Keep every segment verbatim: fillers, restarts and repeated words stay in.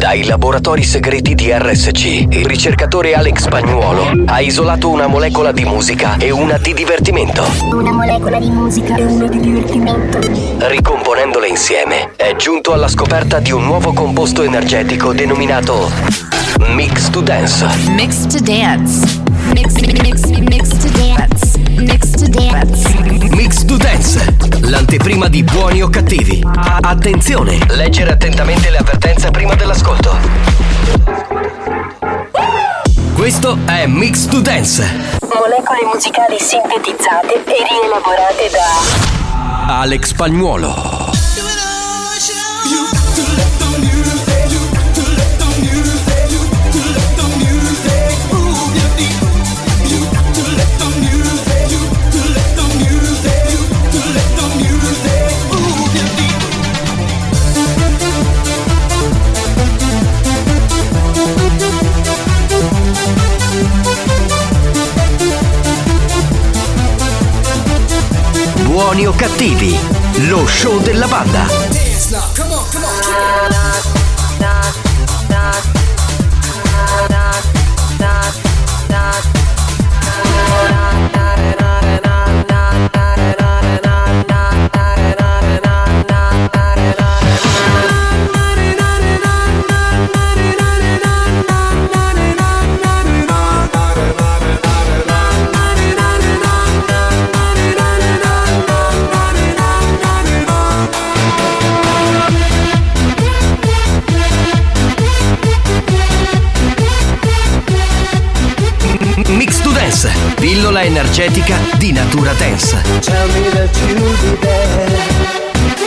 Dai laboratori segreti di R S C, il ricercatore Alex Spagnuolo ha isolato una molecola di musica e una di divertimento. Una molecola di musica e una di divertimento. Ricomponendole insieme, è giunto alla scoperta di un nuovo composto energetico denominato Mix to Dance. Mix to Dance. Mix, mix, mix to Dance. Mix to Dance. Mix to Dance, l'anteprima di Buoni o Cattivi. Attenzione, leggere attentamente le avvertenze prima dell'ascolto. Questo è Mix to Dance. Molecole musicali sintetizzate e rielaborate da Alex Spagnuolo. Buoni o Cattivi, lo show della banda. Mix to Dance, pillola energetica di natura dance. Tell me that you'll be there.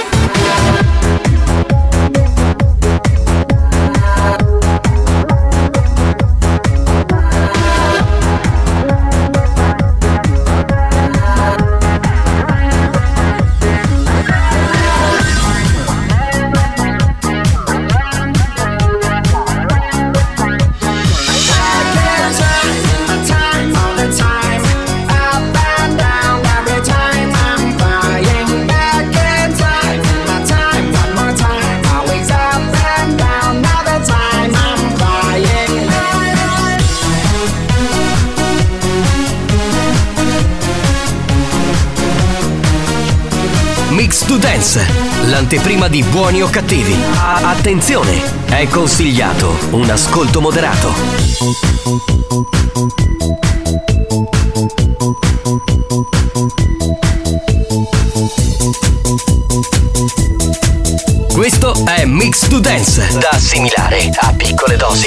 Mix to Dance, l'anteprima di Buoni o Cattivi. Attenzione, è consigliato un ascolto moderato. Questo è Mix to Dance, da assimilare a piccole dosi.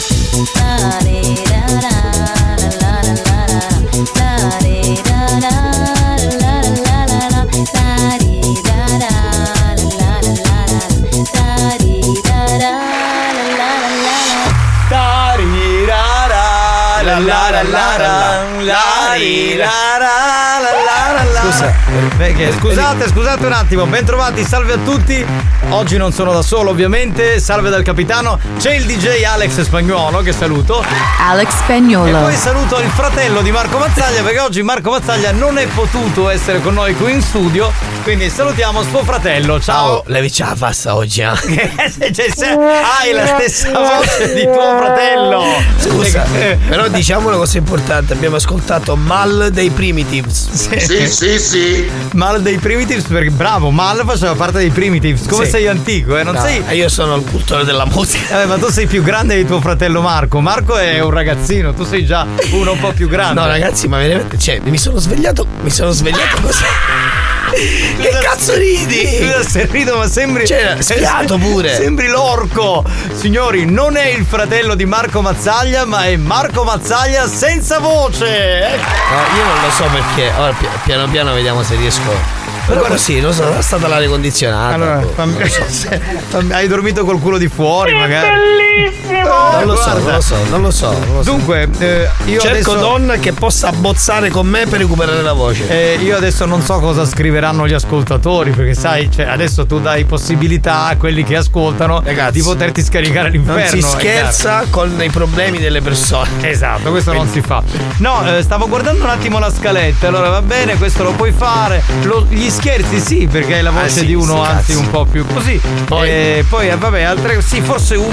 Scusa, perché, scusate, scusate un attimo, ben trovati, salve a tutti. Oggi non sono da solo, ovviamente. Salve dal capitano. C'è il D J Alex Spagnuolo, che saluto. Alex Spagnuolo. E poi saluto il fratello di Marco Mazzaglia, perché oggi Marco Mazzaglia non è potuto essere con noi qui in studio. Quindi salutiamo suo fratello. Ciao. Oh, levici la fassa oggi, eh? cioè, se hai la stessa voce di tuo fratello. Scusa, eh, però diciamo una cosa importante. Abbiamo ascoltato Mal dei Primitives. Sì, sì, sì, sì. Mal dei Primitives, perché bravo, Mal faceva parte dei Primitives. Come sì. sei antico, eh? Non no, sei. Io sono il cultore della musica. Eh, ma tu sei più grande di tuo fratello Marco. Marco è un ragazzino, tu sei già uno un po' più grande. No, ragazzi, ma veramente, cioè, mi sono svegliato. Mi sono svegliato così. Che cazzo ridi? Scusa se rido, ma sembri. Cioè, spiato pure. Sembri l'orco. Signori, non è il fratello di Marco Mazzaglia, ma è Marco Mazzaglia senza voce. No, io non lo so perché. Ora piano piano vediamo se riesco. Però guarda, sì, non so, è stata l'aria condizionata. Allora, fammi, so. fammi, hai dormito col culo di fuori, è magari. Bellissimo! Non lo, so, non lo so, non lo so, non lo so. Dunque, eh, io cerco adesso... donna che possa abbozzare con me per recuperare la voce. Eh, io adesso non so cosa scriveranno gli ascoltatori, perché sai, cioè, adesso tu dai possibilità a quelli che ascoltano, ragazzi, di poterti scaricare l'inferno. Non si scherza, ragazzi, con i problemi delle persone. Esatto, questo quindi non si fa. No, eh, stavo guardando un attimo la scaletta. Allora va bene, questo lo puoi fare. Lo, gli scherzi sì, perché hai la voce ah, sì, di uno, sì, anzi cazzo. un po' più così. Poi, eh, poi vabbè, altre sì, forse uno è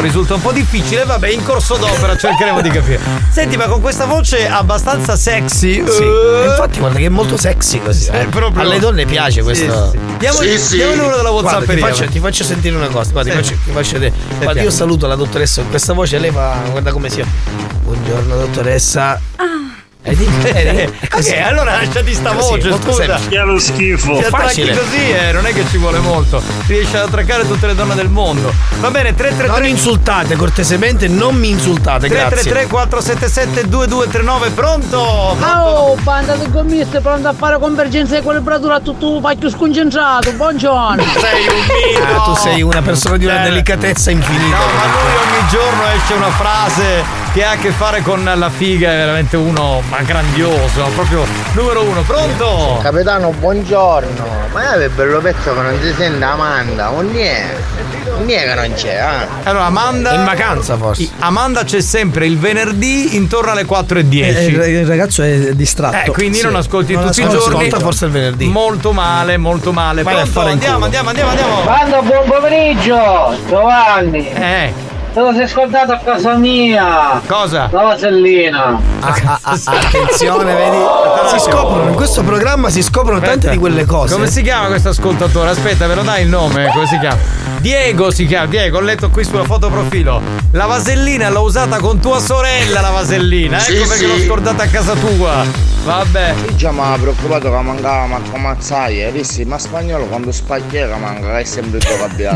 risulta un po' difficile, vabbè, in corso d'opera cercheremo di capire. Senti, ma con questa voce abbastanza sexy. Sì. Uh, Infatti guarda che è molto sexy così. È proprio... Alle donne piace questo. Sì, sì. Diamo, sì, sì. diamo il numero della WhatsApp. Guarda, ti, faccio, ti faccio sentire una cosa. Guarda, sì. ti faccio, ti faccio vedere. Guarda, io saluto la dottoressa con questa voce, lei fa. Guarda come sia. Buongiorno dottoressa. Ah. E di, eh, ok, allora lasciati sta voce, così, scusa. Che lo schifo. Ti attracchi così, eh, non è che ci vuole molto. Riesci ad attraccare tutte le donne del mondo. Va bene, tre tre tre. Non insultate, cortesemente, non mi insultate, tre grazie. tre tre quattro sette sette due due tre nove, pronto? Oh, banda di commesse, pronto a fare convergenza di qualibratura a tutto pacchio sconcentrato. Buongiorno. Sei un mito. Ah, tu sei una persona di una eh. delicatezza infinita. No, ma lui ogni giorno esce una frase che ha a che fare con la figa, è veramente uno ma grandioso, proprio numero uno. Pronto? Capitano, buongiorno. Ma è bello pezzo che non si sente Amanda, non è. Non è che non c'è, eh. Allora Amanda in vacanza forse. Amanda c'è sempre il venerdì intorno alle quattro e dieci. Eh, il ragazzo è distratto. Eh, quindi sì. non ascolti non tutti i ascolta, giorni. Forse il venerdì. Molto male, molto male. Vai a Pronto? fare in Andiamo, culo. andiamo, andiamo, andiamo. Banda, buon pomeriggio, Giovanni. Eh. Te lo sei scontato a casa mia. Cosa? La vasellina. Ah, ah, ah, attenzione, vedi? Si scoprono, in questo programma si scoprono Aspetta. tante di quelle cose. Come si chiama questo ascoltatore? Aspetta, ve lo dai il nome? Come si chiama? Diego si chiama. Diego, ho letto qui sulla foto profilo. La vasellina l'ho usata con tua sorella, la vasellina. Ecco Sì, perché sì. l'ho scordata a casa tua. Vabbè. Io già mi avevo preoccupato che mancava Marco Mazzaia. Visti, ma spagnolo quando spaghiera manca è sempre il tuo cambiato.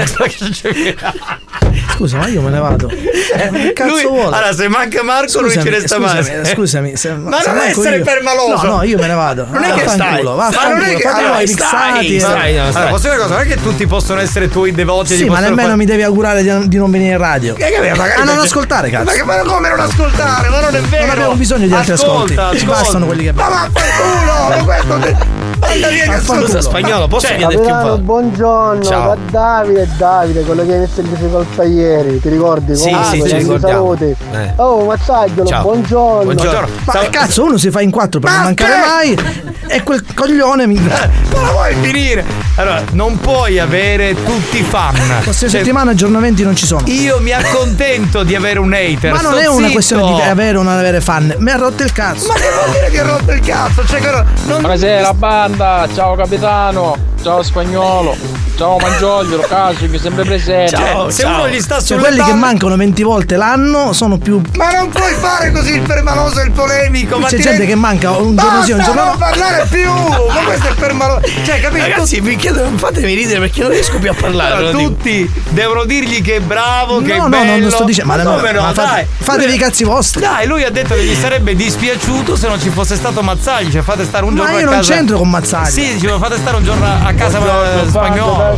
Scusa, ma io me ne vado. Eh, che cazzo lui, vuole? Allora, se manca Marco, scusami, lui ci resta scusami, male. Scusami, se, ma se non essere io, permaloso. No, no, io me ne vado. Non è che stai. Va, Ma non è che fate allora, voi stai, mixati. stai, no, allora, posso dire una cosa? Non è che tutti possono essere tuoi devoti. Sì, ma nemmeno fare... mi devi augurare di, di non venire in radio. Che, che, ah, non ascoltare, cazzo. Ma, che, ma come non ascoltare? Ma non è vero. Non abbiamo bisogno di altri ascolta, ascolti. Ci bastano quelli che abbiamo. Ma vaffanculo! Questo Manda via che ascolta spagnolo, posso cioè, chiederti un po'? Buongiorno, ciao. da Davide Davide, quello che hai messo in difficoltà ieri, ti ricordi? Sì, Come sì, ci ricordiamo. Eh. Oh, Mazzagliolo, ciao. buongiorno. Buongiorno. Ma Ciao. Cazzo, uno si fa in quattro per ma non mancare che... mai e quel coglione mi... Ma la vuoi finire? Allora, non puoi avere tutti i fan. Questa cioè, settimana aggiornamenti non ci sono. Io mi accontento di avere un hater. Ma non Sto è una zitto. questione di avere o non avere fan. Mi ha rotto il cazzo. Ma che vuol dire che ha rotto il cazzo? Cioè, che non... Buonasera banda, ciao capitano, ciao spagnolo, ciao Mangioglio, Casio che sempre presente. Ciao, se ciao. Uno gli sta sulle cioè, quelli balle... che mancano venti volte l'anno sono più. Ma non puoi fare così il permaloso e il polemico. Ma c'è ti gente rendi... che manca un giorno sì, un giorno no. Non parlare più. Ma questo è permaloso. Cioè, capito? Ragazzi, mi chiedo, non fatemi ridere perché non riesco più a parlare. Allora, tutti dico. Devono dirgli che è bravo, che no, è no, bello. No, non sto dicendo. Ma, ma come no? Ma Dai. Fate, fatevi i cazzi vostri. Dai, lui ha detto che gli sarebbe dispiaciuto se non ci fosse stato Mazzagli. Cioè, fate stare un ma giorno a casa. Ma io non c'entro con Mazzagli. Sì, dicevo, fate stare un giorno a casa spagnolo.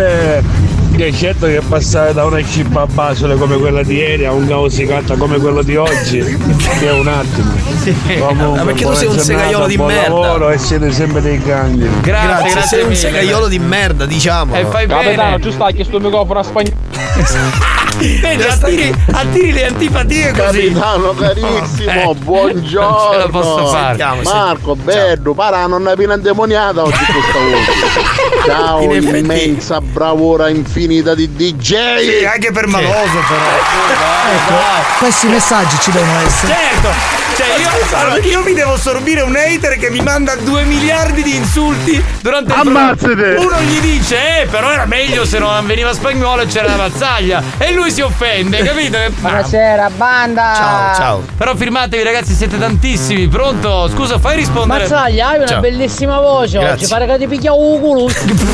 Che certo che passare da una cippa basole come quella di ieri a un caosicatta come quello di oggi che è un attimo. Sì. Comunque, ma perché tu sei un giornata, segaiolo di buon merda. Lavoro e siete sempre dei grandi. Grazie, grazie, grazie sei mille. un segaiolo di merda, diciamo. E fai capitano, bene. tu stai che sto microfono a spagnolo. Vedi, attiri, attiri le antipatie così. Capitano carissimo, oh, eh, buongiorno. Non ce la posso fare. Marco, bello, parà non è piena indemoniata oggi questa voce. Ciao, in immensa effetti. bravura infinita di D J. Sì, anche per maloso sì. Però. Ecco, questi messaggi ci devono essere. Certo. Cioè io, allora, io mi devo sorbire un hater che mi manda due miliardi di insulti durante il Ammazzate. programma. Uno gli dice, eh, però era meglio se non veniva spagnolo e c'era la Mazzaglia. E lui si offende, capito? Buonasera, banda. Ciao, ciao. Però firmatevi, ragazzi, siete tantissimi. Pronto? Scusa, fai rispondere. Mazzaglia, hai una ciao. Bellissima voce. Grazie. Ci pare che ti picchia un culo.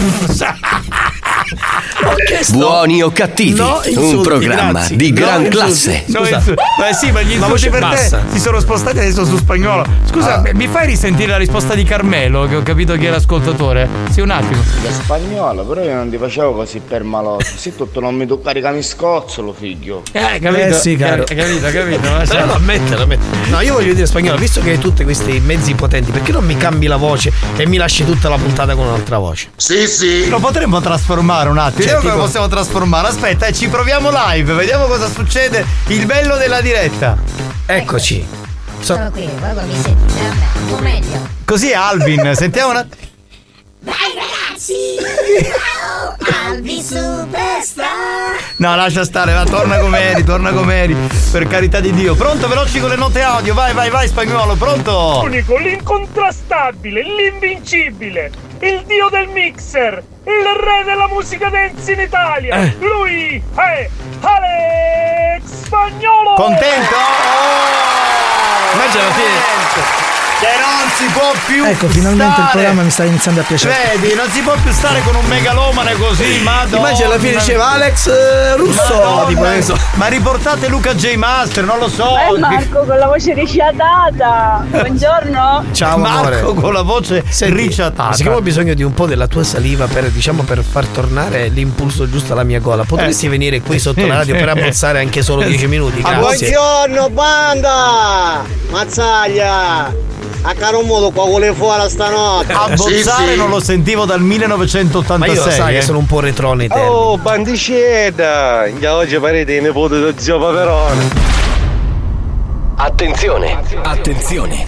Buoni o cattivi, no, insulti, un programma grazie. di no, gran insulti. classe. No, insulti. Beh sì, ma gli insulti per bassa. te si sono spostati adesso su spagnolo. Scusa, ah. mi fai risentire la risposta di Carmelo, che ho capito chi è l'ascoltatore? Sì, un attimo. Da spagnolo, però io non ti facevo così permaloso. Se tutto non mi tocca ricami scozzolo, figlio. Eh, capito? Eh sì, caro. Hai capito, capito? Però lo ammetto, lo ammetto. No, io voglio dire spagnolo, visto che hai tutti questi mezzi potenti, perché non mi cambi la voce e mi lasci tutta la puntata con un'altra voce? Sì, sì. Lo potremmo trasformare un attimo. Cioè, Vediamo tipo... come lo possiamo trasformare. Aspetta, eh, ci proviamo live, vediamo cosa succede. Il bello della diretta. Eccoci. So... Sono qui, guarda mi senti già un po' meglio. Così è Alvin, sentiamo una. Dai ragazzi! Ciao! Alvin Superstar! No, lascia stare, va, torna com'eri, torna com'eri, per carità di Dio. Pronto, veloci con le note audio, vai, vai, vai, Spagnuolo, pronto? L'unico, l'incontrastabile, l'invincibile, il dio del mixer, il re della musica dance in Italia. Eh. Lui è Alex Spagnuolo. Contento? Oh, ma ce la fine. Che non si può più Ecco, finalmente stare. il programma mi sta iniziando a piacere. Vedi, non si può più stare con un megalomane così, madonna. Immagina alla fine diceva Alex eh, Russo, Madonna, tipo adesso. Ma riportate Luca J Master, non lo so. Eh Marco con la voce ricciatata. Buongiorno. Ciao Marco amore. con la voce ricciatata. Siccome ho bisogno di un po' della tua saliva per, diciamo, per far tornare l'impulso giusto alla mia gola, potresti eh. venire qui sotto la radio per abbozzare anche solo dieci minuti? Grazie. Buongiorno banda! Mazzaglia! A caro modo qua vuole fuori stanotte. Abbozzare sì, sì. Non lo sentivo dal millenovecentottantasei. Ma io sai eh. che sono un po' retro nei termini. Oh, bandicetta! Già oggi parete i nipoti di zio Paperone. Attenzione, attenzione.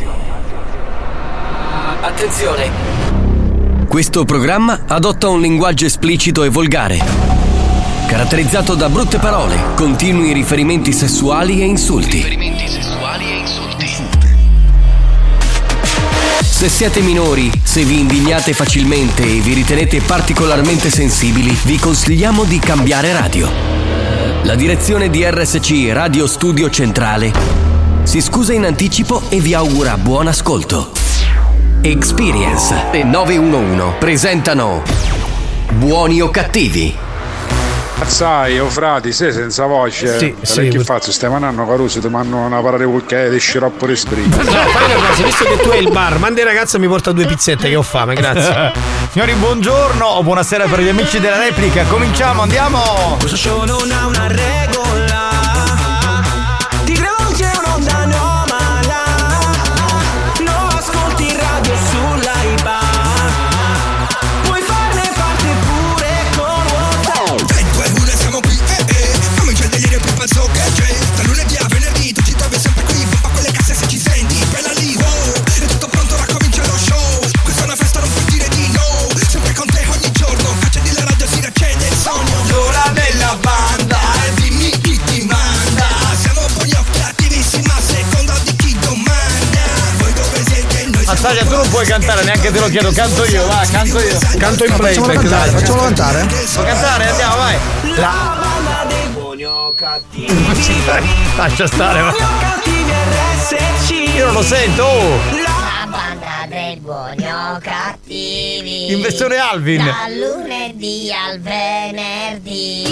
Attenzione. Questo programma adotta un linguaggio esplicito e volgare, caratterizzato da brutte parole, continui riferimenti sessuali e insulti. Riferimenti sessuali e insulti. Se siete minori, se vi indignate facilmente e vi ritenete particolarmente sensibili, vi consigliamo di cambiare radio. La direzione di R S C Radio Studio Centrale si scusa in anticipo e vi augura buon ascolto. Experience e nove uno uno presentano Buoni o Cattivi. Sai, oh frati, sei senza voce. Sì, sì. Che faccio? Stiamo andando Caruso, ti mandano una parata di cucchiaia di sciroppo di sbrigio. No, fai una cosa, visto che tu hai il bar, manda il ragazzo e mi porta due pizzette che ho fame, grazie. Signori, buongiorno o buonasera per gli amici della replica. Cominciamo, andiamo. Questo show non ha una regola. Ti rivolge un'onda anomala. Non ascolti radio sull'Aiba. Puoi farne parte pure con WhatsApp. tre, due, uno, siamo qui, eh eh. Come c'è il delirio più pazzo che c'è. Da lunedì a venerdì tu ci trovi sempre qui. Pompa quelle casse se ci senti. Bella lì, wow. È tutto pronto, ora comincia lo show. Questa è una festa, non puoi dire di no. Sempre con te ogni giorno. Accendi la radio, si riaccende il sogno. L'ora della banda. E dimmi chi ti manda. Siamo buoni o cattivissimi a seconda di chi domanda. Voi dove siete? Noi Mazzaglia, tu non puoi cantare, neanche te lo chiedo, canto io, va, canto io. Canto in Facciamolo playback, cantare, dai. facciamolo cantare. Puoi cantare, andiamo, vai. La banda dei buoni o cattivi. Lascia stare, va. Cattivi R S C. Io non lo sento, oh. La banda dei buoni o cattivi. In versione Alvin. Dal lunedì al venerdì.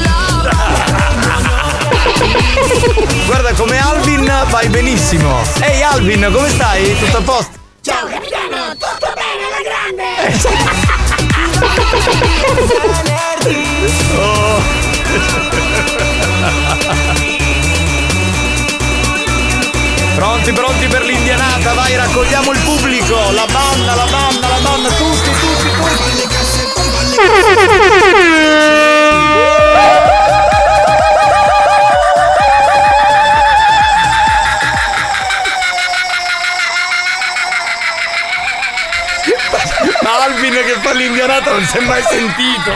Guarda, come Alvin vai benissimo. Ehi Alvin, come stai? Tutto a posto? Ciao capitano, tutto bene alla grande. Oh. Pronti, pronti per l'indianata, vai, raccogliamo il pubblico, la banda, la banda, la banda, tutti, tutti, tutti. Ma Alvin che fa l'indianata non si è mai sentito.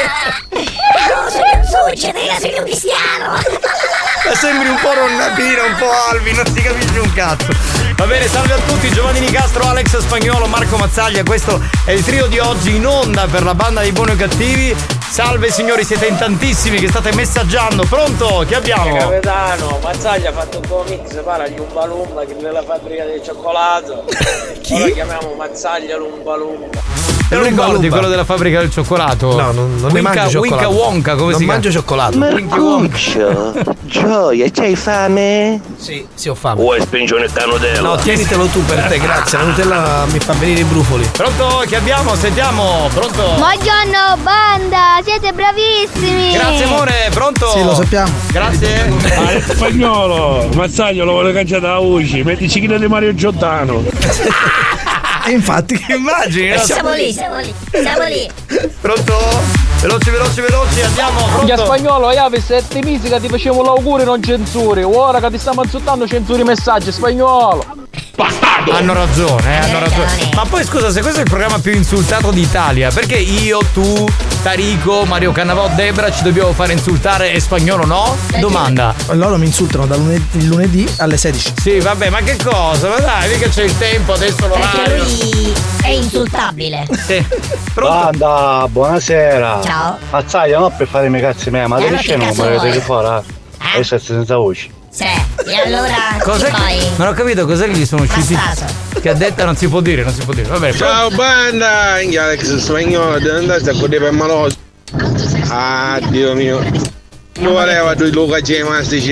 Succede, sei un cristiano. Ma sembri un po' Ronnapino, un po' Alvin, non si capisce un cazzo. Va bene, salve a tutti, Giovanni Nicastro, Alex Spagnuolo, Marco Mazzaglia. Questo è il trio di oggi in onda per la banda dei Buoni o Cattivi. Salve signori, siete in tantissimi che state messaggiando. Pronto? Chi abbiamo? Eh, capitano, Mazzaglia ha fatto un po' mix, parla di Lumba Lumba che è la fabbrica del cioccolato. Chi? Ora chiamiamo Mazzaglia Lumba Lumba. Te lo ricordi quello della fabbrica del cioccolato? No, non, non ne Winka, mangio cioccolato. Winka Wonka, come non si mangio cioccolato. Marcuccio, Gioia, c'hai fame? Sì, sì, ho fame. Vuoi spingionetta Nutella? No, tienitelo tu per te, grazie. La Nutella mi fa venire i brufoli. Pronto? Chi abbiamo? Sentiamo, pronto? Buongiorno banda, siete bravissimi. Grazie amore, pronto? Sì, lo sappiamo. Grazie. Ah, Spagnolo, Mazzaglio lo vuole cacciare da Uci, metti cicchina di Mario Giordano. E infatti, che immagini? No? Siamo lì, siamo lì, siamo lì. Pronto? Veloci, veloci, veloci, andiamo, pronto? Che Spagnolo, io per sette mesi che ti facevo l'augurio non censuri. Ora che ti stiamo insultando censuri i messaggi, Spagnolo. Bastardo! Hanno ragione, eh, hanno ragione. Ma poi scusa, se questo è il programma più insultato d'Italia, perché io, tu, Tarico, Mario Cannavò, Debra ci dobbiamo fare insultare e Spagnolo no? Domanda. Loro mi insultano da lunedì, lunedì alle sedici. Sì, vabbè, ma che cosa? Ma dai, mica c'è il tempo, adesso l'orario. Perché lui è insultabile. Sì. Banda, buonasera. Ciao. Mazzaglia, no per fare i miei cazzi miei, ma Eh, te ma ne che scemo, cazzo ma vuoi? vedete fuori, eh? Adesso siete senza voce. Sì, e allora Cos'è che che- poi? Non ho capito cos'è che gli sono usciti. Bastardo. Che ha detto non si può dire, non si può dire. Vabbè, Ciao banda, in Alex Spagnolo, dove andate a godere per maloso? Ah, Dio mio. Non voleva due Luca Gemastici.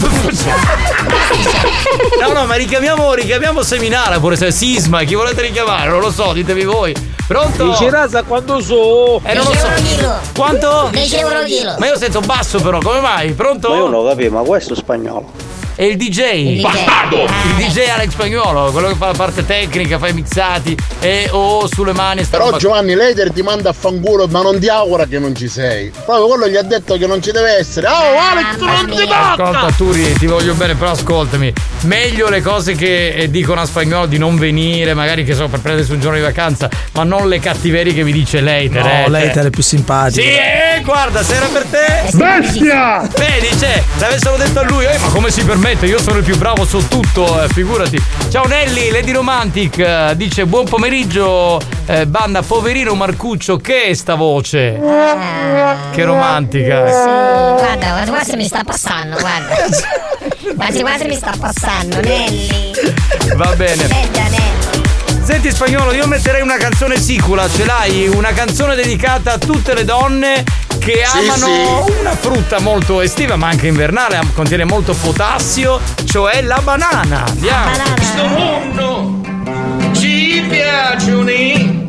No, no, ma richiamiamo, richiamiamo Seminara pure se Sisma, chi volete richiamare? Non lo so, ditemi voi. Pronto? Dici rasa quando so? Eh, non lo so. Quanto? dieci euro al chilo. Ma io sento basso però, come mai? Pronto? Ma io non lo capivo, ma questo è spagnolo. È il D J. Il D J. Bastardo! Ah, Il D J Alex Spagnuolo, quello che fa la parte tecnica, fa i mixati e o oh, sulle mani sta Però roba- Giovanni Leder ti manda a fanculo, ma non ti augura che non ci sei. Proprio quello gli ha detto che non ci deve essere. Oh Alex, non ti Ascolta basta! Turi, ti voglio bene, però ascoltami. Meglio le cose che eh, dicono a Spagnolo di non venire, magari che so per prendersi un giorno di vacanza, ma non le cattiverie che vi dice Leiter. No, eh, lei te. è più simpatico. Sì, eh, guarda, se era per te. Bestia! Vedi, cioè, l'avessero detto a lui, eh, ma come si permette? Io sono il più bravo su tutto, eh, figurati. Ciao Nelly, Lady Romantic, eh, dice buon pomeriggio, eh, banda poverino Marcuccio, che è sta voce? Che romantica. Sì, guarda, quasi quasi mi sta passando, guarda. Quasi quasi mi sta passando, Nelly. Va bene. Senta, Nelly. Senti Spagnolo, io metterei una canzone sicula, ce l'hai? Una canzone dedicata a tutte le donne che Sì, amano sì. una frutta molto estiva ma anche invernale, am- contiene molto potassio, cioè la banana. Andiamo. Questo mondo ci piacciono i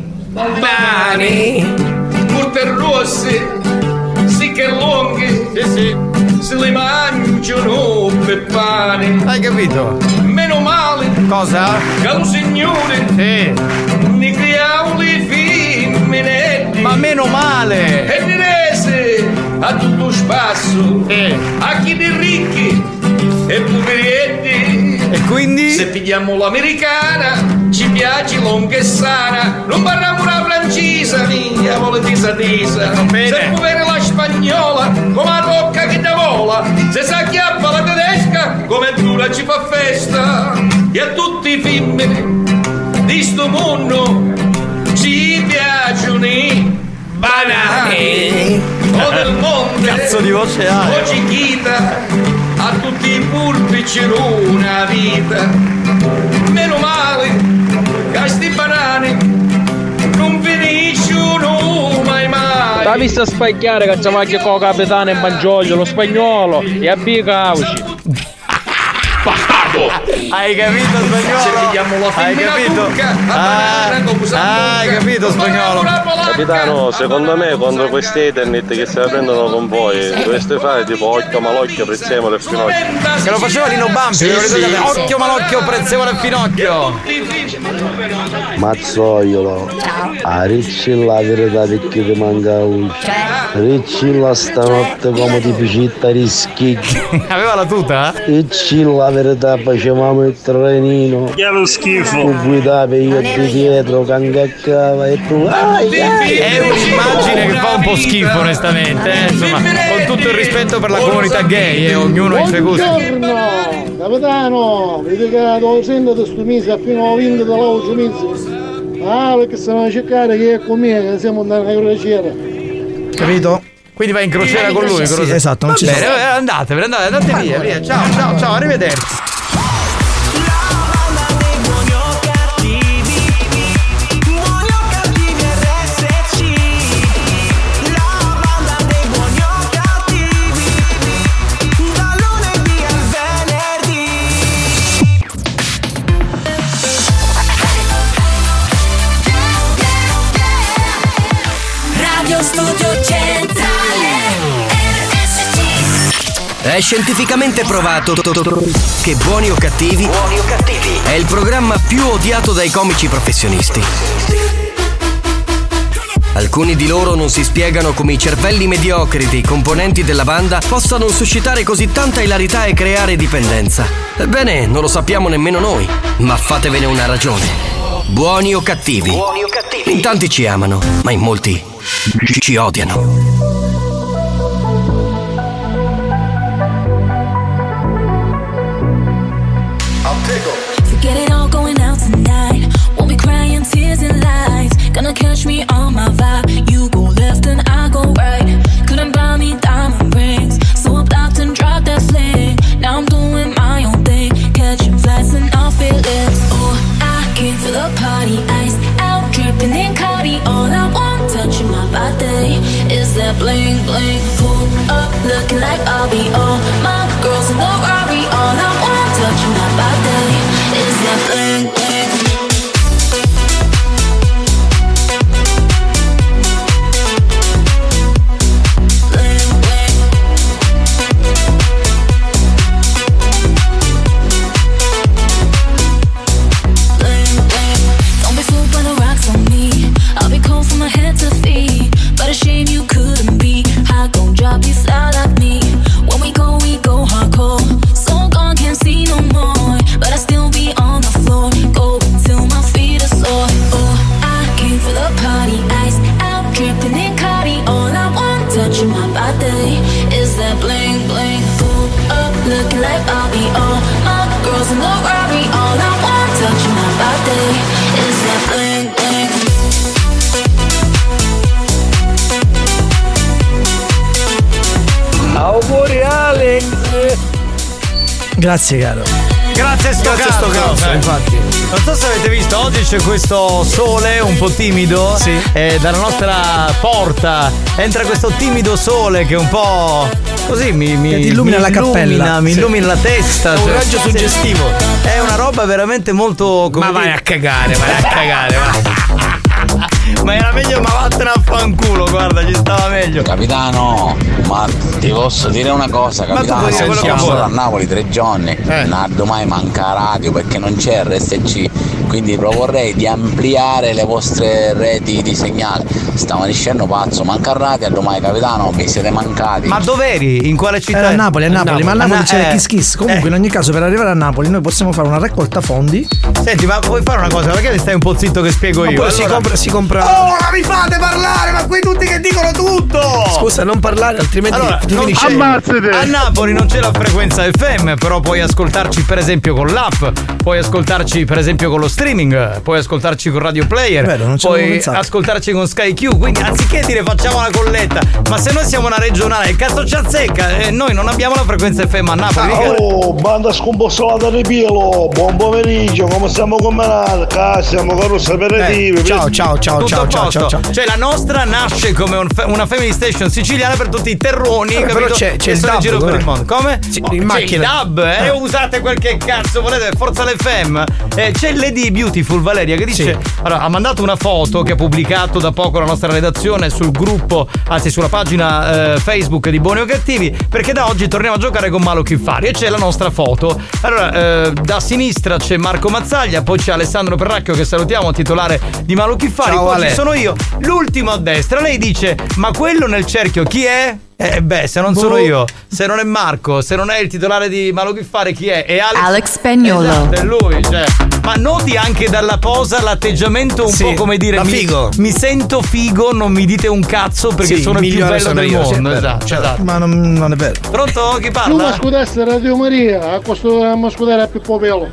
bani, molte rosse, sì che lunghe, sì, sì. se le mangiano per pane. Hai capito? Meno male, cosa? Che un signore, sì, ne criamo le femminetti. Ma meno male! E ne rese a tutto spasso, sì. A chi di ricchi e poveretti. E quindi? Se pigliamo l'americana, ci piace longa e sana. Non parliamo una francese, mia, vuole tisa tisa. Se può avere la spagnola, come la rocca che da vola. Se si acchiappa la tedesca, come dura ci fa festa. E a tutti i femmini di sto mondo ci piacciono i banani. O del monte, Cazzo di voce hai? o Chiquita, a tutti i pulpi c'è una vita. Meno male che sti banani non finiscono mai mai. L'ha vista spacchiare che c'è anche con la capitana e Mangioglio, lo spagnolo e a Bicauci. Bastardo! Hai capito Spagnolo? Se vediamo la Hai femmina capito? turca, la Ah, banana con ah, hai capito Spagnolo? Capitano, secondo me quando questi internet che se la prendono con voi dovreste fare tipo occhio malocchio, prezzemolo e finocchio. Che lo faceva Lino Bampi, Sì, ve lo ricordate? sì. Occhio malocchio, prezzemolo e finocchio. Mazzoiolo, a ricci la verità perché ti manca voce. Ricci la stanotte come ti piscitta rischi. Aveva la tuta? Ricci la verità facevamo il trenino. Che lo schifo. Tu guidavi io di dietro, cangaccava e tu. Ai, ai. È un'immagine che fa un po' schifo onestamente, eh, insomma, con tutto il rispetto per la comunità gay e ognuno ha i suoi gusti. Buongiorno, capitano, vedi che devo sentire sto mese fino a venti della voce mese. Ah, perché stiamo a cercare che è con me, che siamo andati a crociera. Capito? Quindi vai in crociera con lui, Sì, crociera. esatto, non Va ci bene, sono. eh, andatevene, andate, andate via, via. Ciao, ciao, ciao, arrivederci. Radio Studio Centrale R S C. È scientificamente provato che Buoni o Cattivi è il programma più odiato dai comici professionisti. Alcuni di loro non si spiegano come i cervelli mediocri dei componenti della banda possano suscitare così tanta ilarità e creare dipendenza. Ebbene, non lo sappiamo nemmeno noi, ma fatevene una ragione. Buoni o cattivi? Buoni o cattivi? In tanti ci amano, ma in molti ci odiano. Forget it all, going out tonight. Won't be crying tears and lies. Gonna catch me on my vibe. You go left and I go right. Couldn't buy me diamond rings, so I blocked and dropped that fling. Now I'm doing my own thing, catching flights and off feelings. Oh, I came for the party, ice out, dripping in Cardi. All I want, touching my body, is that bling bling. Pull up, looking like Bobby. All my girls in the Rari. All I want, touching my body, is that bling bling. Auguri Alex! Grazie caro. Grazie sto Grazie cazzo, sto cazzo, eh. infatti. Non so se avete visto, oggi c'è questo sole un po' timido. Sì. E dalla nostra porta entra questo timido sole che un po' così mi, mi Che ti illumina mi la cappella. illumina, mi Sì. illumina la testa. È un raggio suggestivo. È una roba veramente molto. Come Ma vai dire- a cagare, vai a cagare, vai. Ma era meglio, ma vattene a fanculo, guarda, ci stava meglio. Capitano, ma ti posso dire una cosa, Ma tu capitano, puoi dire quello che siamo vuoi. solo a Napoli tre giorni, Eh. non domani manca radio perché non c'è R S C, quindi proporrei di ampliare le vostre reti di segnale. Stavo dicendo pazzo, manca radio, domani capitano, vi siete mancati. Ma dov'eri? In quale città? Era a Napoli, a Napoli, ma a Napoli Ah, c'era eh. Kiss Kiss. Comunque, in ogni caso, per arrivare a Napoli, noi possiamo fare una raccolta fondi. Senti, ma vuoi fare una cosa? Perché stai un po' zitto che spiego Ma io? poi si compra, si compra. Oh, ma mi fate parlare, ma quei tutti che dicono tutto! Scusa, non parlare, altrimenti Allora, ti non- finisce. a Napoli non c'è la frequenza F M, però puoi ascoltarci per esempio con l'app, puoi ascoltarci per esempio con lo streaming, puoi ascoltarci con Radio Player, Vero, non ci avevo puoi pensato. ascoltarci con Sky Q, quindi anziché dire facciamo la colletta, ma se noi siamo una regionale, cazzo ci azzecca, e noi non abbiamo la frequenza F M a Napoli. mica- Oh, banda scombossolata di Pielo, buon pomeriggio, come stiamo combinati? Qua siamo corsi aperitivi. Eh, ciao, ciao, ciao, Tutto ciao, a ciao, posto. ciao, ciao. Cioè la nostra nasce come un fa- una family station siciliana per tutti i terroni, Eh, però capito? c'è- c'è che il sono in dub, giro per dov'è? il mondo. Come? Sì, Oh, in c'è macchina. il dub, eh? Eh. Usate quel che cazzo volete, forza l'F M. Eh, c'è Lady Beautiful Valeria che dice: Sì. allora, ha mandato una foto che ha pubblicato da poco la nostra redazione sul gruppo, anzi sulla pagina eh, Facebook di Buoni o Cattivi, perché da oggi torniamo a giocare con Malo Chiffari e c'è la nostra foto. Allora, eh, da sinistra c'è Marco Mazzaglia, poi c'è Alessandro Perracchio che salutiamo, titolare di Malo Chiffari, Ciao, poi Ale. ci sono io, l'ultimo a destra. Lei dice: ma quello nel cerchio chi è? Eh beh, se non Boh. sono io, se non è Marco, se non è il titolare di Malo Chiffari, chi è? È Alex, Alex Spagnuolo. Esatto, è lui, cioè. Ma noti anche dalla posa l'atteggiamento un Sì, po' come dire da mi, figo. mi sento figo, non mi dite un cazzo perché Sì, sono il più migliore bello sono del io, sì, è mondo. vero, Esatto, certo. esatto. Ma non, non è vero. Pronto? Chi Tu parla? mi ascoltaste Radio Maria, a questo dobbiamo ascoltare a Pippo Pelo.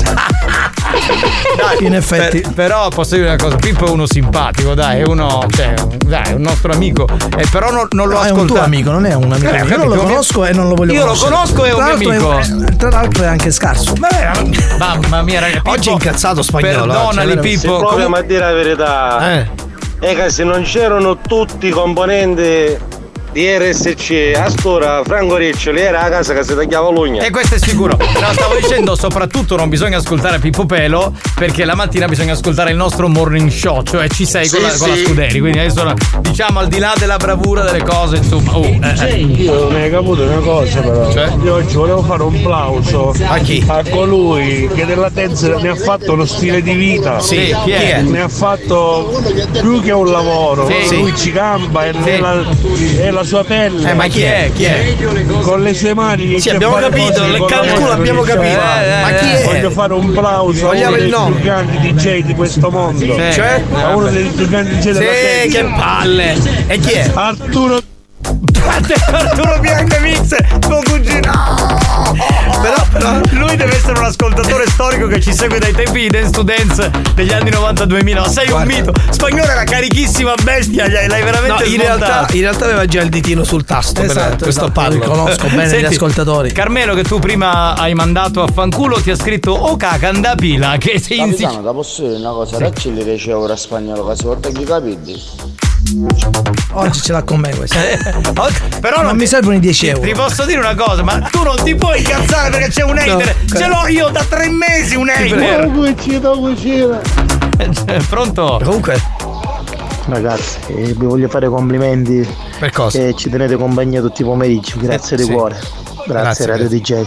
Dai, In effetti. per- però posso dire una cosa, Pippo è uno simpatico, dai, è uno, cioè, dai, è un nostro amico. Eh, però non, non lo No, è ascolta. un tuo amico, non è un amico. Eh, mio. Io capito, non lo mi- conosco e non lo voglio Io lo conoscere. conosco e è un Tra mio l'altro amico. è- tra l'altro è anche scarso. Vabbè, mamma mia, ragazzi. Oggi Pippo, è incazzato Spagnolo, Perdonali, oggi, Pippo. Se proviamo Comu- a dire la verità, Eh. è che se non c'erano tutti i componenti di R S C a stora Franco Riccioli era a casa che si tagliava l'ugna. E questo è sicuro. No, stavo dicendo soprattutto non bisogna ascoltare Pippo Pelo, perché la mattina bisogna ascoltare il nostro morning show, cioè ci sei Sì, con, la, con la sì. Scuderi, quindi adesso diciamo al di là della bravura delle cose, insomma. Oh, eh, eh. Io non hai capito una cosa però. Cioè? Io oggi volevo fare un plauso a chi? A colui che della dance ne ha fatto uno stile di vita. Sì, chi è? Ne ha fatto più che un lavoro. Sì. Lui ci campa e Sì. è, la, è la sua pelle. Eh, ma chi è? Chi è? Con le sue mani. Sì, che abbiamo fare capito, cose il con la calcolo mano, abbiamo dice, capito. eh, Ma chi è? Voglio fare un plauso a Vogliamo uno il dei nome. più grandi D J di questo mondo. Sì. Cioè? A uno dei più grandi D J della Sì, dance. che palle! E chi è? Arturo Arturo Biancamix, tuo cugino. Però, però lui deve essere un ascoltatore storico che ci segue dai tempi di Dance to Dance degli anni novanta duemila. Sei un mito. Spagnolo era carichissima bestia, l'hai veramente No, in smontato. realtà, in realtà aveva già il ditino sul tasto per Esatto, questo esatto, pallo. li conosco bene gli ascoltatori. Carmelo, che tu prima hai mandato a fanculo, ti ha scritto o caca da pila, che sei in Capitano, da posso dire una cosa, Sì. racci le dieci euro a spagnolo che si porta i capelli. Oggi ce l'ha con me questo. Però non mi servono i dieci euro. Ti posso dire una cosa, ma tu non ti puoi incazzare perché c'è un hater. No, Ce l'ho io da tre mesi un hater. Cucina, cucina. Pronto? Comunque, Ragazzi, eh, vi voglio fare complimenti. Per cosa? Che ci tenete compagnia tutti i pomeriggi. Grazie di Sì. cuore. Grazie, Grazie, Radio D J.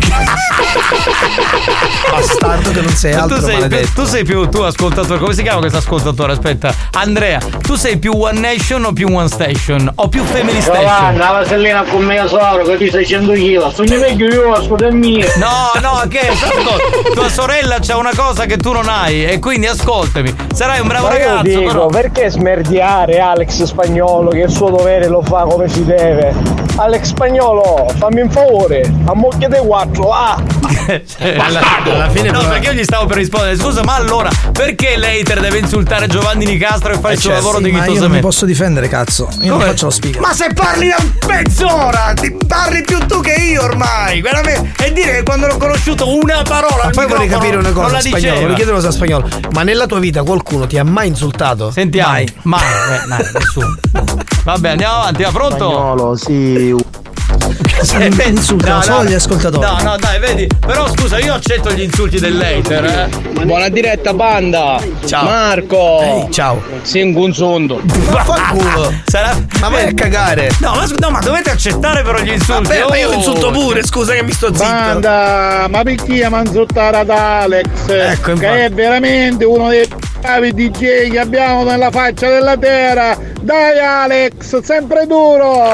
bastardo che non sei altro tu sei, più, maledetto. tu sei più tu ascoltatore, come si chiama questo ascoltatore? Aspetta, Andrea, tu sei più One Nation o più One Station? O più Family Station? Giovanna, la vasellina con me solo che ti sei cento chili. Sogni meglio io, ascolta mio. No, no, che ascolta, tua sorella c'ha una cosa che tu non hai e quindi ascoltami. Sarai un bravo Ma io ragazzo, dico, però. perché smerdiare Alex Spagnolo che il suo dovere lo fa come si deve? Alex Spagnolo, fammi un favore, a mocchia dei quattro, ah! alla, alla fine no, perché io gli stavo per rispondere. Scusa, ma allora perché l'hater deve insultare Giovanni Nicastro e fare Eh, il suo cioè, lavoro sì, ma io non mi dignitosamente? posso difendere, cazzo. Io non Come? faccio lo speaker. Ma se parli da mezz'ora, ti parli più tu che io ormai, veramente. E dire che quando l'ho conosciuto una parola. Ma poi vorrei capire una non cosa la spagnolo, diceva. vorrei chiedere una cosa spagnolo. Ma nella tua vita qualcuno ti ha mai insultato? Sentiamo. Mai. Mai, eh, mai, nessuno. Vabbè, andiamo avanti, va pronto? Spagnolo, sì. Insultano solo gli ascoltatori. No, no, dai, vedi. Però scusa, io accetto gli insulti dell'hater, eh. Buona diretta, banda. Ciao. Marco. Ehi, ciao. Singunzondo. Vaffanculo. Sarà... Ma vai a cagare. No, ma, no, ma dovete accettare però gli insulti. Vabbè, ma io Oh. insulto pure, scusa che mi sto zitto. Banda, ma perché mi insultare ad Alex? Ecco, infatti. che è veramente uno dei bravi D J che abbiamo nella faccia della terra. Dai Alex, sempre duro!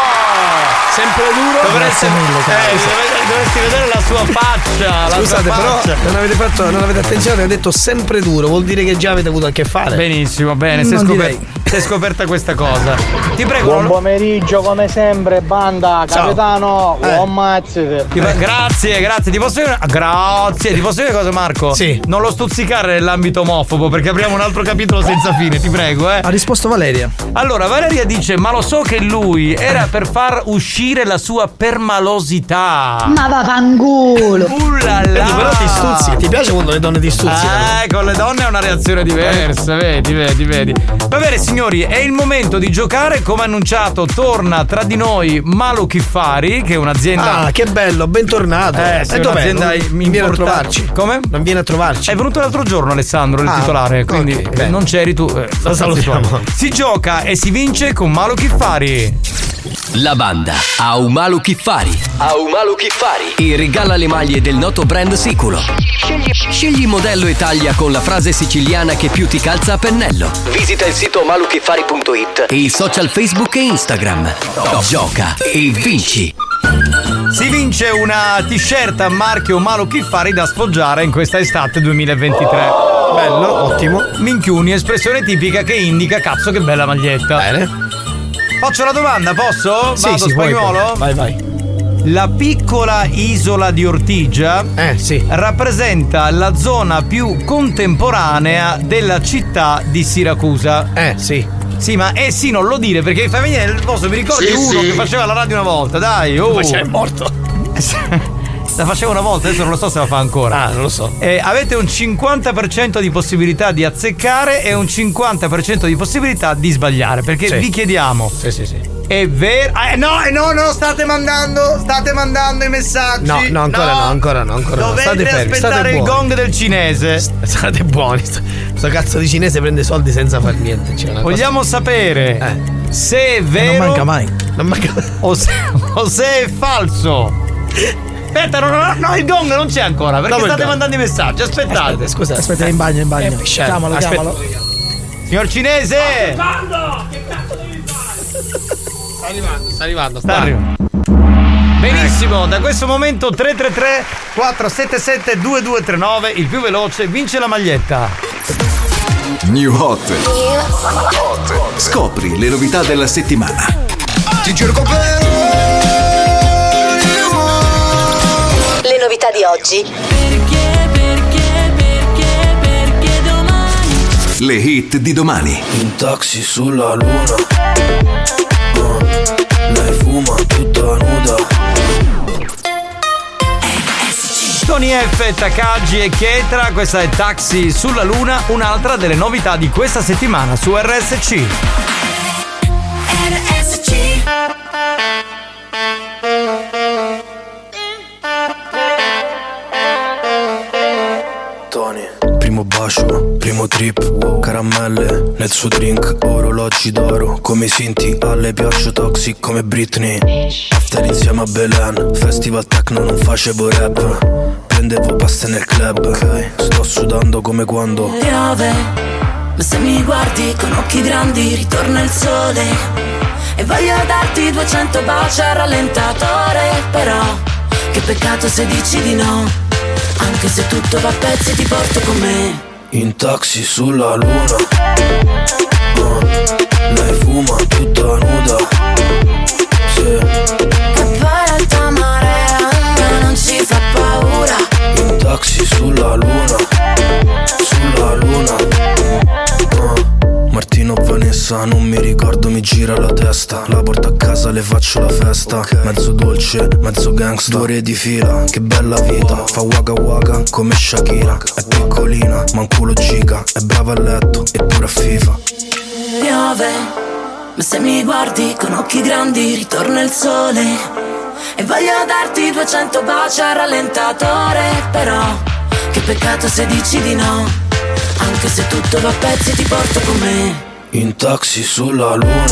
Sempre duro. Dovreste, eh, dovete- dovresti vedere la sua faccia. La Scusate, sua però faccia. non avete fatto, non avete attenzione, ho detto sempre duro, vuol dire che già avete avuto a che fare. Benissimo, bene, sei Non scoperta, direi. sei scoperta questa cosa. Ti prego, Buon non- pomeriggio come sempre, banda, Ciao. capitano, Eh. buon mazzete. ti pre- grazie, grazie. Ti posso dire una... Grazie, ti posso dire una cosa, Marco? Sì. Non lo stuzzicare nell'ambito omofobo, perché apriamo un altro capitolo senza fine, ti prego, eh. Ha risposto Valeria. Allora, Valeria dice: ma lo so che lui era per far uscire la sua permalosità. Ma vaffanculo. Ullala. Vedi, però ti stuzzica, ti piace quando le donne ti stuzzicano? Eh, con le donne è una reazione diversa, vedi, vedi, vedi. Va bene, signori, è il momento di giocare. Come annunciato, torna tra di noi Malu Kiffari, che è un'azienda. Ah, che bello, bentornato. Eh, sì, e dov'è? un'azienda Non, non viene a importante. trovarci. Come? Non viene a trovarci. È venuto l'altro giorno Alessandro, il Ah, titolare, quindi ok, eh, bene. non c'eri tu. Eh, Lo salutiamo. Si gioca e si vince con Malu Kiffari. La banda Aumalu Kiffari. Aumalu Kiffari. E regala le maglie del noto brand Siculo. Scegli modello e taglia con la frase siciliana che più ti calza a pennello. Visita il sito malukiffari punto it e i social Facebook e Instagram. Gioca e vinci. Si vince una t-shirt a marchio Malu Kiffari da sfoggiare in questa estate duemilaventitré. Bello, ottimo. Minchiuni, espressione tipica che indica cazzo che bella maglietta. Bene. Faccio la domanda, posso? Sì, Vado sì, puoi, spagnolo? puoi. Vai, vai. La piccola isola di Ortigia Eh, sì. rappresenta la zona più contemporanea della città di Siracusa. Eh, sì. Sì, ma eh sì, non lo dire perché mi fa venire il posto. Mi ricordi Sì, uno sì. che faceva la radio una volta, dai. Oh. Ma c'è morto. La faceva una volta, adesso non lo so se la fa ancora. Ah, non lo so. Eh, avete un cinquanta per cento di possibilità di azzeccare e un cinquanta per cento di possibilità di sbagliare. Perché Sì. vi chiediamo: Sì, sì, sì. È vero. Eh, no, eh, no, no, state mandando, state mandando i messaggi. No, no, ancora no, no ancora no, ancora Dovete no. State fermi, aspettare state il buoni. gong del cinese. State buoni. Sto cazzo di cinese prende soldi senza far niente. Cioè, Vogliamo cosa... sapere eh. se è vero. Non manca mai. Non manca mai. O se, o se è falso. Aspetta, no, no, no, il gong non c'è ancora perché Dopo state mandando i messaggi. Aspettate. Aspetta, scusa, Aspetta, in bagno, in bagno. Eh, chiamalo, aspetta. chiamalo. Signor cinese! Che cazzo devi fare? Sta arrivando, sta arrivando, sta arrivando. Benissimo, da questo momento tre tre tre quattro sette sette due due tre nove, il più veloce vince la maglietta. New Hot. Scopri le novità della settimana. Ti cerco per le novità di oggi. Perché, perché, perché, perché domani. Le hit di domani. In taxi sulla luna. Oh, lei fuma tutta nuda. Tony F, Takagi e Chetra, questa è Taxi sulla Luna, un'altra delle novità di questa settimana su R S C. R S C. Tony, primo bacio, primo trip, caramelle nel suo drink, orologi d'oro, come Sinti, a lei piaccio toxic come Britney. After insieme a Belen, festival techno non facevo rap, prendevo pasta nel club, okay. Sto sudando come quando Piove, ma se mi guardi con occhi grandi ritorna il sole. E voglio darti duecento baci al rallentatore. Però, che peccato se dici di no. Anche se tutto va a pezzi ti porto con me. in taxi sulla luna. Oh, lei fuma tutta nuda. Sì. E poi l'alta marea non ci fa paura. In taxi sulla luna, sulla luna. Oh, Martino Vanessa, non mi ricordo, mi gira la testa. La porto a casa, le faccio la festa, okay. Mezzo dolce, mezzo gangsta, due ore di fila, che bella vita. Fa waka waka come Shakira. È piccolina, ma un culo giga. È brava a letto, eppure a FIFA. Piove, ma se mi guardi con occhi grandi ritorna il sole. E voglio darti duecento baci al rallentatore. Però, che peccato se dici di no. Anche se tutto va a pezzi ti porto con me. In taxi sulla luna.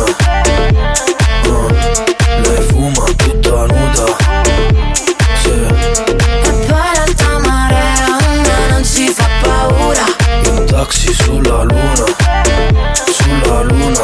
Oh, lei fuma tutta nuda. Sì. E poi l'alta marea non ci fa paura. In taxi sulla luna, sulla luna.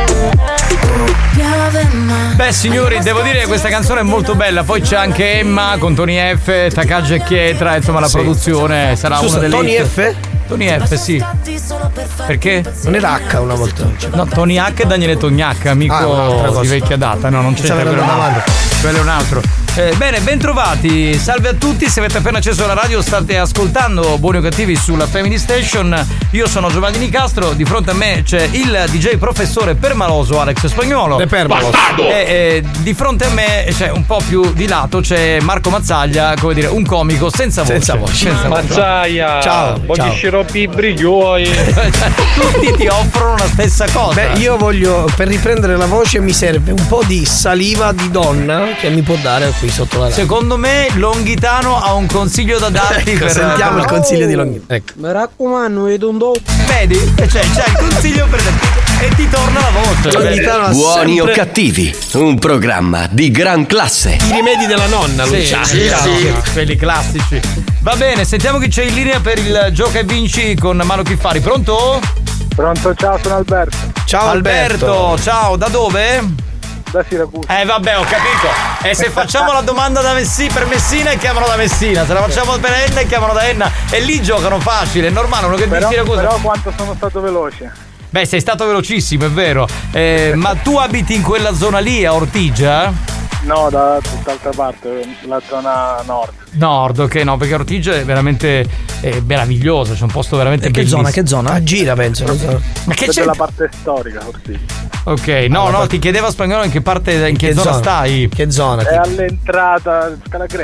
Oh. Beh signori, devo dire che questa canzone è molto bella. Poi c'è anche Emma con Tony F, Takagi e Chetra. Insomma la sì. produzione sarà Scusa, una delle Tony hit. F? Tony F, sì. Perché? Non era H una volta. No, Tony H e Daniele Tognacca, amico ah, di vecchia data. No, non c'è quello, quello è un altro. Eh, bene, ben trovati. Salve a tutti. Se avete appena acceso la radio, state ascoltando Buoni o Cattivi sulla Family Station. Io sono Giovanni Nicastro. Di fronte a me c'è il D J professore permaloso Alex Spagnuolo. De Permaloso. E eh, di fronte a me c'è un po' più di lato c'è Marco Mazzaglia, come dire, un comico senza voce. Senza voce. Senza voce. Mazzaglia. Ciao. Voglio sciroppi i briglioi. Tutti ti offrono la stessa cosa. Beh, io voglio, per riprendere la voce mi serve un po' di saliva di donna che mi può dare qui sotto la radio. Secondo me Longhitano ha un consiglio da darti. Ecco, per sentiamo il consiglio di Longhitano. Ecco. Mi raccomando, vedo un do. Vedi? Cioè, c'è il consiglio per te. E ti torna la voce. Longhitano Buoni sempre... o cattivi, un programma di gran classe. I rimedi della nonna, sì, Luciano. Sì, sì, sì, quelli classici. Va bene, sentiamo chi c'è in linea per il Gioca e Vinci con Mano Chiffari. Pronto? Pronto, ciao, sono Alberto. Ciao Alberto. Alberto, ciao, da dove? Da Siracusa. Eh vabbè, ho capito. E se facciamo la domanda da Messi per Messina e chiamano da Messina, se la facciamo per Enna e chiamano da Enna. E lì giocano facile, è normale, uno che però, di Siracusa. Però quanto sono stato veloce. Beh, sei stato velocissimo, è vero. Eh, ma tu abiti in quella zona lì, a Ortigia? No, da tutt'altra parte, la zona nord. Nord, ok, no, perché Ortigia è veramente è meraviglioso, c'è un posto veramente e che bellissimo. zona, che zona? A Gira, penso. Non so. Ma che c'è? La parte storica, Ortigia. Ok, no, allora, no, part... ti chiedeva Spagnolo in che parte, in che, che zona, zona stai? Che zona? È all'entrata Scala Greca.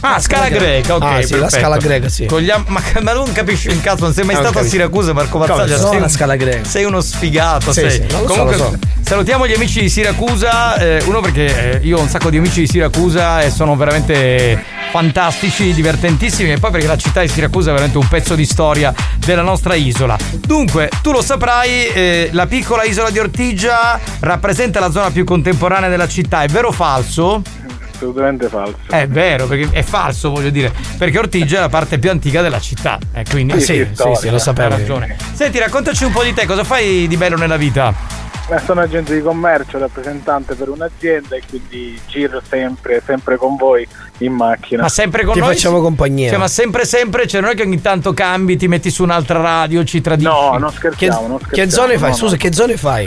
Ah, scala greca, ok. Ah, sì, la perfetto. scala greca, sì. Togliamo, ma, ma non capisci un cazzo, non sei mai Non stato a capisco. Siracusa, Marco Mazzaglia. Come? Sei La un- scala greca. Sei uno sfigato, Sì, sei. sì, non lo so, Comunque, lo so. salutiamo gli amici di Siracusa. eh, uno perché eh, io ho un sacco di amici di Siracusa e sono veramente fantastici, divertentissimi. E poi perché la città di Siracusa è veramente un pezzo di storia della nostra isola. Dunque, tu lo saprai, eh, la piccola isola di Ortigia rappresenta la zona più contemporanea della città. È vero o falso? Assolutamente falso. È vero, perché è falso, voglio dire, perché Ortigia è la parte più antica della città. E quindi Sì, sì, sì, sì, lo sapevo. Hai ragione. Senti, raccontaci un po' di te, cosa fai di bello nella vita? Eh, sono agente di commercio, rappresentante per un'azienda e quindi giro sempre, sempre con voi in macchina. Ma sempre con Ti noi? facciamo compagnia. Cioè, ma sempre sempre, cioè non è che ogni tanto cambi, ti metti su un'altra radio, ci tradisci. No, non Che, scherziamo, non scherziamo. che zone fai? no, Scusa, no. che zone fai?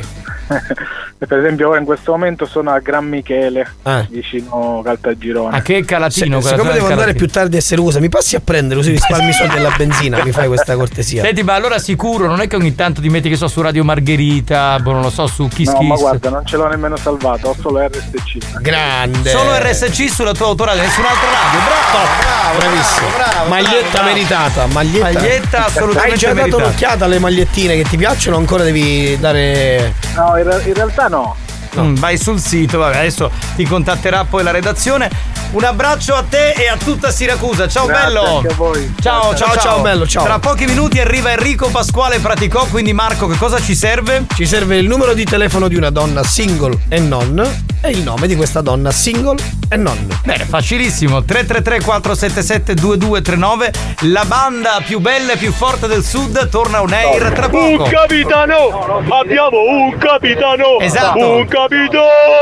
Per esempio ora in questo momento sono a Gran Michele, Ah. vicino Caltagirone. A che Calatino? Se- siccome devo andare più tardi a Siracusa, mi passi a prendere così risparmi i soldi della benzina, mi fai questa cortesia? Senti, ma allora sicuro, non è che ogni tanto ti metti, che so, su Radio Margherita, boh, non lo so, su Kiss No, Kiss. ma guarda, non ce l'ho nemmeno salvato, ho solo R S C. Grande. Solo R S C sulla tua autoradio, nessun'altra radio. Bravo, bravo, Bravissimo. bravo, maglietta bravo. meritata, maglietta. Maglietta assolutamente Hai già dato meritata. un'occhiata alle magliettine che ti piacciono? Ancora devi dare. No, in, re- in realtà no. Mm, vai sul sito, vabbè, adesso ti contatterà poi la redazione. Un abbraccio a te e a tutta Siracusa. Ciao Grazie bello. anche a voi. Ciao, ciao, Ciao, ciao, bello, ciao. Tra pochi minuti arriva Enrico Pasquale Praticò, quindi Marco, che cosa ci serve? Ci serve il numero di telefono di una donna single e non e il nome di questa donna single e non. Bene, facilissimo. tre tre tre quattro sette sette due due tre nove. La banda più bella e più forte del sud torna on air tra poco. Un capitano! Abbiamo un capitano! Esatto. Un capitano!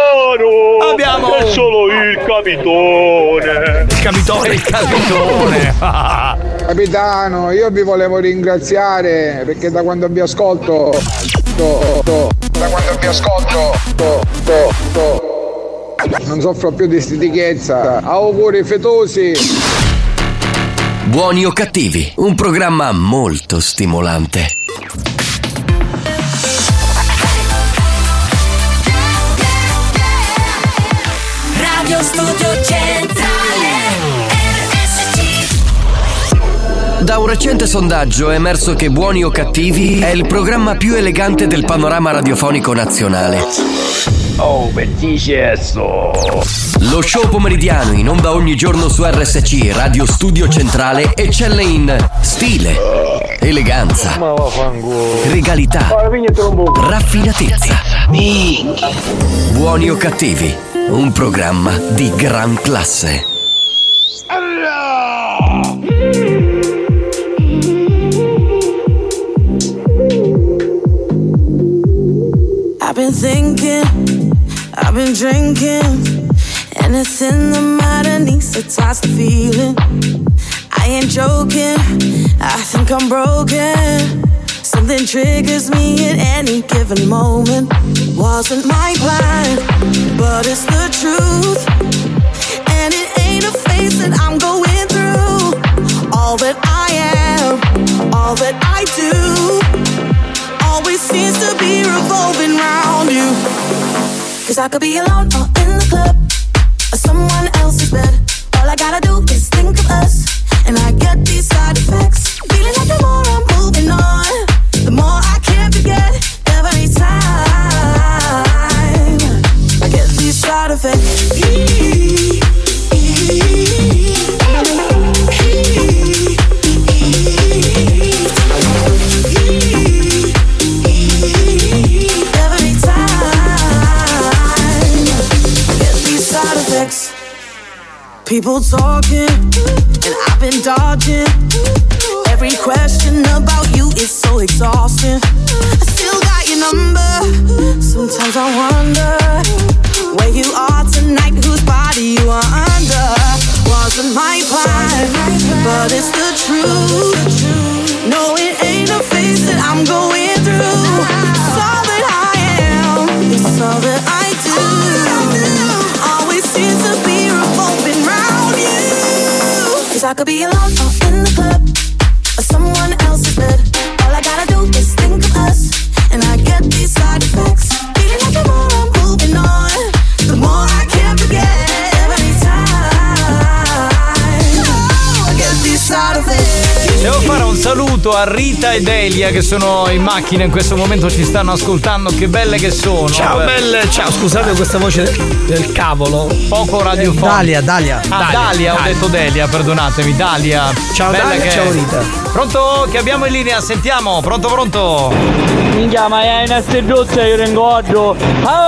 Abbiamo È un- solo il capitone! Il capitone. Il capitone. Capitano, io vi volevo ringraziare perché da quando vi ascolto to, to, da quando vi ascolto to, to, to, non soffro più di stitichezza. Auguri fetosi. Buoni o cattivi, un programma molto stimolante. Radio Studio Centrale R S C. Da un recente sondaggio è emerso che Buoni o cattivi è il programma più elegante del panorama radiofonico nazionale. Oh, bellissimo! Lo show pomeridiano in onda ogni giorno su R S C Radio Studio Centrale eccelle in stile, eleganza, regalità, raffinatezza. Buoni o cattivi, un programma di gran classe. I've been thinking, I've been drinking, anything that matter needs to touch the feeling. I ain't joking, I think I'm broken. Something triggers me at any given moment. Wasn't my plan, but it's the truth. And it ain't a phase that I'm going through. All that I am, all that I do, always seems to be revolving round you. Cause I could be alone or in the club, or someone else's bed. All I gotta do is think of us, and I get these side effects. Feeling like the more I'm moving on, the more I can't forget. Every time I get these side effects. Every time I get these side effects. People talking, and I've been dodging. Every question about you is so exhausting. I still got your number. Sometimes I wonder where you are tonight, whose body you are under. Wasn't my plan, but it's the truth. No, it ain't a phase that I'm going through. It's all that I am, it's all that I do. Always seems to be revolving round you. Cause I could be alone or in the club, or someone else's bed. All I gotta do is think of us, and I get these side effects. Feeling like the more I'm moving on, the more I can't forget. Every time saluto a Rita ed Elia che sono in macchina in questo momento, ci stanno ascoltando, che belle che sono. Ciao Beh. belle, ciao, scusate questa voce del, del cavolo. Poco radiofonico. Dalia, Dalia. Ah, Dalia, Dalia, ho Dalia. detto Delia, perdonatemi, Dalia. Ciao Bella Dalia, che... ciao Rita. Pronto? Che abbiamo in linea, sentiamo, pronto pronto. Minchia, ma è una steduzza, io ringoggio.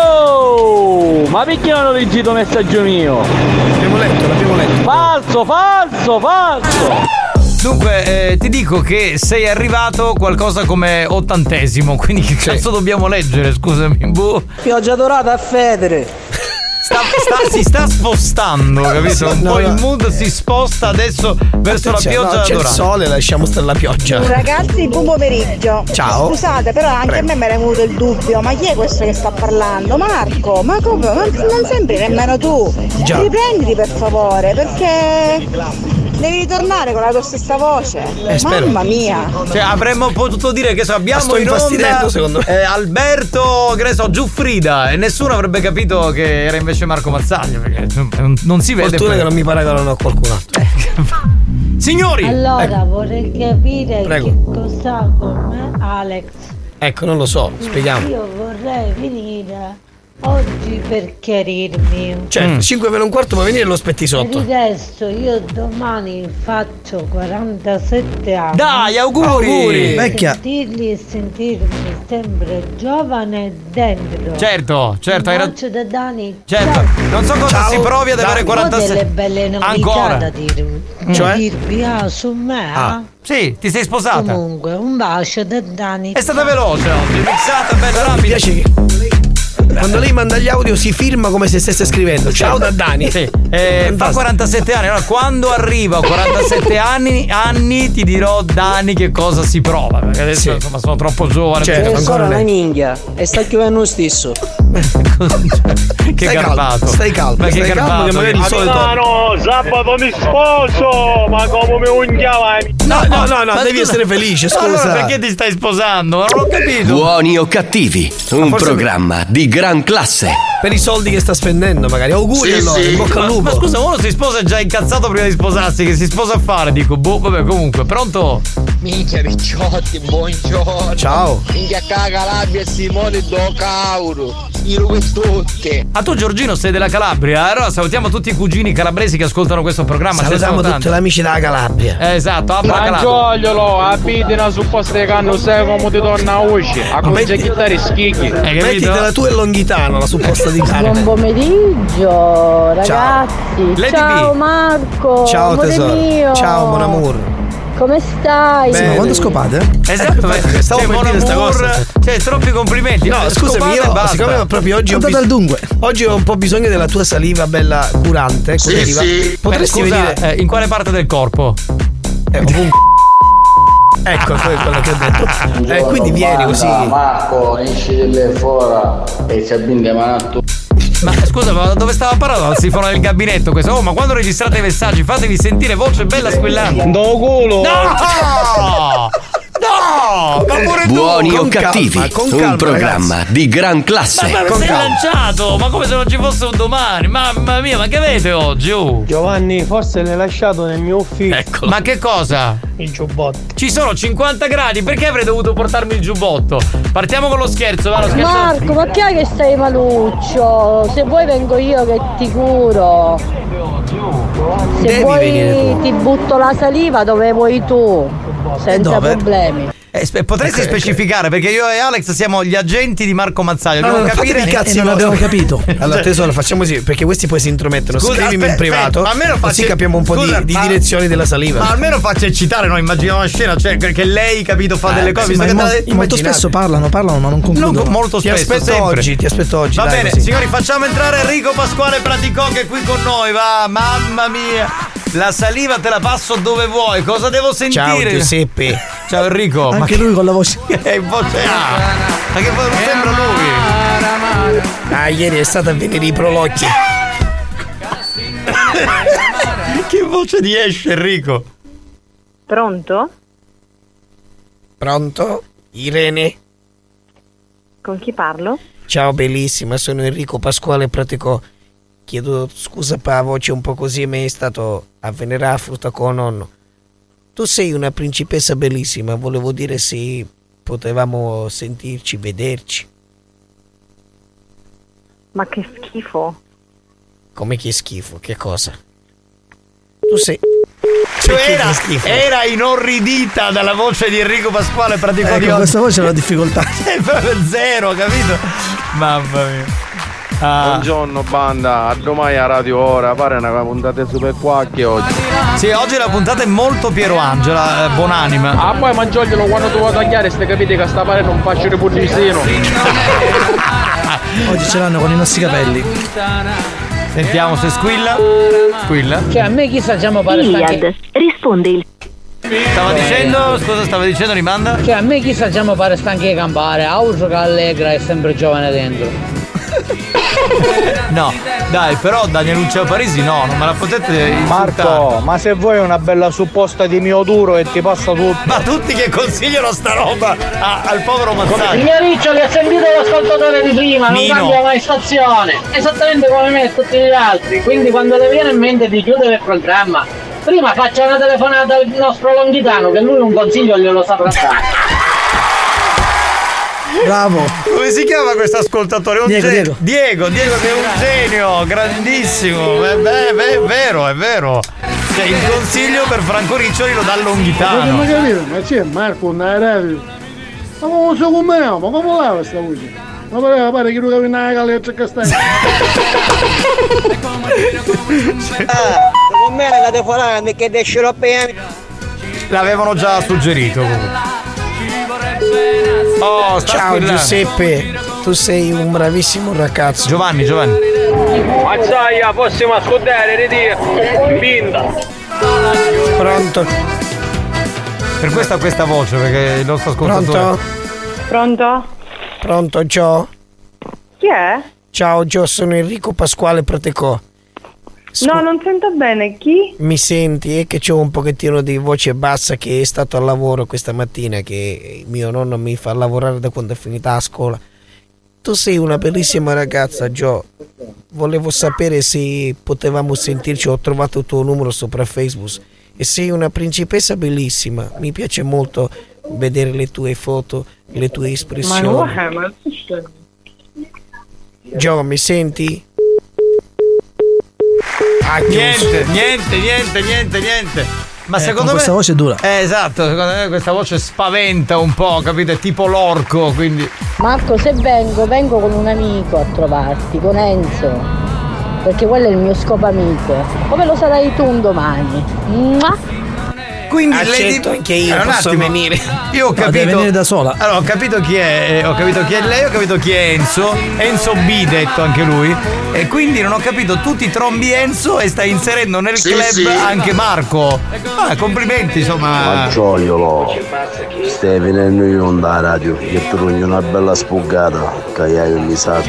Oh! Ma perché non ho leggito il messaggio mio? L'abbiamo letto, l'abbiamo letto. Falso, falso, falso! Dunque, eh, ti dico che sei arrivato qualcosa come ottantesimo, quindi che cazzo dobbiamo leggere, scusami. Boh. Pioggia dorata a Federe. Sta, sta, si sta spostando, capito? Un No, po' no. il mood si sposta adesso verso la Attenzione, pioggia no, c'è dorata. il sole, lasciamo stare la pioggia. Ragazzi, buon pomeriggio. Ciao. Scusate, però anche Prego. a me mi era venuto il dubbio, ma chi è questo che sta parlando? Marco, ma come? Ma non sembri nemmeno tu. Già. Riprenditi per favore, perché devi ritornare con la tua stessa voce. Eh, spero. Mamma mia. Cioè, avremmo potuto dire che so, abbiamo sto in onda infastidendo, secondo me. eh, Alberto, che ne so, Giuffrida, e nessuno avrebbe capito che era invece Marco Mazzaglia, perché non, non si vede. Fortuna poi. che non mi paragonano a qualcun altro. Signori! Allora Ecco. vorrei capire Prego. che cosa con me Alex. Ecco, non lo so, spieghiamo. Io vorrei venire oggi per chiarirmi. Cioè, Mm. cinque meno un quarto puoi venire e lo aspetti Per sotto. il resto io domani faccio quarantasette anni. Dai, auguri! Auguri. Vecchia. Sentirli e sentirmi sempre giovane dentro. Certo, certo, hai Un ragione. bacio da Dani. Certo, non so cosa Ciao. si provi ad avere Dai. Ho delle quarantasei. belle novità Ancora. da dirvi. Da Cioè? dirvi ah, su me. Ah. Sì, ti sei sposata. Comunque, un bacio da Dani. È stata veloce oggi, mixata, bella Mi rapida. piace che quando lei manda gli audio si firma come se stesse scrivendo. Ciao da Dani. Sì, eh, fa Fantastico. quarantasette anni. Allora, quando arrivo a quarantasette anni, anni, ti dirò Dani che cosa si prova. Perché adesso Sì. insomma sono troppo giovane. Certo, per- ancora lei. minchia. E sta chiudendo lo stesso. che Stai calmo, garbato. stai calmo, Ma che stai calmo garbato che magari che- il solito. Capitano, sabato mi sposo, ma come mi unchiavai? No, no, no, no, Ma devi scusa- essere felice, scusa. Allora perché ti stai sposando? Non ho capito. Buoni o cattivi, un forse- programma di gran classe. Per i soldi che sta spendendo, magari. Auguri Sì, allora, sì. in bocca al Ma, lupo. ma scusa, uno si sposa già incazzato prima di sposarsi. Che si sposa a fare? Dico, boh, vabbè, comunque, pronto? Minchia Ricciotti, buongiorno. Ciao. Minchia Calabria e Simone do Cauro. Io per tutti. Ah, tu Giorgino sei della Calabria? Allora salutiamo tutti i cugini calabresi che ascoltano questo programma. ce ne Salutiamo sono tutti tanti. gli amici della Calabria. Eh, esatto, Abba Calabria. Mangiagliolo, abitino su posto che hanno sei come ti torna a usci. A Ma metti- chitarri schicchi. Hai capito? Mettitela tu e Longhitano, la supposta di Buon carne. pomeriggio ragazzi. Lady Ciao B. Marco. Ciao amore tesoro. mio. Ciao mon amour. Come stai? Bene. Ma quando scopate? Esatto, Ecco, beh, stavo cioè, per Mon dire sta Amour, cosa. cioè troppi complimenti. No, scusami, Scopate e io basta. siccome proprio oggi ho, Andate bis- al dunque. oggi ho un po' bisogno della tua saliva bella curante, Sì, curativa. sì. Potresti Beh, scusa, venire eh, in quale parte del corpo? eh, ovunque. Ecco, que- quello che ho detto. Eh, quindi vieni così. Marco, esci delle fora e ci abbinde manatto. Ma scusa, ma dove stava parlando? Al sifono del gabinetto questo. Oh, ma quando registrate i messaggi fatevi sentire voce bella squillante. Do culo. No! No! Ma pure tu! Buoni o con calma, cattivi, con un calma, programma di gran classe. Ma, ma con sei calma. lanciato! Ma come se non ci fosse un domani! Mamma mia, ma che avete oggi? Oh? Giovanni, forse l'hai lasciato nel mio ufficio. Eccolo. Ma che cosa? Il giubbotto. Ci sono cinquanta gradi, perché avrei dovuto portarmi il giubbotto? Partiamo con lo scherzo, va lo scherzo. Marco, ma che è che stai maluccio? Se vuoi vengo io che ti curo. Se Devi venire vuoi tu. ti butto la saliva dove vuoi tu. Senza dove? problemi. Eh, spe- potresti Ecco, ecco. specificare, perché io e Alex siamo gli agenti di Marco Mazzaglio. No, Dobbiamo no, capire. fatevi i cazzi E non vostri. abbiamo capito. Allora tesoro, facciamo così, perché questi poi si intromettono. Scusa, Scrivimi aspetta, in privato, aspetta, ma almeno così faccia- capiamo un po' scusa, di, di ma- direzioni della saliva. Ma almeno faccia eccitare, noi immaginiamo una scena, cioè che che lei, capito, fa Eh, delle cose. sì, visto ma che mo- te l'ha- Molto Immaginate. spesso parlano, parlano, ma non No, concludono. molto Ti spesso, aspetto sempre. oggi, ti aspetto oggi. Va dai, bene, così. signori, facciamo entrare Enrico Pasquale Praticò che è qui con noi, va, mamma mia. La saliva te la passo dove vuoi, cosa devo sentire? Ciao Giuseppe. Ciao Enrico. Anche lui con la voce. Che voce ha? Ma che voce non sembra lui? Ah, ieri è stato a vedere i prolocchi. Che voce di esce Enrico? Pronto? Pronto? Irene? Con chi parlo? Ciao bellissima, sono Enrico Pasquale Praticò. Chiedo scusa per la voce un po' così, ma è stato a venerare frutta con nonno. tu sei una principessa bellissima, volevo dire se potevamo sentirci, vederci. Ma che schifo. Come che schifo, che cosa? Tu sei... Cioè era, era inorridita dalla voce di Enrico Pasquale Pratico ecco, di oggi. Questa voce è una difficoltà. È proprio zero, capito? Mamma mia. Ah. Buongiorno banda, a domani a Radio Ora, pare una puntata super quacchi oggi. Sì, oggi la puntata è molto Piero Angela, eh, buonanima. Ah, poi mangiaglielo quando tu vuoi tagliare, ste capite che sta pare non faccio il puttissino. Oggi ce l'hanno con i nostri capelli. Sentiamo se squilla. Squilla. Cioè a me chi sa già pare stanche... risponde il Stava dicendo, scusa, stava dicendo, rimanda? Cioè a me chi sa già pare stanche di campare, altro che allegra e sempre giovane dentro. No, dai, però Danieluccia Parisi no, non me la potete insultare. Marco, ma se vuoi una bella supposta di mio duro e ti passa tutto. Ma tutti che consigliano sta roba a, al povero Mazzaglio. Signor Riccioli, ha sentito l'ascoltatore di prima, non Nino. cambia mai stazione. Esattamente come me e tutti gli altri. Quindi quando le viene in mente di chiudere il programma, prima faccia una telefonata al nostro Longhitano, che lui un consiglio glielo saprà dare. Bravo. Come si chiama questo ascoltatore? Un Diego, genio. Diego, Diego che è un genio, grandissimo. Beh, beh, beh, è vero, è vero. Cioè, il consiglio per Franco Riccioli lo dà Longhitano. Ma capito? Ma c'è Marco, una radio. Ma come so come ma come lava sta voce? Ma pare, pare che tu capi una caletta castagna. Ah, con me la telefonata che descerò appena. L'avevano già suggerito comunque. Oh, sta Ciao squillando. Giuseppe, tu sei un bravissimo ragazzo. Giovanni, Giovanni. Mazzaia, possiamo ascoltare, ridire. Vinta. Pronto? Per questa questa voce, perché il nostro ascoltatore. Pronto? Pronto? Pronto, Gio? Chi è? Ciao Gio, sono Enrico Pasquale Pratecò. No, non sento bene, chi? Mi senti? È che c'ho un pochettino di voce bassa, che è stato al lavoro questa mattina, che mio nonno mi fa lavorare da quando è finita la scuola. Tu sei una bellissima ragazza, Gio. Volevo sapere se potevamo sentirci, ho trovato il tuo numero sopra Facebook. E sei una principessa bellissima, mi piace molto vedere le tue foto, le tue espressioni. Ma no, eh, ma... Gio, mi senti? Ah, niente, niente, niente, niente, niente. Ma Eh, secondo con me questa voce è dura. Eh, esatto, secondo me questa voce spaventa un po', capite? È tipo l'orco, quindi. Marco, se vengo, vengo con un amico a trovarti, con Enzo. Perché quello è il mio scopamico. Come lo sarai tu un domani? Mua! Quindi Accetto, lei anche io Allora, un posso attimo. venire. Io ho No, capito. deve venire da sola. Allora, ho capito chi è, eh, ho capito chi è lei, ho capito chi è Enzo. Enzo B detto anche lui. E quindi non ho capito, tu ti trombi Enzo e stai inserendo nel Sì, club sì. anche Marco. Ah, complimenti, insomma. Maggioiolo, stai venendo in onda a radio, che trugni una bella spugata, che hai mi sa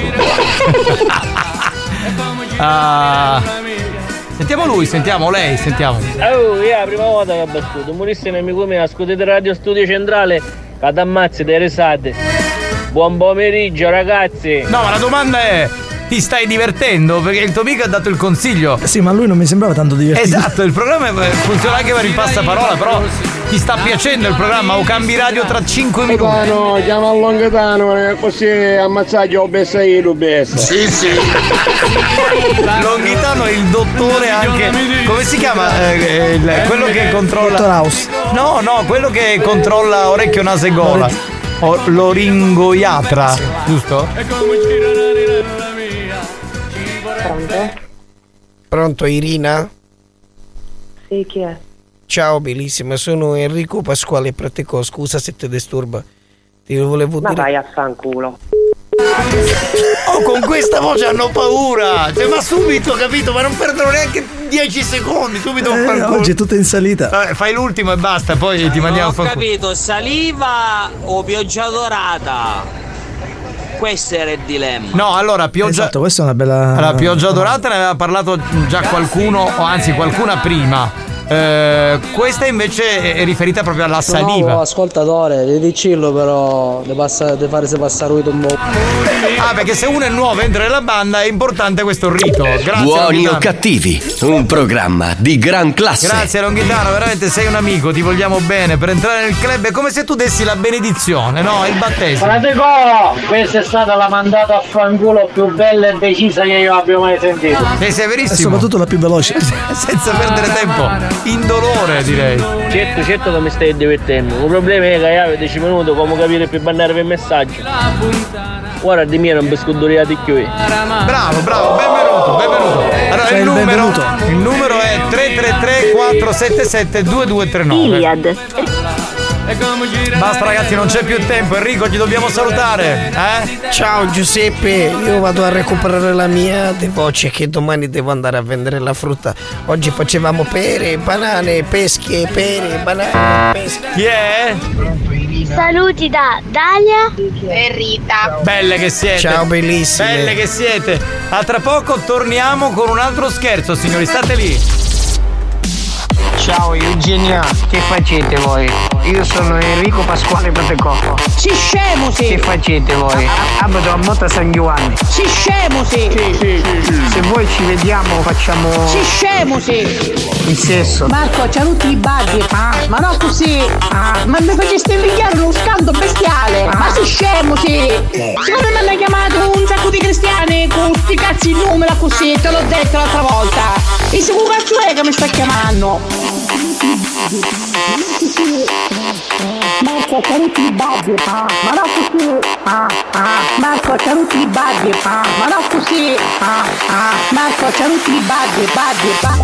Ah, sentiamo lui, sentiamo lei, sentiamo. Oh, io la prima volta che ho battuto, morisse un amico mio, ascoltate Radio Studio Centrale, che ti ammazzi delle risate. Buon pomeriggio ragazzi. No, ma la domanda è: ti stai divertendo? Perché il tuo amico ha dato il consiglio. Sì, ma lui non mi sembrava tanto divertito. Esatto, il programma funziona anche per il passaparola, però ti sta piacendo il programma o cambi radio tra cinque minuti? No, chiama il Longhitano, così ammazzagli o bessa io, lo bessa. Sì, sì. Longhitano è il dottore anche. Come si chiama? Eh, il- quello che controlla. Dottor House. No, no, quello che controlla orecchio, naso e gola. O, l'oringoiatra, giusto? Pronto? Pronto, Irina? Sì, chi è? Ciao bellissima, sono Enrico Pasquale Pratecò, scusa se ti disturba. Ti volevo Ma dire. vai a fanculo. Oh, con questa voce hanno paura! Cioè, ma subito, capito? Ma non perdono neanche dieci secondi, subito un Eh, fanculo. oggi è tutta in salita. Vabbè, fai l'ultimo e basta, poi ti mandiamo a Ho fanculo. capito, saliva o pioggia dorata? Questo era il dilemma. No, allora, pioggia. Esatto, questa è una bella. Allora, pioggia dorata ne aveva parlato già qualcuno, o anzi qualcuna prima. Eh, questa invece è riferita proprio alla saliva. No, ascoltatore, devi dicillo però di fare se passare un po'. Ah, perché se uno è nuovo entra nella banda è importante questo rito. Grazie. Buoni o cattivi, un programma di gran classe. Grazie Longhitano, veramente sei un amico, ti vogliamo bene. Per entrare nel club è come se tu dessi la benedizione, no? Il battesimo. Fratello, questa è stata la mandata a fanculo più bella e decisa che io abbia mai sentito. Sei severissimo. E soprattutto la più veloce. Senza perdere tempo, indolore direi. Certo, certo che mi stai divertendo. Il problema è che io dieci minuti come capire per mandare per messaggio. Ora di me non mi scuduriate più. Bravo, bravo, benvenuto, benvenuto. Allora il numero, il numero è tre tre tre quattro sette sette due due tre nove. Iliad. Basta ragazzi, non c'è più tempo. Enrico, ci dobbiamo salutare, eh? Ciao Giuseppe, io vado a recuperare la mia di voce che domani devo andare a vendere la frutta. Oggi facevamo pere, banane, pesche, pere, banane, pesche. Chi è? Saluti da Dalia e Rita. Belle che siete. Ciao bellissime. Belle che siete. A tra poco torniamo con un altro scherzo, signori, state lì. Ciao Eugenia, che facete voi? Io sono Enrico Pasquale Protecoppo. Si scemo sì. Che facete voi? Abito a Motta San Giovanni. Si scemo sì. Sì, sì, sì. Se voi ci vediamo facciamo. Si scemo sì. Il sesso. Marco, c'ha tutti i baghi. Ah, ma no così. Ah, ma mi faceste invidiare uno scanto bestiale. Ah. Ma si scemo sì. Siccome mi hanno chiamato un sacco di cristiani con sti cazzi in numero così, te l'ho detto l'altra volta. E se un cazzo è che mi sta chiamando? Marco, c'ha tutti i baghi, ma no così. Marco, c'ha tutti i baghi, ma no così. Marco, c'ha tutti i baghi, baghi,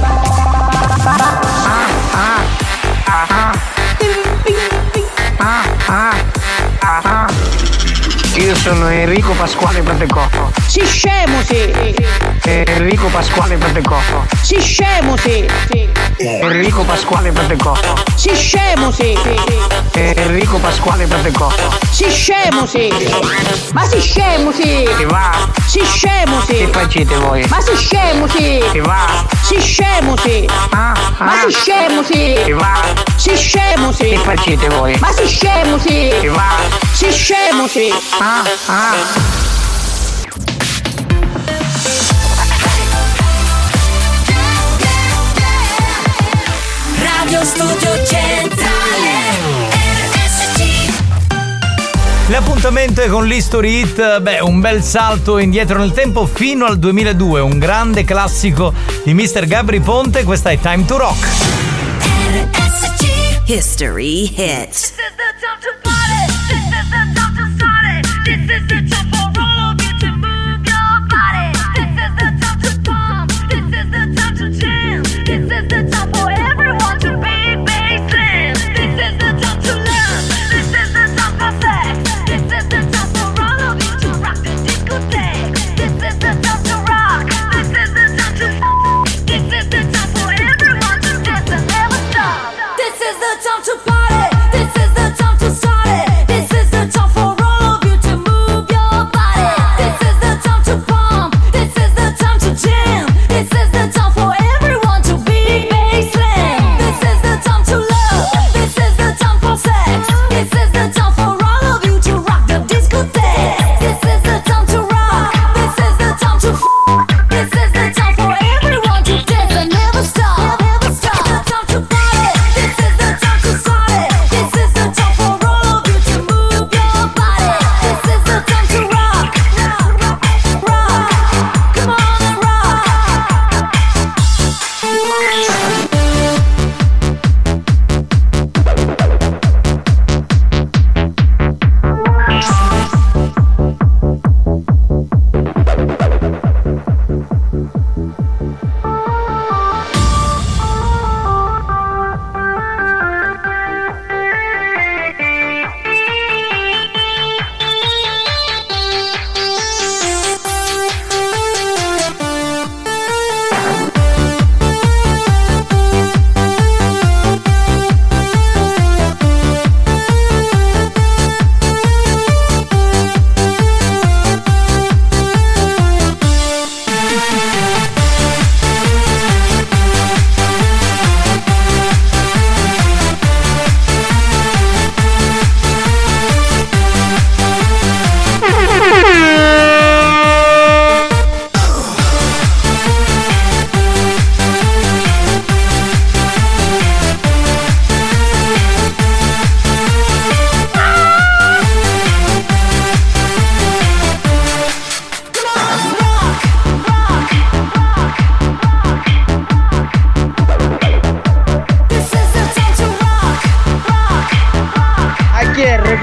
Io sono Enrico Pasquale Protecoppo. Si scemo sì. Enrico Pasquale Protecoppo. Si scemo sì. Enrico Pasquale Protecoppo. Si scemo sì. Enrico Pasquale Protecoppo. Si scemo sì. Ma si scemo sì. Che va? Si scemo sì. Che facete voi? Ma si scemo sì. Che va? Si scemo sì. Ah, ah. Ma si scemo sì. Che va? Si scemo sì. Che facete voi? Ma si scemo sì. Che va? Si scemo sì. Ah, ah. Radio Studio Centrale R S C. L'appuntamento è con l'History Hit, beh, un bel salto indietro nel tempo fino al duemiladue, un grande classico di mister Gabry Ponte, questa è Time to Rock. R S C History Hit. This is the time to party. This is the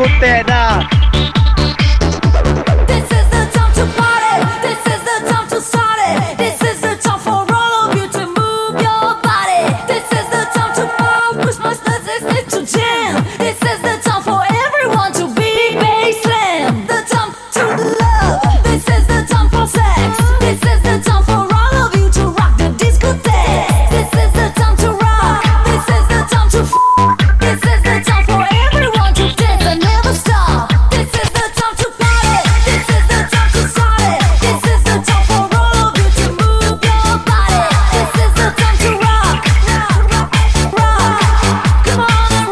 discoteca. This is the time to party. This is the time to start it. This is the time for all of you to move your body. This is the time to pop, push my studs, this is to jam. This is the time for everyone to be bass slam. The time to love. This is the time for sex. This is the time for all of you to rock the discotheque. This is the time to rock. This is the time to f. This is the time for everyone to dance and never stop. This is the time to party. This is the time to start it. This is the time for all of you to move your body. This is the time to rock, rock, rock, rock. Come on and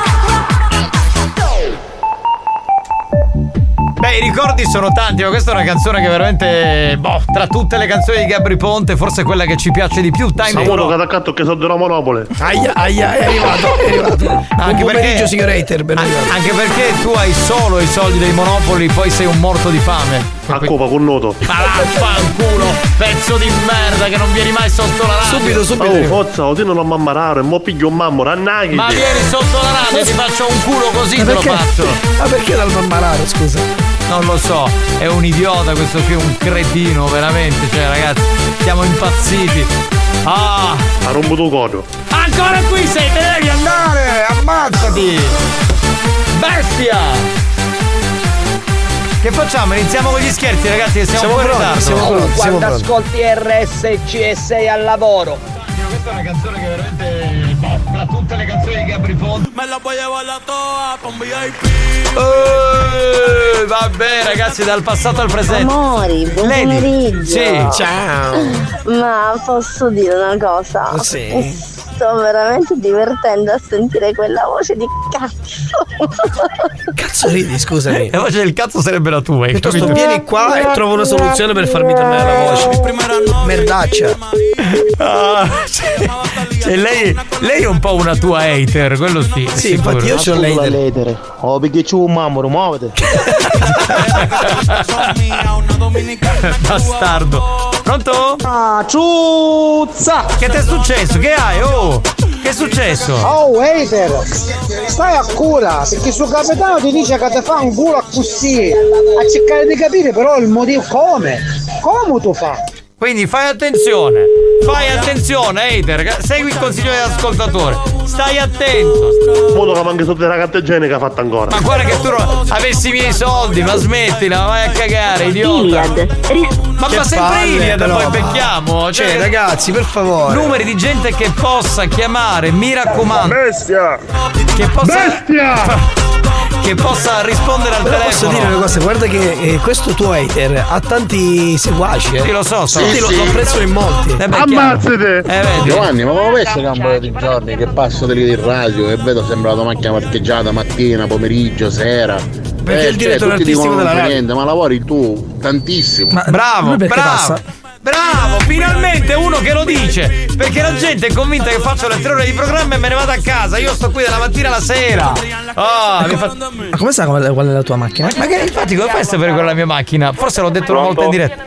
Beh, i ricordi sono tanti, ma questa è una canzone che veramente, boh, tra tutte le canzoni di Gabry Ponte, forse è quella che ci piace di più. Time Samuto Catacatto che sono della Monopole. Aia, aia, è arrivato, è arrivato. Anche Buon pomeriggio, perché, signor Hater, ben arrivato. anche perché tu hai solo i soldi dei Monopoli, poi sei un morto di fame. A copa con noto. Ma vaffanculo, pezzo di merda che non vieni mai sotto la radio. Subito, subito. Oh, forza, o non mammarare, mo piglio un mammo, rannaghi. Ma vieni sotto la radio e ti faccio un culo così, Ma te lo perché? faccio. Ma perché dal mammararo, scusa? Non lo so, è un idiota questo qui, un cretino, veramente. Cioè, ragazzi, siamo impazziti. Ah! Ha romputo codo. Ancora qui sei, te devi andare! Ammazzati! Bestia! Che facciamo? Iniziamo con gli scherzi, ragazzi, che siamo, Siamo un po' in pronti, ritardo. siamo pronti, siamo Quando pronti. ascolti R S C e sei al lavoro. Questa è una canzone che veramente, boh, tra tutte le canzoni di Gabry Ponte. Me la voy a llevar toda con V I P. Uh, vabbè, ragazzi, dal passato al presente. Amori, buon Lady. pomeriggio. Sì, ciao. Ma posso dire una cosa? Sì. Mi sto veramente divertendo a sentire quella voce di cazzo. Cazzo ridi, scusami. La voce del cazzo sarebbe la tua, hai Piuttosto capito? vieni qua e trovo una soluzione per farmi tornare la voce. Merdaccia. Ah, cioè, cioè, lei, lei è un po' una tua hater, quello sì. Sì, infatti io c'ho lei. l'etere. Oh, perché c'è un mammo, muovete. Bastardo. Pronto? Ah, ciuzza! Che ti è successo? Che hai? Oh! Che è successo? Oh, hater! Stai a cura, perché il suo capitano ti dice che ti fa un culo così. A cercare di capire però il motivo come. Come tu fa? Quindi fai attenzione, fai attenzione, hater, segui il consiglio dell'ascoltatore, stai attento. Modo che manca sotto la carta igienica fatta ancora. Ma guarda che tu non avessi i miei soldi, ma smettila, vai a cagare, idiota. Ma Che fa sempre palle, Iliad, però. poi becchiamo. Cioè, ragazzi, per favore. Numeri di gente che possa chiamare, mi raccomando. Bestia! Che possa. Bestia! Che possa rispondere al Però telefono. posso dire una cosa, guarda che eh, questo tuo hater ha tanti seguaci, eh. Sì, lo so, so. Tutti lo, lo apprezzano in molti. Eh beh, Ammazzate! Eh, vedi. Giovanni, ma come pensi che un paio di giorni che passo lì di radio e vedo sempre la tua macchina parcheggiata mattina, pomeriggio, sera? Perché Eh, il direttore cioè, tutti artistico dicono della non fa radio. niente, ma lavori tu tantissimo. Ma Bravo, lui perché bravo. passa? Bravo, finalmente uno che lo dice. Perché la gente è convinta che faccio le tre ore di programma e me ne vado a casa. Io sto qui dalla mattina alla sera. Oh, mi fa... Ma come sa qual è, qual è la tua macchina? Ma che infatti come fai a sapere quella è la mia macchina? Forse l'ho detto una volta in diretta.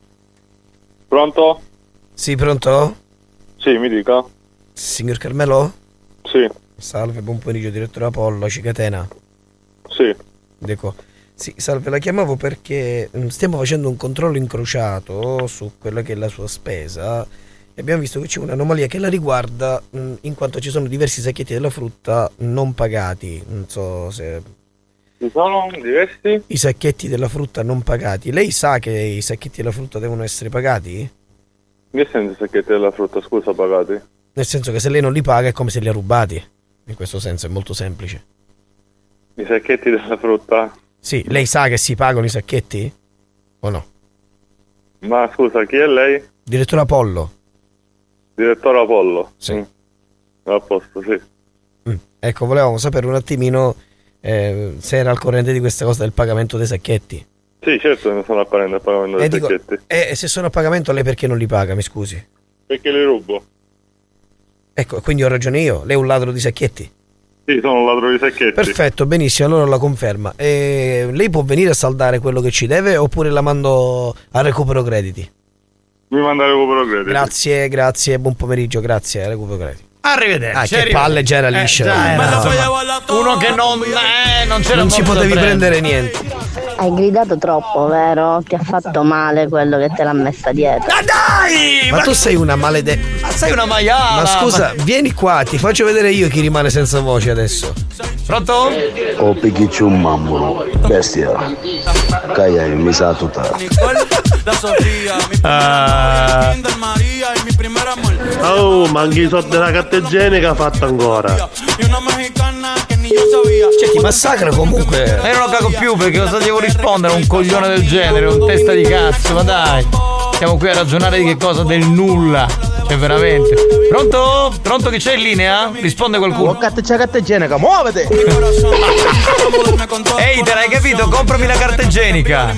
Pronto? Sì, pronto? Sì, mi dica. Signor Carmelo? Sì, Salve, buon pomeriggio, direttore Apollo, Cicatena. sì. Dico, sì, salve, la chiamavo perché mm, stiamo facendo un controllo incrociato su quella che è la sua spesa e abbiamo visto che c'è un'anomalia che la riguarda mm, in quanto ci sono diversi sacchetti della frutta non pagati. Non so se... Ci sono diversi? I sacchetti della frutta non pagati. Lei sa che i sacchetti della frutta devono essere pagati? In che senso i sacchetti della frutta, scusa, pagati? Nel senso che se lei non li paga è come se li ha rubati. In questo senso è molto semplice. I sacchetti della frutta? Sì, lei sa che si pagano i sacchetti? O no? Ma scusa, chi è lei? Direttore Apollo. Direttore Apollo? Sì. Mm. A posto, sì. Mm. Ecco, volevamo sapere un attimino eh, se era al corrente di questa cosa del pagamento dei sacchetti. Sì, certo, ne sono al corrente del pagamento dei E dico, sacchetti. e se sono a pagamento lei perché non li paga, mi scusi? Perché li rubo? Ecco, quindi ho ragione io, lei è un ladro di sacchetti? Sì, sono un ladro di sacchetti. Perfetto, benissimo, allora la conferma. E lei può venire a saldare quello che ci deve oppure la mando a recupero crediti? Mi manda a recupero crediti. Grazie, grazie, buon pomeriggio, grazie, a recupero crediti. Arrivederci. Ah, che arrivederci. palle, già era Eh, liscia. già era, No. insomma, uno che non, eh, non c'era Non ci molto da potevi prendere. prendere niente. Hai gridato troppo, vero? Ti ha fatto male quello che te l'ha messa dietro. Ma dai! Ma, ma tu sei una maledetta. Ma sei una maiala! Ma scusa, ma... vieni qua, ti faccio vedere io chi rimane senza voce adesso. Pronto? O picchicci un mammo, bestia. Caia mi sa tutta. Ah. Oh, ma anche i soldi della carta igienica fatta ancora. Cioè, ti massacra comunque. Ma io non lo cago più perché cosa devo rispondere a un coglione del genere, un testa di cazzo, ma dai. Siamo qui a ragionare di che cosa? Del nulla. Cioè, veramente. Pronto? Pronto, chi c'è in linea? Risponde qualcuno. Oh, carta carta igienica, muovete! Ehi, te l'hai capito? Comprami la carta igienica.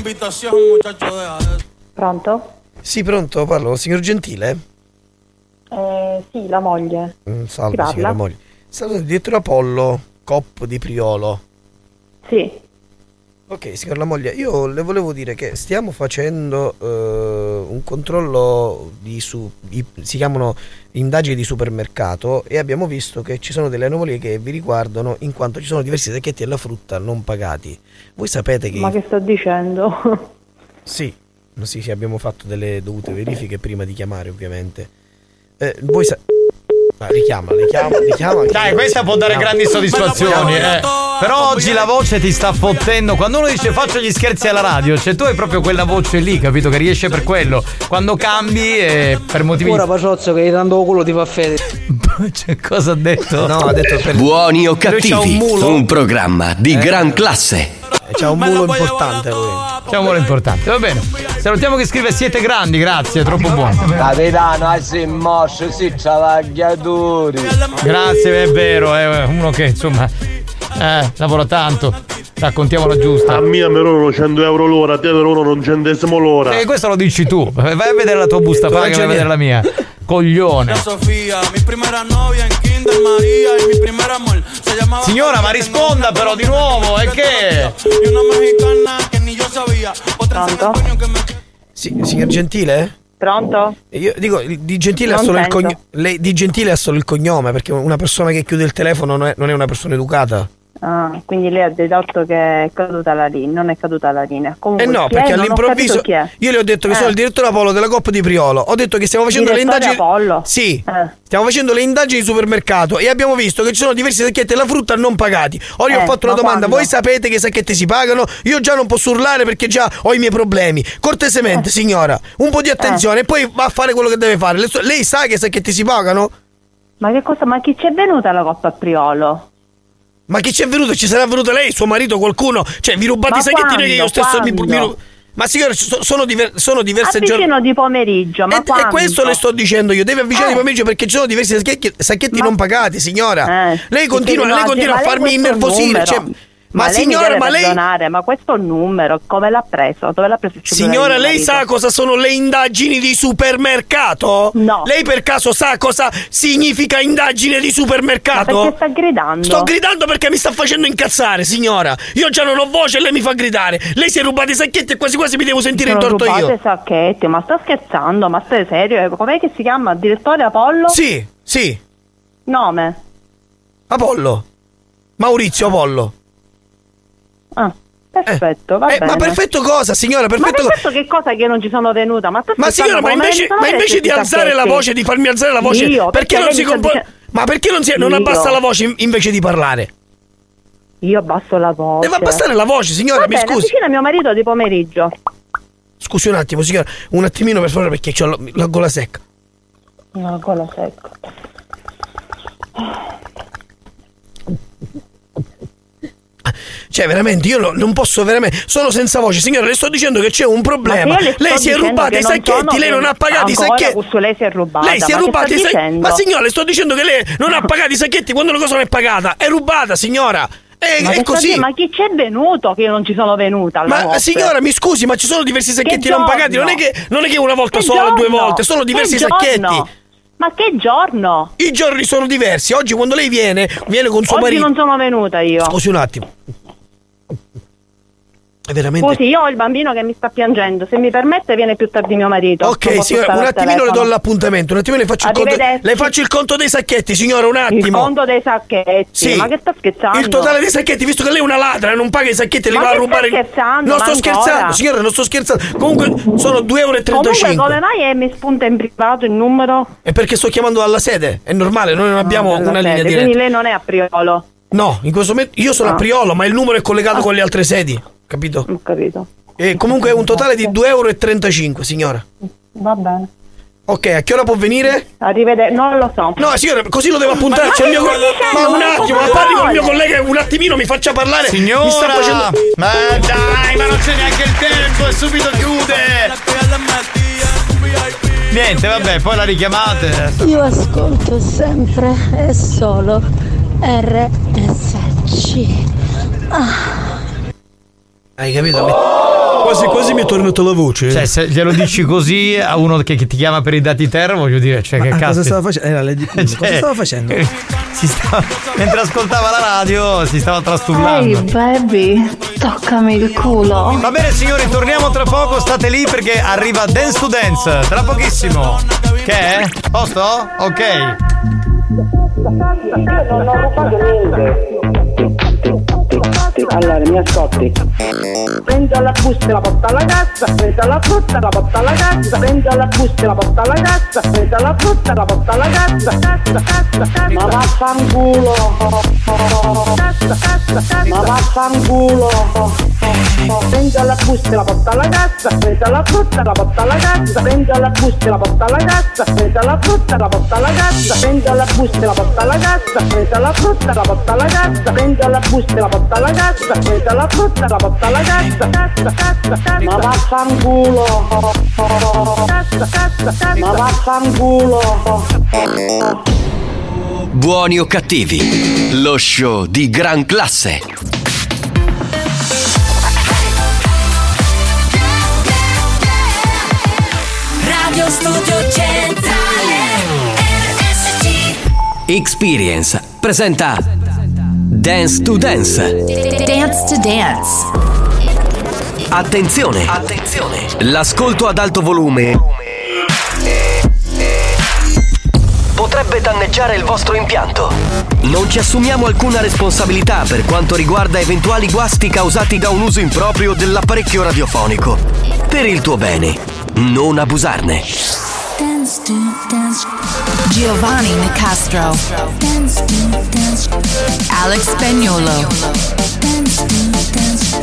Pronto? Sì, pronto, parlo, signor Gentile? Eh, sì, la moglie. Mm, Chi salve, parla? signora moglie. Salve, dietro Apollo, Cop di Priolo. Sì. Ok, signor la moglie, io le volevo dire che stiamo facendo eh, un controllo di su, di, si chiamano indagini di supermercato e abbiamo visto che ci sono delle anomalie che vi riguardano in quanto ci sono diversi sacchetti alla frutta non pagati. Voi sapete che... Ma che sto dicendo? Sì, sì, sì, abbiamo fatto delle dovute verifiche prima di chiamare ovviamente. Eh, voi sa... Ah, richiama, richiama, richiama. Dai, questa può dare grandi soddisfazioni, eh. Però oggi la voce ti sta fottendo. Quando uno dice faccio gli scherzi alla radio, cioè tu hai proprio quella voce lì, capito? Che riesce per quello. Quando cambi eh, per motivi. Ora Paciozzo che dando culo ti fa fede. Cioè, cosa ha detto? No, ha detto per... Buoni o Lui c'ha cattivi, un mulo. un programma di Eh. gran classe. C'ha un mulo importante lui. C'è un mulo importante, va bene. Salutiamo che scrive siete grandi, grazie, troppo buono. Capitano, si moscio, si travagliatori. Grazie, è vero, è uno che insomma eh, lavora tanto. Raccontiamo la giusta. A mia per oro cento euro l'ora, a te per oro non centesimo l'ora. E questo lo dici tu. Vai a vedere la tua busta paga e vai a vedere la mia. Coglione. Signora, ma risponda però di nuovo, è che? Pronto? Sì, signor Gentile? Pronto? Io dico, di Gentile ha Non solo il sento. cognome. Lei di Gentile ha solo il cognome, perché una persona che chiude il telefono non è, non è una persona educata. Ah, quindi lei ha dedotto che è caduta la linea, non è caduta la linea. Comunque, Eh no, chi perché è? Non ho all'improvviso capito chi è. io le ho detto che Eh. sono il direttore Apollo della Coppa di Priolo. Ho detto che stiamo facendo Direttore le indagini. Apollo? Sì, Eh. stiamo facendo le indagini di supermercato e abbiamo visto che ci sono diversi sacchetti alla frutta non pagati. Ora io Eh, ho fatto una ma domanda: quando? voi sapete che i sacchetti si pagano? Io già non posso urlare perché già ho i miei problemi. Cortesemente, signora, un po' di attenzione e poi va a fare quello che deve fare. Le- Lei sa che i sacchetti si pagano? Ma che cosa? Ma chi c'è venuta alla Coppa a Priolo? Ma chi ci è venuto? Ci sarà venuto lei, suo marito, qualcuno? Cioè, vi rubate Ma i sacchetti non è che io quando? stesso mi, mi Quando? ru- Ma signora, so- sono, diver- sono diverse A giornate. vicino di pomeriggio, ma E, e quando? questo le sto dicendo io, deve avvicinare Eh. di pomeriggio perché ci sono diversi sacchetti, sacchetti non pagati, signora. Eh, lei continua, perché lei no, continua a ma lei farmi questo innervosire. numero- Cioè, ma, ma lei mi signora, deve ma lei. perdonare, ma questo numero come l'ha preso? Dove l'ha preso il cellulare Signora, di lei marito? sa cosa sono le indagini di supermercato? No. Lei per caso sa cosa significa indagine di supermercato? Ma perché sta gridando? Sto gridando perché mi sta facendo incazzare, signora. Io già non ho voce e lei mi fa gridare. Lei si è rubato i sacchetti e quasi quasi mi devo sentire Sono intorto rubate io. i sacchetti, ma sta scherzando? Ma stai serio? Com'è che si chiama? Direttore Apollo? Sì, sì. Nome? Apollo. Maurizio Apollo. Ah, perfetto, va Eh, bene. ma perfetto cosa, signora? Ma Perfetto cosa? perfetto che cosa che non ci sono venuta? Ma, sta Ma scherzando? signora, ma Come me invece, ne sono ma presi invece di questi alzare la sacchetti? voce, di farmi alzare la voce, Io, perché perché non lei si mi sta compor- dice- Ma perché non, si, non Io. abbassa la voce in- invece di parlare? Io abbasso la voce. Deve abbassare la voce, signora, Va mi bene, scusi. avvicina mio marito di pomeriggio. Scusi un attimo, signora, un attimino per favore perché ho la, la gola secca. No, gola secca. Cioè, veramente, io lo- non posso veramente. Sono senza voce, signora, le sto dicendo che c'è un problema. Ma io le sto Lei si è dicendo rubata che i non sacchetti, sono- lei non ha pagato i ancora sacchetti. questo lei si è rubata. Lei si è ma che rubata sta i sacchetti. dicendo? Ma signora, le sto dicendo che lei non ha pagato i sacchetti quando una cosa non è pagata. È rubata, signora. È, Ma è che sta così. di- Ma chi c'è venuto che io non ci sono venuta? alla Ma notte? signora, mi scusi, ma ci sono diversi sacchetti non giorno? pagati. Non è che, non è che una volta Che sola, due giorno? volte, sono diversi Che giorno? sacchetti. Ma che giorno? I giorni sono diversi. Oggi quando lei viene, viene con suo Oggi marito. non sono venuta io. Scusi un attimo. È veramente... Scusi, io ho il bambino che mi sta piangendo. Se mi permette, viene più tardi mio marito. Ok, signora, un attimino le do l'appuntamento. Un attimino le faccio il conto. Le faccio il conto dei sacchetti, signora, un attimo. Il conto dei sacchetti? Sì. Ma che sta scherzando? Il totale dei sacchetti, visto che lei è una ladra, non paga i sacchetti e li Ma va a che rubare. sta scherzando? Non sto Ma scherzando, ancora? signora, non sto scherzando. Comunque sono due euro e trentacinque. Comunque, come mai eh, mi spunta in privato il numero? È perché sto chiamando dalla sede, è normale, noi non abbiamo Ah, dalla una sede, linea diretta. Quindi lei non è a Priolo. No, in questo momento io sono Ah. a Priolo, ma il numero è collegato con le altre sedi, capito? Ho capito. E comunque è un totale di due euro e trentacinque, signora. Va bene. Ok, a che ora può venire? Arrivederci, non lo so. No, signora, così lo devo appuntare. Ma C'è il mio che co- stai dicendo? Ma un Ma attimo, come ma parli con il mio vuole? collega un attimino, mi faccia parlare. Signora, mi sta facendo. ma dai, ma non c'è neanche il tempo e subito chiude. Niente, vabbè, poi la richiamate. Io ascolto sempre e solo R S C. Ah. Hai capito? Mi- Quasi quasi mi è tornata la voce. Cioè, se glielo dici così a uno che, che ti chiama per i dati terra, voglio dire, cioè, Ma che cosa cazzo. stava facendo? Era le di- cosa stava facendo? Si stava, mentre ascoltava la radio, si stava trastullando. Ehi baby, toccami il culo. Va bene signori, torniamo tra poco, state lì perché arriva Dance to Dance, tra pochissimo. Che è? Posto? Ok. Non ho rubato niente. Allora, mi ascolti. Prendo la busta e la porta alla cassa, prendo la frutta e la porta alla cassa, prendo la busta e la porta alla cassa, prendo la frutta e la porta alla cassa, cassa, cassa, cassa. Ma vaffanculo. Cassa, cassa, cassa. Ma vaffanculo. Prendo la busta e la porta alla cassa, prendo la frutta e la porta alla cassa, prendo la busta e la porta alla cassa, prendo la frutta e la porta alla cassa, prendo la busta e la porta alla cassa, prendo la frutta e la porta alla cassa, prendo la busta e la porta alla cassa, prendo la frutta e la porta alla cassa, cassa, cassa, cassa. Ma vaffanculo. Cassa, cassa, cassa. Ma vaffanculo. Buoni o cattivi, lo show di gran classe. Radio Studio Centrale R S C. Experience presenta Dance to Dance. Dance to Dance. Attenzione, attenzione. L'ascolto ad alto volume potrebbe danneggiare il vostro impianto. Non ci assumiamo alcuna responsabilità per quanto riguarda eventuali guasti causati da un uso improprio dell'apparecchio radiofonico. Per il tuo bene, non abusarne. Dance to Dance. Giovanni Nicastro. Dance to Dance. Alex Spagnolo. Dance to Dance.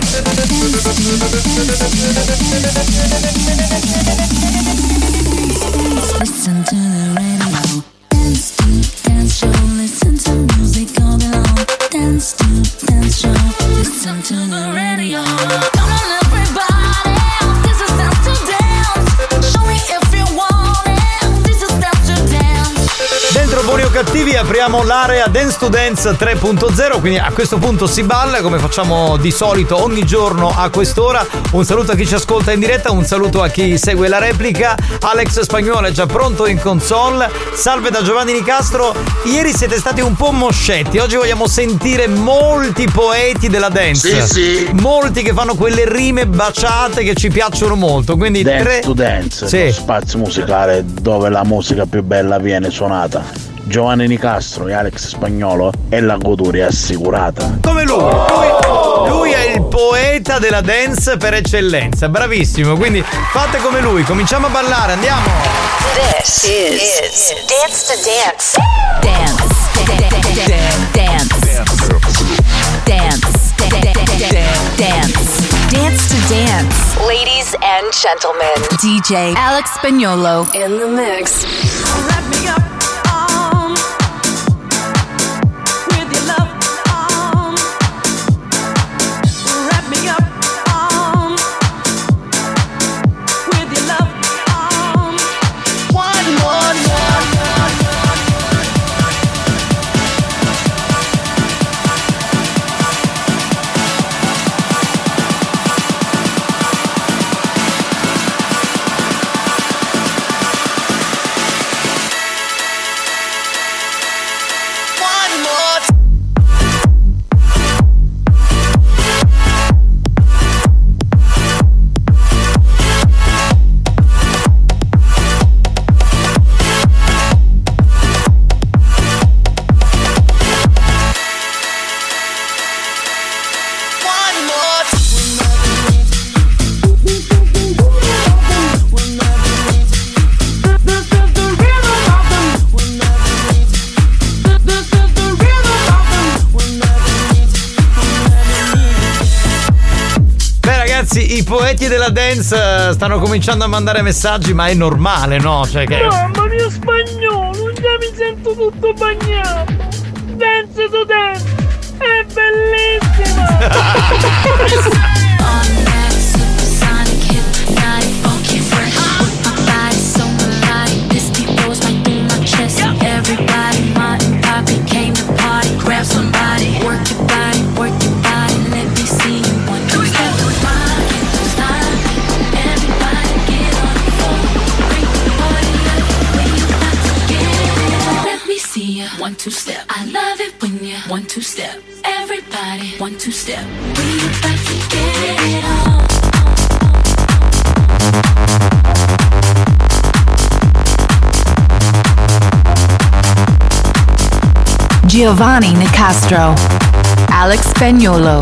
Listen to the radio. Dance to Dance show. Listen to music all day long. Dance to Dance show. Listen to the radio. Come on everybody, this is Dance to Dance. Show me if you want it. This is Dance to Dance. Dentro Buoni o Cattivi apriamo l'area Dance to Dance tre punto zero, quindi a questo punto si balla come facciamo di solito ogni giorno a quest'ora. Un saluto a chi ci ascolta in diretta, un saluto a chi segue la replica. Alex Spagnolo è già pronto in console. Salve da Giovanni Nicastro. Ieri siete stati un po' moscetti, oggi vogliamo sentire molti poeti della dance. Sì, sì. Molti che fanno quelle rime baciate che ci piacciono molto. Quindi Dance tre... to Dance, Sì. lo spazio musicale dove la musica più bella viene suonata. Giovanni Nicastro e Alex Spagnolo e la goduria assicurata. Come lui, lui, lui è il poeta della dance per eccellenza, bravissimo, quindi fate come lui, cominciamo a ballare, andiamo! This is Dance to Dance. Dance. Dance. Dance. Dance. Dance to Dance. Ladies and gentlemen, D J Alex Spagnolo in the mix. Wrap me up. Ragazzi, i poeti della dance stanno cominciando a mandare messaggi, ma è normale, no? Cioè che... Mamma mia, spagnolo, già mi sento tutto bagnato. Dance to dance, è bellissima. Everybody, Martin, Poppy came to party. Grab somebody, work your body, work your body. Let me see you one, two, step. Style, everybody get on the floor. Bring the party up, when you got to get it. Let me see you one, two, step. I love it when you one, two, step. Everybody, one, two, step. When you got to get it on. Giovanni Nicastro, Alex Spagnuolo.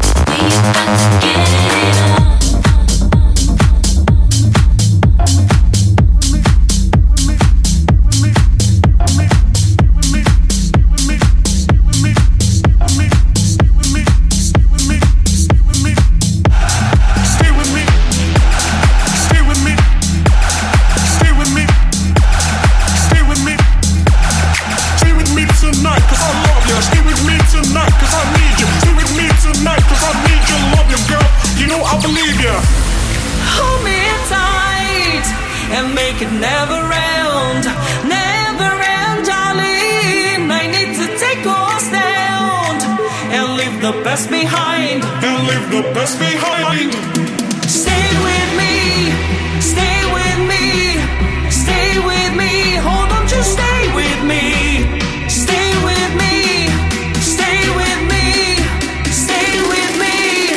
Behind and leave the best behind. Stay with me, stay with me, stay with me. Hold on, just stay with me, stay with me, stay with me, stay with me.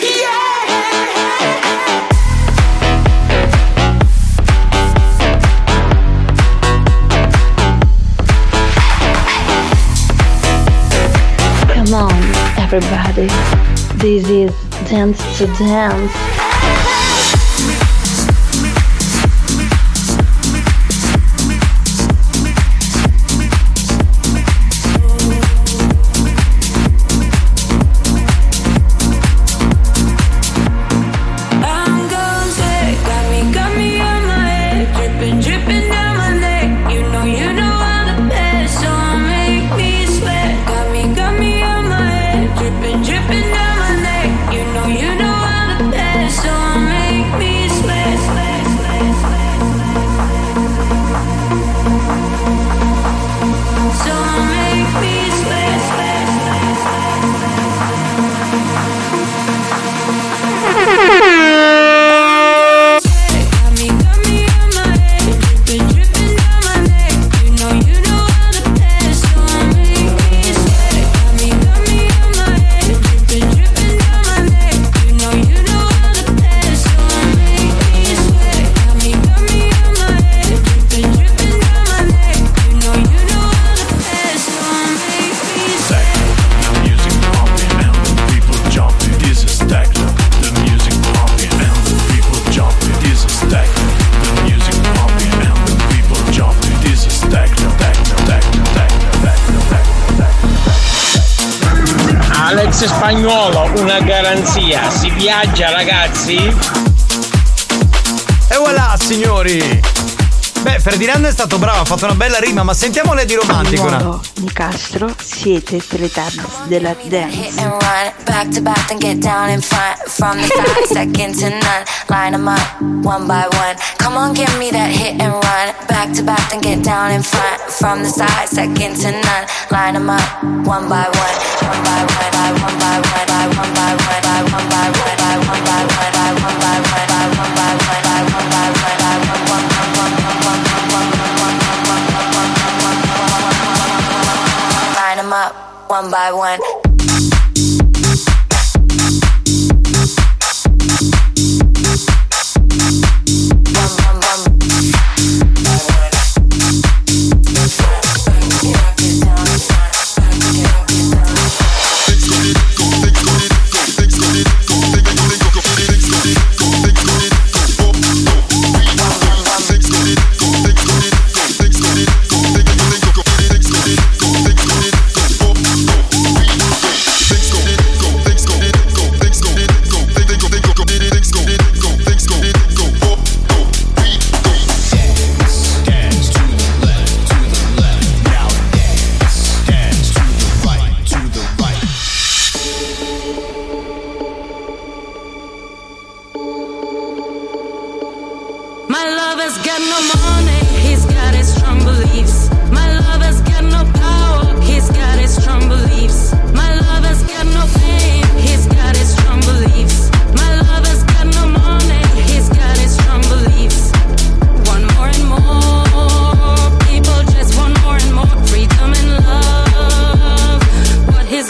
Yeah. Come on, everybody. This is Dance to Dance. Spagnuolo, una garanzia, si viaggia ragazzi? E voilà signori! Beh, Ferdinando è stato bravo, ha fatto una bella rima, ma sentiamo Lady Romantico. Spagnuolo, Nicastro, siete Teletubbies della dance. Hit and run, back to back, then get down in front. From the side, second to none. Line them up, one by one. Come on, give me that hit and run. Back to back, then get down in front. From the side, second to none. Line them up, one by one. One by one, I one by one, I one by one, I one by one, I one by one, I one by one, I one by one, I one by one, I one one one one one one one. Line them up, one by one.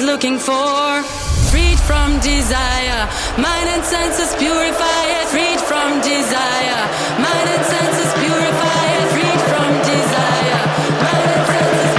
looking for. Freed from desire, mind and senses purify it. Freed from desire, mind and senses purify it. Freed from desire, mind and senses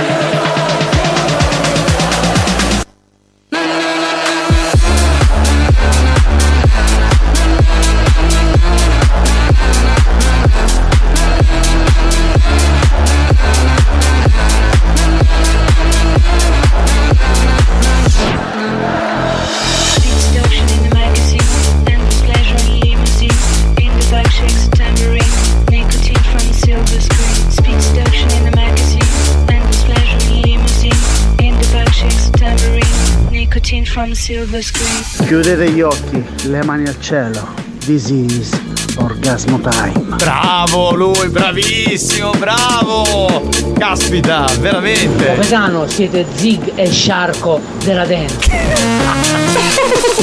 from silver screen. Chiudete gli occhi, le mani al cielo. This is Orgasmo Time. Bravo lui, bravissimo, bravo! Caspita, veramente! Capitano, siete Zig e Sciarco della dance.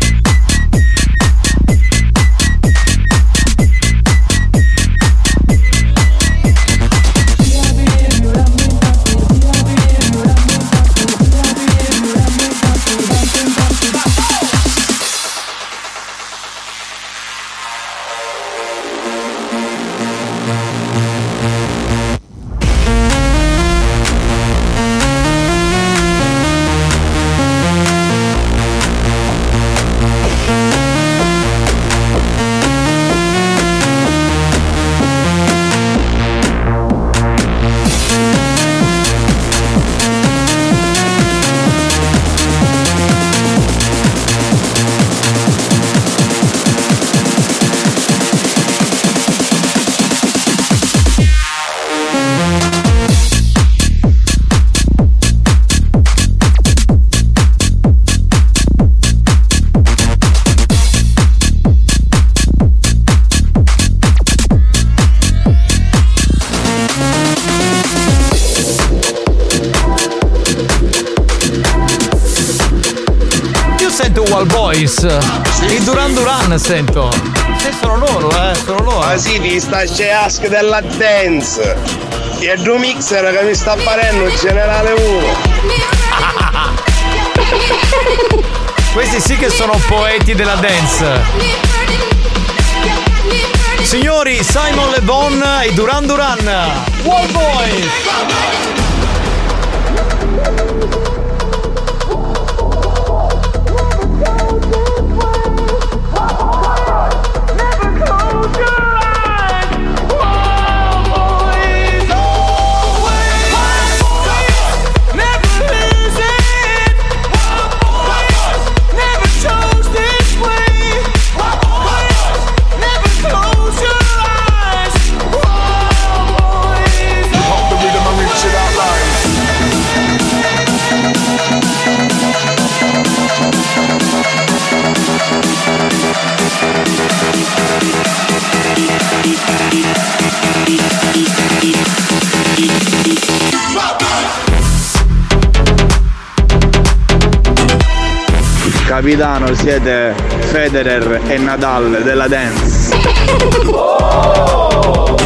I Duran Duran sento. Se sono loro, eh, sono loro. Ma sì, ti sta c'è Ask della dance. E il due mixer che mi sta apparendo il generale uno. Questi sì che sono poeti della dance. Signori, Simon Le Bon e i Duran Duran. Wall Boys. Capitano, siete Federer e Nadal della dance. Oh!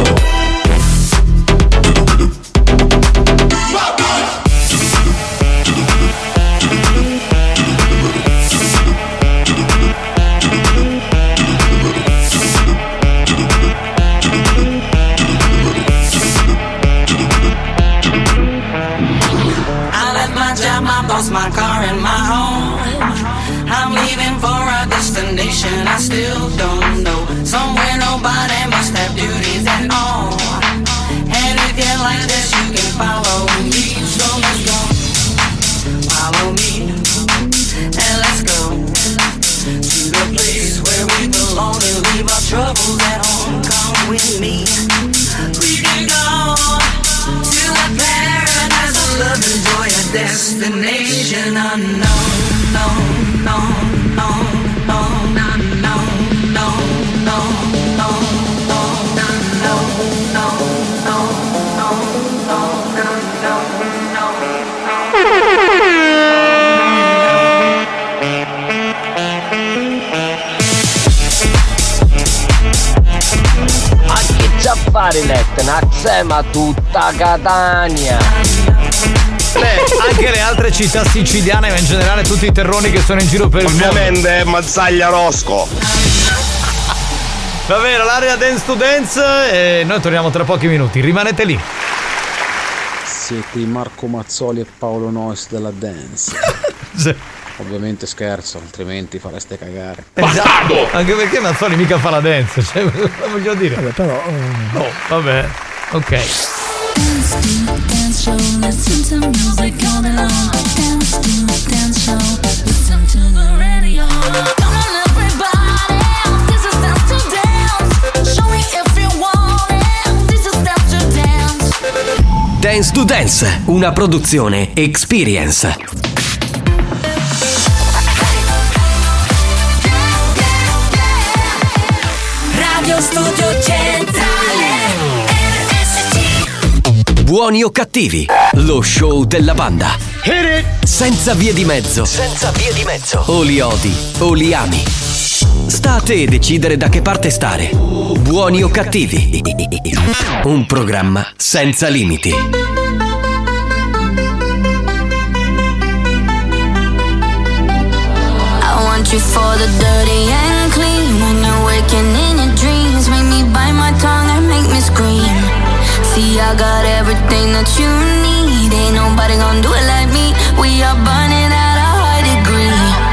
I left my job, my boss, my car, and my home. I'm leaving for a destination I still don't know. Somewhere nobody must have duties at all. And if you like this, you can follow me. So let's go, follow me, and let's go to the place where we belong and leave our troubles at home. Come with me, we can go to a paradise of love and joy, a destination unknown. No, no, no, no, no, no, no, no, no, no, no, no, a chi c'ha fare lette, una zema tutta Catania. Beh, anche le altre città siciliane, ma in generale tutti i terroni che sono in giro per il mondo. Ovviamente Mazzaglia Rosco. Va bene, l'area Dance to Dance e noi torniamo tra pochi minuti, rimanete lì. Siete Marco Mazzoli e Paolo Nois della Dance. Sì. Ovviamente scherzo, altrimenti fareste cagare. Esatto. Anche perché Mazzoli mica fa la dance, cioè, voglio dire. Vabbè, però. No, vabbè, ok. Dance to dance show, listen to music all day long. Dance to dance show, listen to the radio. Come on everybody, this is dance to dance. Show me if you want it, this is dance to dance. Dance to Dance, una produzione Experience. Radio Studio Centrale R S C. Buoni o cattivi, lo show della banda. Hit it! Senza vie di mezzo. Senza vie di mezzo. O li odi o li ami. Sta a te decidere da che parte stare. Buoni o cattivi. Un programma senza limiti. I want you for the dirty and clean. When you're waking in your dreams, make me bite my tongue and make me scream. See, I got everything that you need. Ain't nobody gonna do it like me. We are burning at a high degree.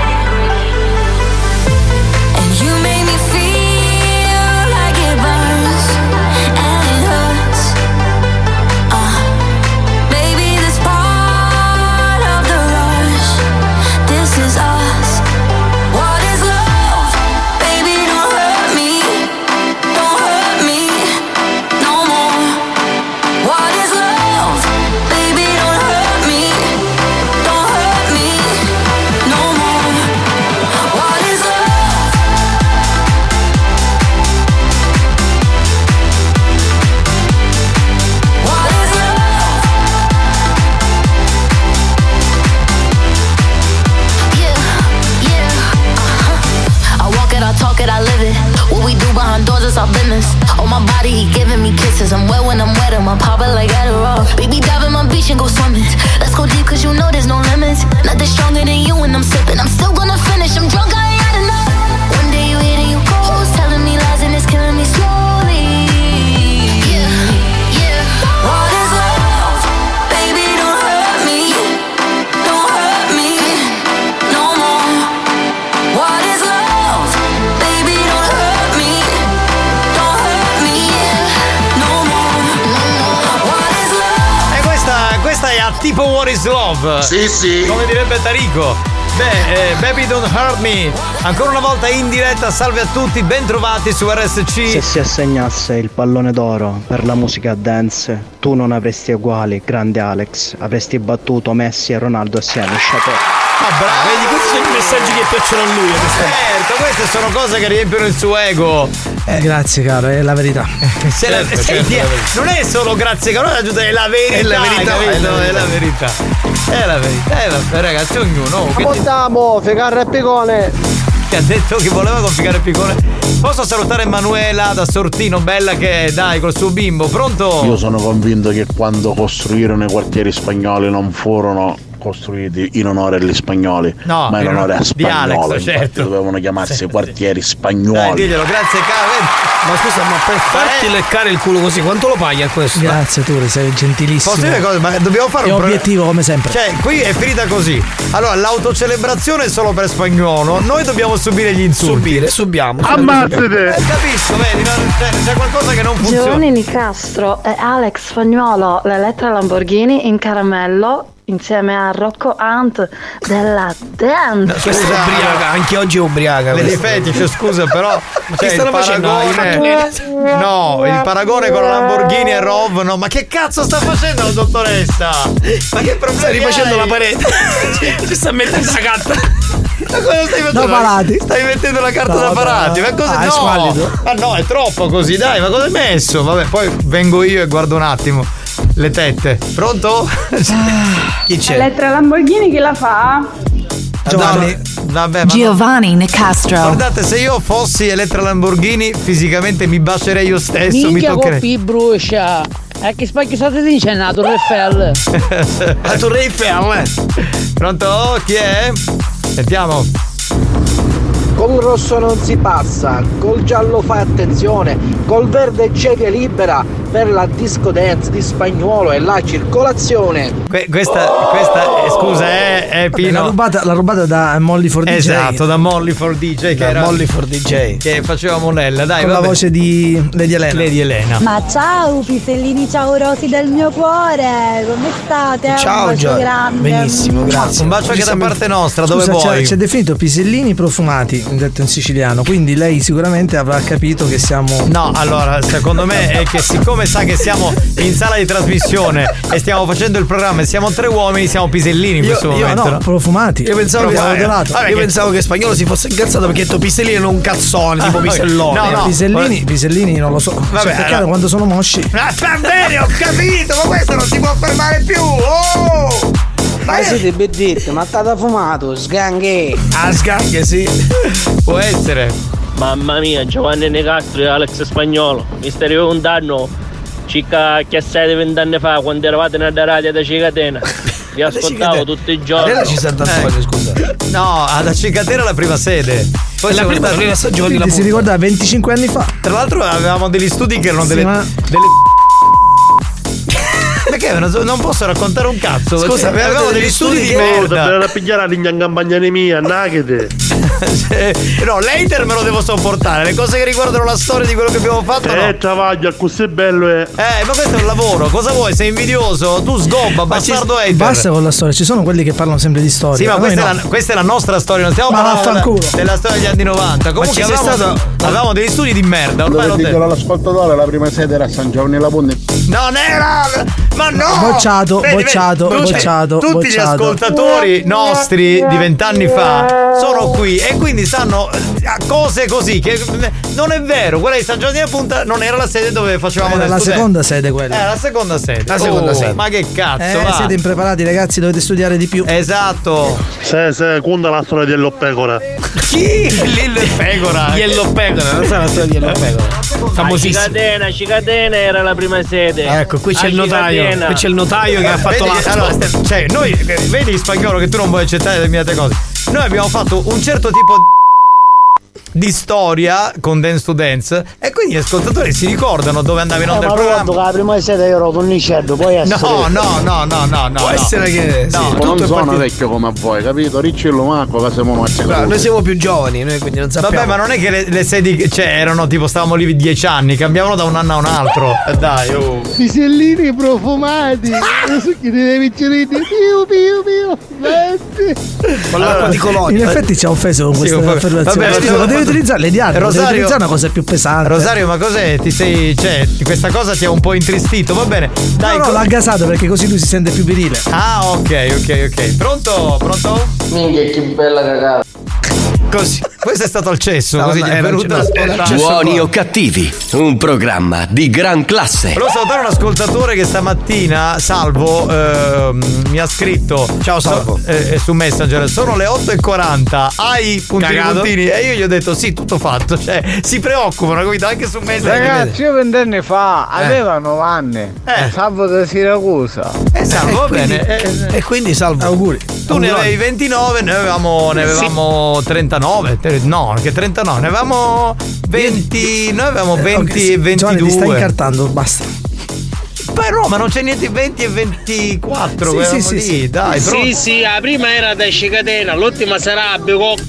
And you make me feel like it burns and it hurts. Uh, baby, this part of the rush. This is us. What is love? Baby, don't hurt me. Don't hurt me no more. What is love? Baby, don't hurt me. Don't hurt me no more. What is love? What is love? Yeah, yeah, uh-huh. I walk it, I talk it, I live it. What we do behind doors is our business. On my body, he giving me kisses. I'm wet when I'm wet, I'm popping like Adderall. Baby, dive in my beach and go swimming. Let's go deep, cause you know there's no limits. Nothing stronger than you when I'm sipping. I'm still gonna finish, I'm drunk, I ain't had enough. One day you hit and you ghost, telling me lies and it's killing me slowly. Yeah, yeah. What is love? Baby, don't hurt me. Don't hurt me no more. What is love? Baby, don't hurt me. Don't hurt me no more. What is love? E questa, questa è a tipo What is Love? Sì, sì. Come direbbe Tarico. Beh, eh, Baby Don't Hurt Me. Ancora una volta in diretta, salve a tutti, ben trovati su R S C. Se si assegnasse il pallone d'oro per la musica dance, tu non avresti uguali, grande Alex. Avresti battuto Messi e Ronaldo assieme. Chapeau. Ah, bravo. Vedi, questi sono i messaggi che piacciono a lui. Certo, queste sono cose che riempiono il suo ego. Eh, grazie caro, è la verità. Se la- Certo, senti, certo, non è solo grazie caro, è la verità. È la verità, capito? è È la la verità. È la verità. Eh vabbè ragazzi, ognuno. oh, che ti- Portiamo, Fegarra e Picone. Che ha detto che voleva conficare il piccone. Posso salutare Emanuela da Sortino, bella che è, dai, col suo bimbo. Pronto? Io sono convinto che quando costruirono i quartieri spagnoli non furono costruiti in onore agli spagnoli, No, ma in in onore a onore di Alex, spagnolo. Infatti certo. dovevano chiamarsi Sì, quartieri Dai, spagnoli. diglielo, grazie caro. Ma scusa, ma per farti leccare il culo così, quanto lo paghi a questo? Grazie Turi, sei gentilissimo. Posso dire cosa? Ma dobbiamo fare È un pro- obiettivo come sempre. Cioè, qui è finita così. Allora, l'autocelebrazione è solo per spagnolo. Noi dobbiamo subire gli insulti. Subire, subiamo. Ammazzate! Eh, capisco, vedi, no? C'è, c'è qualcosa che non funziona. Giovanni Nicastro e Alex Spagnuolo, l'Elettra Lamborghini in caramello insieme a Rocco Hunt della Dance. Questa è ubriaca, anche oggi è ubriaca. Le questa. fetici, scusa, però. Ma cioè, che stanno il facendo? paragone- No, il paragone con la Lamborghini e Rov, no, ma che cazzo sta facendo la dottoressa? Ma che problema? Sta rifacendo hai? la parete. Ci sta mettendo la carta. Ma cosa stai facendo? Da parati. Stai mettendo la carta No, da no. parati. Ma cosa Ah, è no? squallido. Ma no, è troppo così, dai, ma cosa hai messo? Vabbè, poi vengo io e guardo un attimo le tette. Pronto? Chi c'è? Elettra Lamborghini chi la fa? Giovanni. Vabbè, ma Giovanni Nicastro. guardate, se io fossi Elettra Lamborghini, fisicamente mi bacerei io stesso, mi Minchia toccherei. coppi brucia. Eh, che spacchio state dicendo? La Torre Eiffel. La Torre Eiffel. Pronto? Chi è? Sentiamo. Col rosso non si passa, col giallo fai attenzione, col verde c'è via libera per la disco dance di Spagnuolo e la circolazione. Que- questa, questa eh, scusa, è, è Pino. La rubata, la rubata da Molly for D J. Esatto, da Molly for D J. Che Da era Molly for D J. Che faceva Monella, dai. Con vabbè. la voce di Lady Elena. Lady Elena. Ma ciao pisellini, ciao rosi del mio cuore, come state? Ciao, Un bacio Gio. grande. Benissimo, grazie. Un bacio anche da parte nostra, dove Scusa, vuoi? c'è, c'è definito pisellini profumati, detto in siciliano, quindi lei sicuramente avrà capito che siamo. No, allora, secondo me è che siccome sa che siamo in sala di trasmissione e stiamo facendo il programma e siamo tre uomini, siamo pisellini in Io- questo io momento. No, no? profumati. Io pensavo, che, Profumati. Vabbè, io che- pensavo che Spagnolo si fosse incazzato perché detto pisellino non un cazzone, tipo pisellone. No, no. pisellini, pisellini non lo so. Vabbè, Cioè, perché allora- quando sono mosci. Ah, va bene, ho capito, ma questo non si può fermare più. Oh! Ma siete beddette, ma state fumato, sganghe. Ah, scacche, sì. Può essere. Mamma mia, Giovanni Nicastro e Alex Spagnolo. Mi stai un danno circa che sei vent'anni fa quando eravate nella radio da Cicatena. Vi ascoltavo tutti i giorni. Lei ci senta Eh. cose, scusa. No, ad Acicatera la prima sede. Poi È la siamo prima, stati- prima stagione Quindi la si ricorda venticinque anni fa. Tra l'altro avevamo degli studi che erano Sì, delle, ma- delle Perché non, so- non posso raccontare un cazzo? Scusa, perché avevamo degli studi di Oh, merda. per pigliare la ligna in campagna mia, nagete. No, l'hater me lo devo sopportare. Le cose che riguardano la storia di quello che abbiamo fatto, no. Eh, travaglia, così è bello, eh. Eh, ma questo è un lavoro. Cosa vuoi? Sei invidioso? Tu sgobba, bastardo hater. Basta con la storia, ci sono quelli che parlano sempre di storia. Sì, ma Noi questa, no. è la, questa è la nostra storia, non stiamo Ma parlando della, vaffanculo. della storia degli anni novanta. Comunque ci sei avevamo, stato- avevamo degli studi di merda, ormai Dove l'ho detto. dicono all'ascoltatore la prima sede era a San Giovanni la Ponte. Non era! Ma no! Bocciato, Vedi, vedi, bocciato, tutti- bocciato, Tutti gli bocciato. ascoltatori nostri di vent'anni fa sono qui e quindi sanno eh, cose così che non è vero. Quella di San Giovanni della Punta non era la sede dove facevamo Era le la studenti. seconda sede quella. Era la seconda sede. La seconda Oh, sede. Ma che cazzo, Eh, va. siete impreparati ragazzi, dovete studiare di più. Esatto. Se, se, conta la storia dello pecora. Chi? Lil Pecora. Yellow Pecora, non sa la storia di Yellow Pecora. A Famosissimo. Cicatena, Cicatena era la prima sede. Ecco, qui c'è A il notaio. Cicatena. Qui c'è il notaio che ha fatto Vedi che- l'atto. allora, Ste- cioè, noi, eh, vedi in spagnolo che tu non vuoi accettare determinate cose. Noi abbiamo fatto un certo tipo di storia con Dance to Dance e quindi gli ascoltatori si ricordano dove andava in Eh, onda ma il ricordo programma. che la prima sede ero tonnicello, poi essere. No, no, no, no, no, no. Può no. essere che No, sì. tutto Non è sono partito- vecchio come voi, capito? Ricciello Marco che siamo noi. Bravo, noi siamo più giovani, noi quindi non sappiamo. Vabbè, ma non è che le, le sedi, cioè, erano tipo, stavamo lì dieci anni, cambiavano da un anno a un altro. Eh, dai, oh. Pisellini profumati. Adesso chi deve vincere piu piu piu. Metti. Con l'acqua di In colonia. effetti ci ha offeso con Sì, questa vabbè. affermazione. Vabbè, Scusa, ma- ma devi utilizzare le diade, devi Rosario- utilizzare una cosa più pesante. Rosario, ma cos'è? Ti sei. Cioè, questa cosa ti ha un po' intristito, va bene. Dai, no, no, co- l'ha gasato perché così lui si sente più virile. Ah, ok, ok, ok. Pronto? Pronto? Minchia, che bella cagata. Così. Questo è stato al cesso, No, così no, gli è era- venuto era- a era- aspettare. Buoni o cattivi, un programma di gran classe. Volevo salutare un ascoltatore che stamattina, Salvo, ehm, mi ha scritto. Ciao, Salvo. so- eh, su Messenger, sono le otto e quaranta. Hai puntini Cagato? puntini? E io gli ho detto sì, tutto fatto. Cioè, si preoccupano, capito? Anche su Messenger. Ragazzi, io vent'anni fa aveva nove anni. Eh. Salvo da Siracusa. Eh, Salvo, va bene. eh, E quindi salvo. Auguri. Tu ne avevi ventinove, ne avevamo, ne avevamo trentanove. te- No, che trentanove, ne avevamo venti. Noi avevamo venti e Ok, Giovanni, ti stai ventidue. incartando, basta. Però, ma non c'è niente venti e ventiquattro. Sì, eravamo sì, lì, sì, sì. dai, però- Sì, sì, la prima era da Cicatena, l'ultima sarà a Bicocca.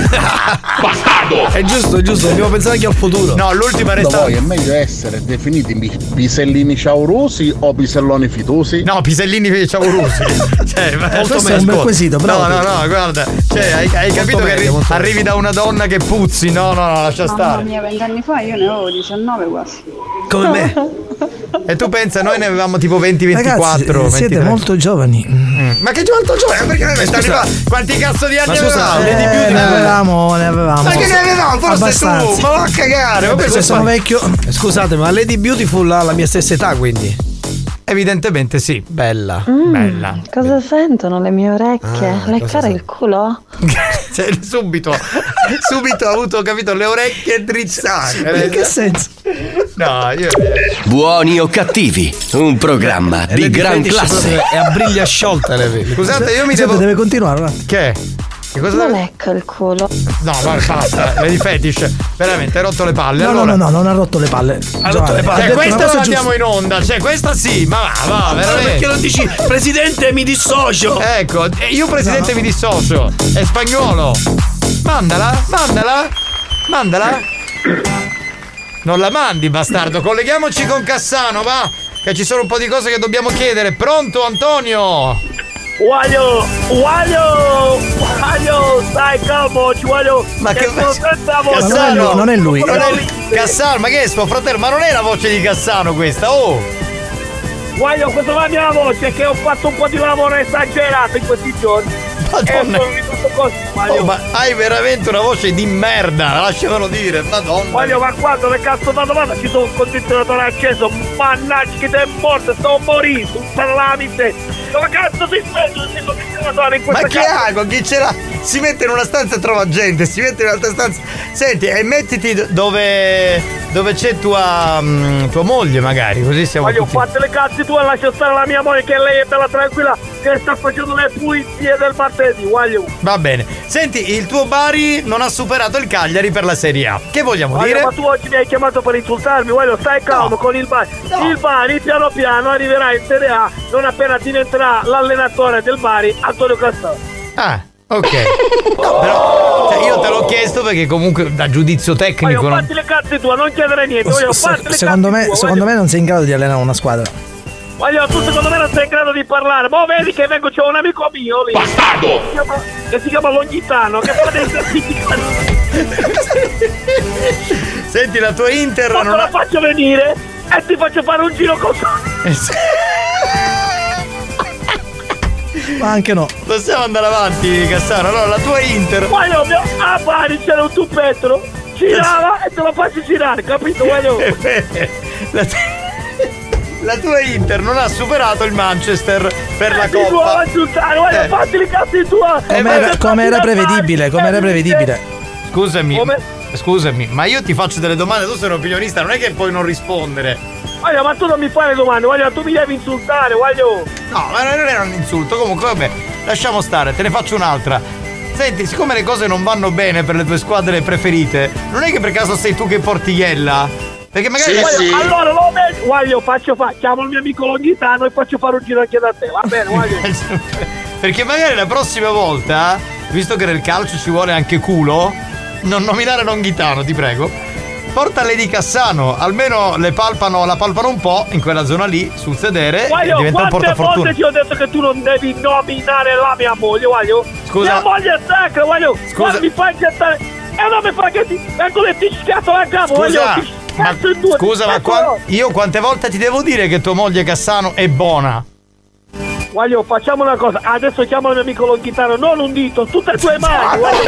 È giusto, è giusto, dobbiamo pensare anche al futuro. No, l'ultima Da resta. voi è meglio essere definiti pi- pisellini ciaurosi o piselloni fitosi? No, pisellini ciaurusi. Cioè, ma- Questo ascolta. è un bel quesito, bravo. No, no, no, guarda. Cioè, hai, hai capito che meglio, arri- molto arrivi da una donna che puzzi. No, no, no, lascia Mamma stare. mia, vent'anni fa io ne avevo diciannove quasi. Come me. E tu pensa, noi ne avevamo tipo venti ventiquattro. Ragazzi, siete ventitré. molto giovani. Ma che molto giovane? Perché noi vent'anni scusa. fa? Quanti cazzo di anni Ma scusa, avevamo? eh, Vedi più Eh, di ne me. avevamo, ne avevamo. Ma che ne avevamo? Forse Abbastanza. tu, ma va a cagare. Ma Se questo sono è- vecchio. Scusate, ma Lady Beautiful ha la mia stessa età, quindi. Evidentemente sì. Bella. Mm, Bella. Cosa sentono le mie orecchie? Ah, cosa Leccare sen- il culo? Cioè, subito, subito ha avuto, capito, le orecchie drizzate. In che senso? No, io. Buoni o cattivi, un programma Eh, di Lady gran Fetish classe. proprio È a briglia sciolta le vedi. Scusate, io mi Senta, devo. deve continuare, va. Che? Che cosa Non lecca il culo. No, ma basta, Lady Fetish. Veramente, hai rotto le palle. No, allora. no, no, no, non ha rotto le palle. Ha rotto le palle. Ha Cioè, detto questa una la cosa andiamo giusta. in onda. Cioè, questa sì, ma va, va, Ma veramente. perché non dici presidente mi dissocio? Ecco, e io presidente No. mi dissocio. È Spagnuolo. Mandala, mandala, mandala. Non la mandi, bastardo. Colleghiamoci con Cassano, va. Che ci sono un po' di cose che dobbiamo chiedere. Pronto, Antonio? Guaglio, guaglio, guaglio, stai calmo, ci voglio. Ma che sono senza voce. Cassano, non è lui. Non è lui. Cassano, ma che è suo fratello? Ma non è la voce di Cassano questa, oh! Guaglio, questa è la mia voce, è che ho fatto un po' di lavoro esagerato in questi giorni. Madonna. E sono venuto così, guaglio. Oh, ma hai veramente una voce di merda, lasciamelo dire, madonna. Guaglio, ma qua dove cazzo da domanda ci sono un condizionatore acceso, mannaggia che sei morto, sto morendo, un salame. Dove cazzo si spegne il condizionatore in questa Ma che casa? ha? Con chi ce l'ha? Si mette in una stanza e trova gente, si mette in un'altra stanza. Senti, e mettiti dove. dove c'è tua. Mh, tua moglie magari, così siamo. Guaglio, tutti. fatte le cazzi tu e lascia stare la mia moglie che lei è bella tranquilla che sta facendo le pulizie del martedì, guaglio. Va bene. Senti, il tuo Bari non ha superato il Cagliari per la Serie A. Che vogliamo Guaglio, dire? ma tu oggi mi hai chiamato per insultarmi, guaglio, stai calmo con il Bari. Il Bari piano piano arriverà in Serie A non appena diventerà l'allenatore del Bari, Antonio Cassano. Ah, ok. No, però cioè, io te l'ho chiesto perché comunque da giudizio tecnico. Voglio, non... fatti le cazzi tua, non chiedere niente, voglio, Se- fatti le secondo cazzi me, tua, secondo voglio. me non sei in grado di allenare una squadra. Voglio, tu secondo me non sei in grado di parlare. Ma vedi che vengo, c'è un amico mio lì. Bastardo! Che si chiama, che si chiama Longhitano, che fa dei certificati. Senti, la tua Inter Ma non te la ha... faccio venire e ti faccio fare un giro con Ma anche no. Possiamo andare avanti, Cassano. Allora, la tua Inter. Voglio, mio, a Bari c'era un tuppetro, girava e te lo faccio girare, capito, voglio? La, la tua Inter non ha superato il Manchester per la Ti vuoi Coppa. insultare, voglio, Eh. fatti i cazzi tua. Come era, come era prevedibile, come era prevedibile. Scusami, Come? scusami, ma io ti faccio delle domande, tu sei un opinionista, non è che puoi non rispondere. Voglio, ma tu non mi fai le domande, voglio, tu mi devi insultare, voglio. No, ma non era un insulto, comunque vabbè, lasciamo stare, te ne faccio un'altra. Senti, siccome le cose non vanno bene per le tue squadre preferite, non è che per caso sei tu che porti Iella? Perché magari. Sì, voglio, allora lo vedo, voglio, faccio fare, chiamo il mio amico Longhitano e faccio fare un giro anche da te, va bene, voglio. Perché magari la prossima volta, visto che nel calcio ci vuole anche culo, non nominare Longhitano, ti prego. Porta Lady Cassano, almeno le palpano, la palpano un po' in quella zona lì, sul sedere, Voglio, e diventa un quante portafortuna. volte ti ho detto che tu non devi nominare la mia moglie, voglio? Scusa. Mia moglie è sacra, voglio! Scusa. Ma mi fai gettare... E non mi fai che ti... Ecco le ti schiatto la capo, voglio! Scusa, Ti ma, schiatto in due, scusa, ti ma schiatto qua- no. io quante volte ti devo dire che tua moglie Cassano è buona? Voglio, facciamo una cosa, adesso chiamo il mio amico Longhitano, non un dito, tutte e due mani, voglio.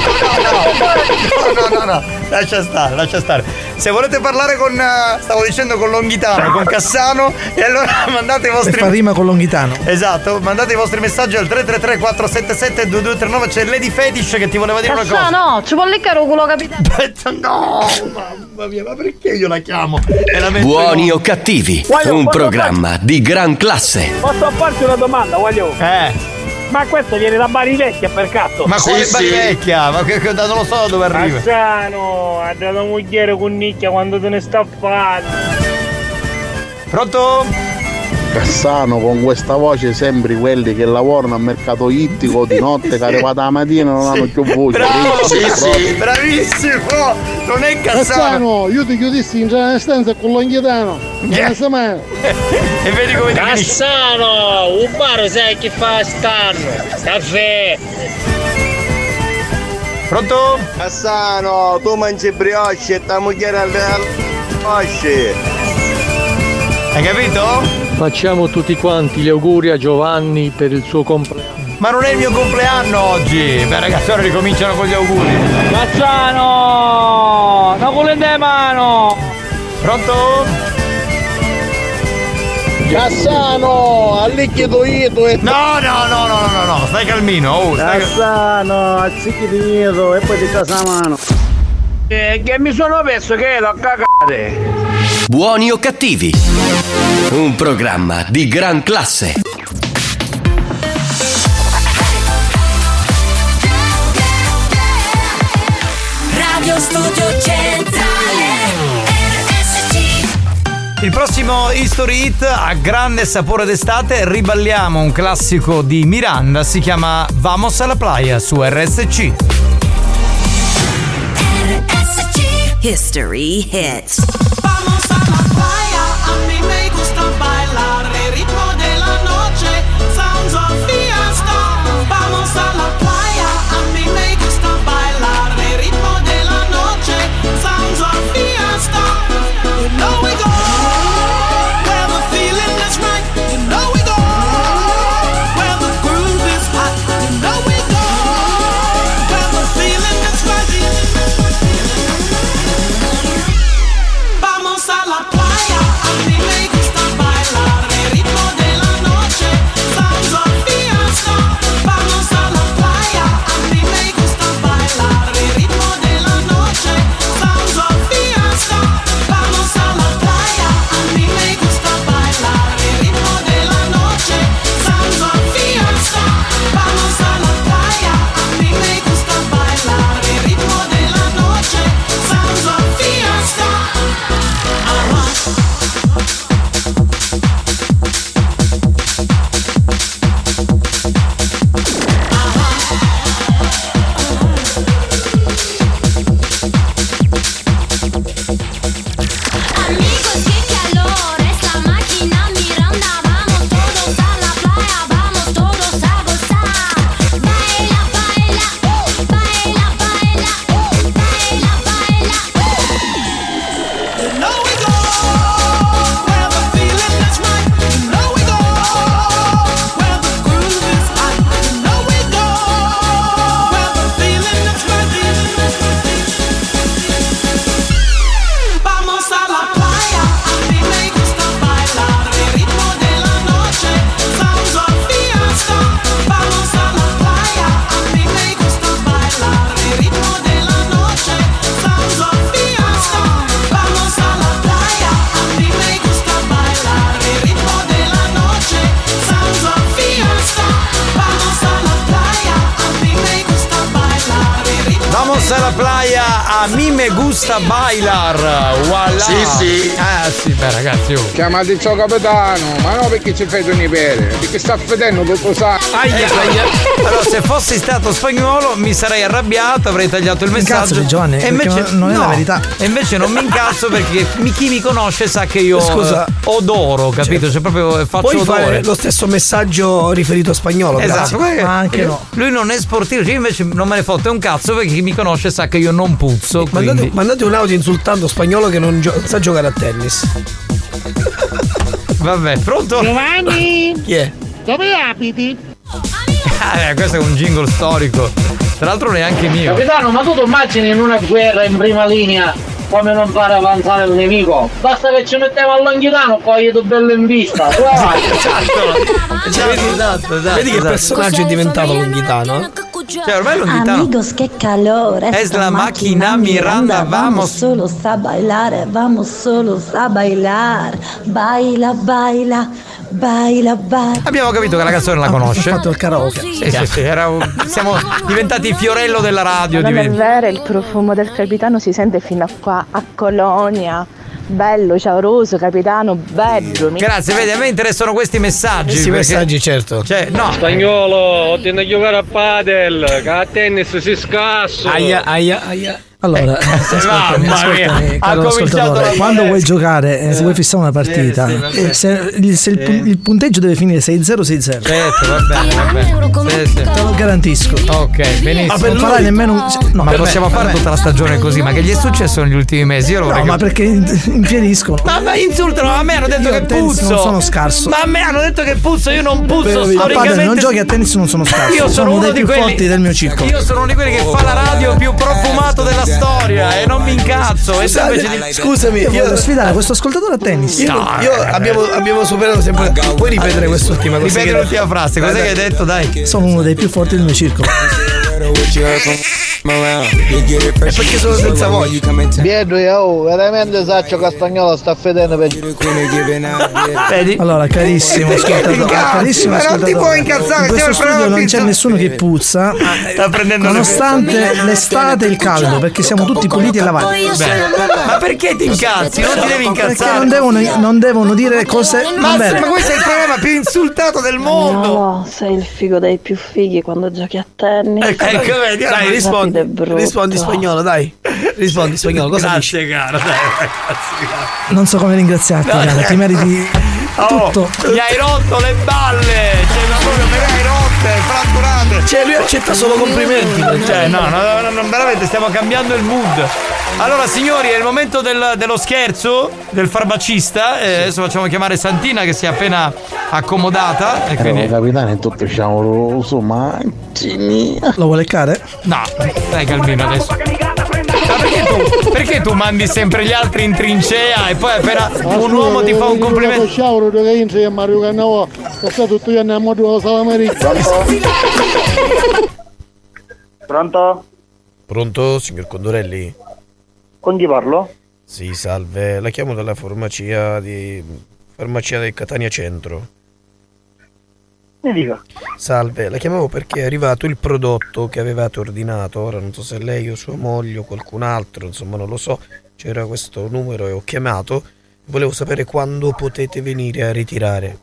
No, no, no, lascia stare, lascia stare. Se volete parlare con, eh, stavo dicendo con Longhitano, con Cassano, e allora mandate i Per vostri. far rima con Longhitano. Esatto, mandate i vostri messaggi al tre tre tre quattro sette sette due due tre nove. C'è Lady Fetish che ti voleva dire una cosa. Cassano, ci vuole leccare un culo capitano. No, mamma mia, ma perché io la chiamo? E la metto Buoni in o cattivi, Voglio, un posso programma di gran classe. Posso farti una domanda, voglio? Eh. Ma questo viene da Bari Vecchia per cazzo? Ma quale Bari Vecchia? Ma che, che- non lo so da dove arriva. Cassano, ha dato moglie con nicchia quando te ne sta a fare. Pronto? Cassano, con questa voce sembri quelli che lavorano al mercato ittico di notte, che arrivata la mattina non hanno più voce. Bravo, Sì, sì. bravissimo! Non è Cassano! Cassano, io ti chiudessi in una stanza con Longhitano. Non sa mai. E vedi come ti finisce. Cassano, un bar sai che fa stanno. Caffè. Pronto? Cassano, tu mangi brioche e ta moglie alle brioche. Hai capito? Facciamo tutti quanti gli auguri a Giovanni per il suo compleanno. Ma non è il mio compleanno oggi! Beh ragazzi, ora ricominciano con gli auguri. Cassano! Una polenta in mano! Pronto? Cassano, allicchito io e... No, no, no, no, no, no, stai calmino. Oh, stai cal- Cassano, azzicchito e poi ti casa mano. Eh, che mi sono perso che l'ho cagate. Buoni o cattivi? Un programma di gran classe. Radio Studio Centrale R S C. Il prossimo History Hit a grande sapore d'estate, riballiamo un classico di Miranda, si chiama Vamos a la Playa su R S C. R S C History Hits. Vamos a la playa, a mí me gusta bailar el ritmo de la noche, sounds of fiesta. Vamos a la playa, a mí me gusta bailar el ritmo de la noche, sounds of fiesta. You know we go where the feeling is right. You know we go where the groove is hot. You know we go where the feeling is right. Vamos a la playa, a mí me gusta bailar el ritmo de la noche, sounds of fiesta. Vamos a la playa, a mí me gusta bailar el ritmo de la noche, sounds of fiesta. Vamos a la playa, a mí me gusta bailar el ritmo de la noche, sounds of fiesta. Vamos a la playa, a mí me gusta bailar el ritmo de la noche, sounds of fiesta. Amigos, qué calor, es la máquina Miranda. Vamos todos a la playa, vamos todos a gozar. Baila, baila, uh, baila, baila, uh, baila, baila, uh. You know we go where the feeling is right. You know we go where the groove is hot. You know we go where the feeling is right. Vamos a la playa, a mí me gusta bailar el ritmo de la noche, sounds of fiesta. Vamos a la playa, a mí me gusta bailar el ritmo de la noche, sounds of fiesta. Vamos a la playa, a mí me gusta bailar el ritmo de la noche, sounds of fiesta. Vamos a la playa, a mí me gusta bailar el ritmo. Vamos alla playa, a mí me gusta bailar. Voilà. Sì, sì. Ah, sì, beh, ragazzi. Oh. Chiamate il suo capitano, ma no perché ci fai un ipere, perché sta fedendo tutto sa. Aia, aia. Allora, se fossi stato spagnolo mi sarei arrabbiato, avrei tagliato il messaggio. Incazzati, Giovanni, e invece perché non è no, la verità. E invece non mi incazzo perché mi- chi mi conosce sa che io Scusa. eh, odoro, capito? Cioè proprio faccio Puoi odore. fare lo stesso messaggio riferito a spagnolo, Esatto, grazie. perché- Ma anche perché no. Lui non è sportivo, cioè io invece non me ne fotte un cazzo perché chi mi conosce sa che io non puzzo. Mandate, Quindi. mandate un audio insultando spagnolo che non gio- sa giocare a tennis. Vabbè, pronto? Giovanni! Chi è? Dove abiti? Ah, eh, questo è un jingle storico. Tra l'altro neanche mio. Capitano, ma tu ti immagini in una guerra in prima linea come non fare avanzare il nemico? Basta che ci mettiamo a Longhitano, poi io bello in vista. Vai. Cioè, vedi, esatto, esatto, Vedi che esatto. personaggio è diventato Longhitano? eh? Cioè, ormai Longhitano Amigos, qué calor. Es esta la máquina Miranda, vamos. solos a bailar, vamos solos a bailar. Baila, baila, baila, baila. Abbiamo capito che la canzone la conosce. Ha fatto il karaoke. Sì, sì, sì, era un- siamo diventati fiorello della radio. Non è div- vero, il profumo del capitano si sente fino a qua, a Colonia. Bello, ciauroso, capitano, bello. Mi- Grazie, vedi, a me interessano questi messaggi. Questi perché- messaggi, certo. Cioè, no. Spagnolo, ho tenuto a giocare a padel, che a tennis si scasso. Aia, aia, aia. Allora, Eh, ascoltami, mamma mia, ascoltami, ha caro cominciato ascoltatore, la quando vuoi palestra. giocare, eh, se vuoi fissare una partita, Sì, sì, vabbè. eh, se, il, se il Sì. pu- il punteggio deve finire sei zero sei zero. Certo, va bene, va bene. Sì, sì. Te lo garantisco. Ok, benissimo. Ma non farai nemmeno un. No, ma per me- possiamo per fare me- tutta la stagione così? Ma che gli è successo negli ultimi mesi? Io lo vorrei No, ma capire. perché infieriscono. Ma, ma insultano, a me hanno detto Io che a tennis puzzo. non sono scarso. Ma a me hanno detto che puzzo, io non puzzo A storicamente. padel non giochi a tennis, non sono scarso. Io sono, uno dei di più quelli forti del mio circolo. Io sono uno di quelli che fa la radio più profumato della storia e non mi incazzo. E se invece di- Scusami, Io voglio io, sfidare questo ascoltatore a tennis. io, No, io abbiamo, abbiamo superato sempre. Puoi ripetere quest'ultima cosa? Ripeti che- l'ultima frase, cos'è che hai detto? Dai. Sono uno dei più forti del mio circolo. E perché sono senza voglia? Pietro, io veramente saccio che Spagnolo sta fedendo per Vedi? Allora, carissimo ascoltatore, carissimo ma non ti puoi incazzare, in questo studio non c'è nessuno che puzza, sta prendendo nonostante l'estate e il caldo, perché siamo tutti puliti e lavati. Beh, ma perché ti incazzi? Non ti devi incazzare. Perché non devono, non devono dire cose ma, vere. ma questo è il problema più insultato del mondo. No, sei il figo dei più fighi quando giochi a tennis. Ecco, ecco, vedi, dai, rispondi, rispondi spagnolo, dai. Rispondi spagnolo, cosa Grazie, dici? caro, dai, ragazzi. Non so come ringraziarti, No. cara, ti meriti Oh, tutto. mi hai rotto le balle, cioè ma proprio me le hai rotte, fratturate. Cioè lui accetta solo complimenti. Cioè no, no, no, no, veramente stiamo cambiando il mood. Allora signori, è il momento del- dello scherzo del farmacista. eh, Adesso facciamo chiamare Santina che si è appena accomodata e quindi... Eh, capitano, è tutto diciamo su mancini. Lo vuole leccare? No, dai calmino adesso. Ma perché tu, perché tu mandi sempre gli altri in trincea e poi appena un uomo ti fa un complimento? Ciao, che inizia a Mario Cannavo, che sta tutto gli anni a modo sala Marizza. Pronto? Pronto, signor Condorelli? Con chi parlo? Sì, salve, la chiamo dalla farmacia di farmacia del Catania Centro. Mi dica. Salve, la chiamavo perché è arrivato il prodotto che avevate ordinato. Ora non so se lei o sua moglie o qualcun altro, insomma non lo so. C'era questo numero e ho chiamato. Volevo sapere quando potete venire a ritirare.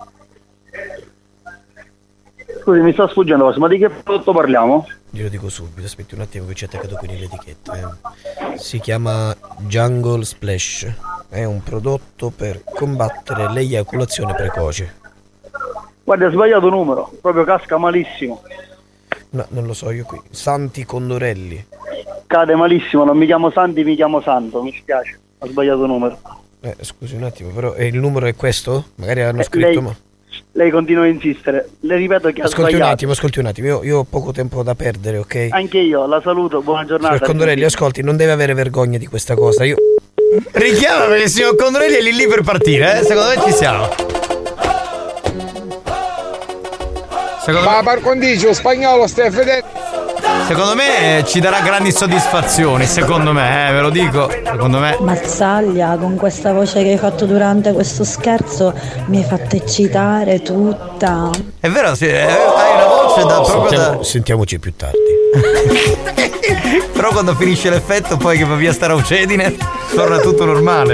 Scusi, mi sta sfuggendo, ma di che prodotto parliamo? Glielo dico subito, aspetti un attimo che c'è attaccato qui nell'etichetta. eh. Si chiama Jungle Splash. È un prodotto per combattere l'eiaculazione precoce. Guarda, hai sbagliato numero, proprio casca malissimo. No, non lo so, io qui. Santi Condorelli. Cade malissimo, non mi chiamo Santi, mi chiamo Santo, mi spiace, ho sbagliato numero. Eh, scusi un attimo, però eh, il numero è questo? Magari hanno Eh, scritto lei- ma... Lei continua a insistere, le ripeto che ha Ascolti un sbagliato. attimo, ascolti un attimo, io, io ho poco tempo da perdere, ok? Anche io, la saluto, buona giornata. Signor Condorelli, ascolti, non deve avere vergogna di questa cosa, io... Richiama perché il signor Condorelli è lì lì per partire, eh? Secondo me ci siamo. Secondo Ma par condicio, spagnolo stai fedendo. Secondo me eh, ci darà grandi soddisfazioni, secondo me, eh, ve lo dico. Secondo me. Mazzaglia, con questa voce che hai fatto durante questo scherzo mi hai fatto eccitare tutta. È vero, sì, eh, hai una voce da proprio Sentiamo- da... Sentiamoci più tardi. Però quando finisce l'effetto poi che va via sta raucedine torna tutto normale.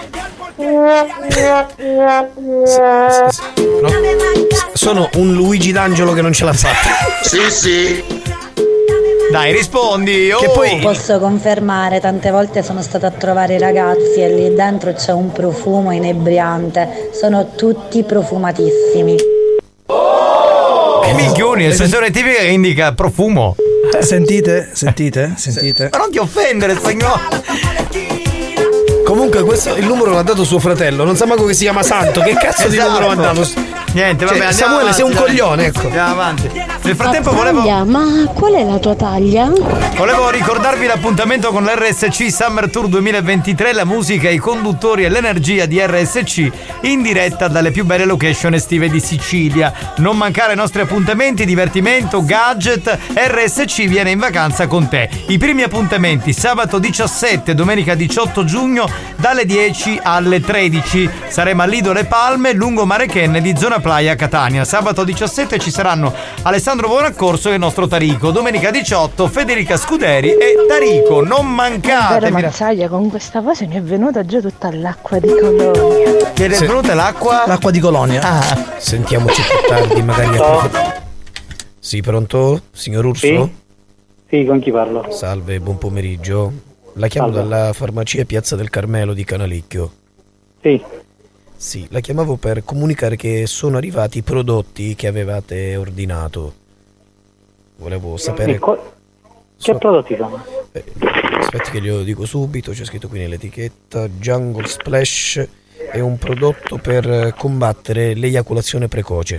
Sono un Luigi D'Angelo che non ce l'ha fatta. Sì, sì. Dai, rispondi. Oh. Che poi... Posso confermare, tante volte sono stata a trovare i ragazzi e lì dentro c'è un profumo inebriante. Sono tutti profumatissimi. Che minchioni, espressione tipica che indica profumo. Sentite? Sentite? Sentite? Ma non ti offendere, spagnolo. Comunque questo il numero l'ha dato suo fratello, non sa manco che si chiama Santo, che cazzo di Esatto. numero ha dato? Niente, vabbè, Cioè, andiamo Samuele sei un avanti, dai. coglione, ecco. Andiamo avanti. Nel frattempo volevo Taglia, ma qual è la tua taglia? Volevo ricordarvi l'appuntamento con l'R S C Summer Tour duemilaventitré, la musica, i conduttori e l'energia di R S C in diretta dalle più belle location estive di Sicilia. Non mancare ai nostri appuntamenti, divertimento, gadget, R S C viene in vacanza con te. I primi appuntamenti sabato diciassette, domenica diciotto giugno dalle dieci alle tredici. Saremo a Lido Le Palme, lungomare Kennedy, zona Playa Catania. Sabato diciassette ci saranno Alessandro Buonaccorso e il nostro Tarico. Domenica diciotto Federica Scuderi e Tarico. Non mancate. Vero Mazzaglia, con questa voce mi è venuta già tutta l'acqua di Colonia. Che è venuta l'acqua? L'acqua di Colonia. Ah. Sentiamoci più tardi, magari approfitt- Sì, pronto? Signor Urso? Sì? Sì, con chi parlo? Salve, buon pomeriggio. La chiamo Salve. dalla farmacia Piazza del Carmelo di Canalicchio. Sì. Sì, la chiamavo per comunicare che sono arrivati i prodotti che avevate ordinato. Volevo sapere... E co- Che So- prodotti sono? Eh, aspetti che glielo dico subito, c'è scritto qui nell'etichetta. Jungle Splash è un prodotto per eh, combattere l'eiaculazione precoce.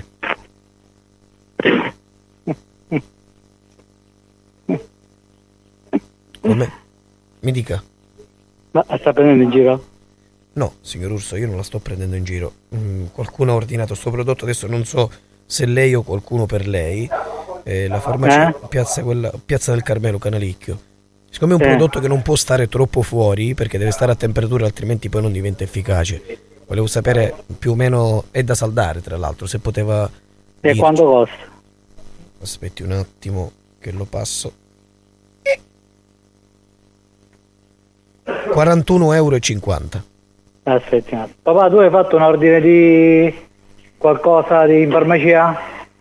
Come? Mi dica. Ma sta prendendo in giro? No, signor Urso, io non la sto prendendo in giro. Mm, qualcuno ha ordinato questo prodotto, adesso non so se lei o qualcuno per lei. eh, la farmacia Eh? Piazza, quella, Piazza del Carmelo Canalicchio. Siccome è un Sì. prodotto che non può stare troppo fuori perché deve stare a temperatura altrimenti poi non diventa efficace, volevo sapere più o meno, è da saldare tra l'altro, se poteva E dirci. quanto costa? Aspetti un attimo che lo passo. quarantuno euro e cinquanta. Aspetti un attimo. Papà, tu hai fatto un ordine di qualcosa di in farmacia?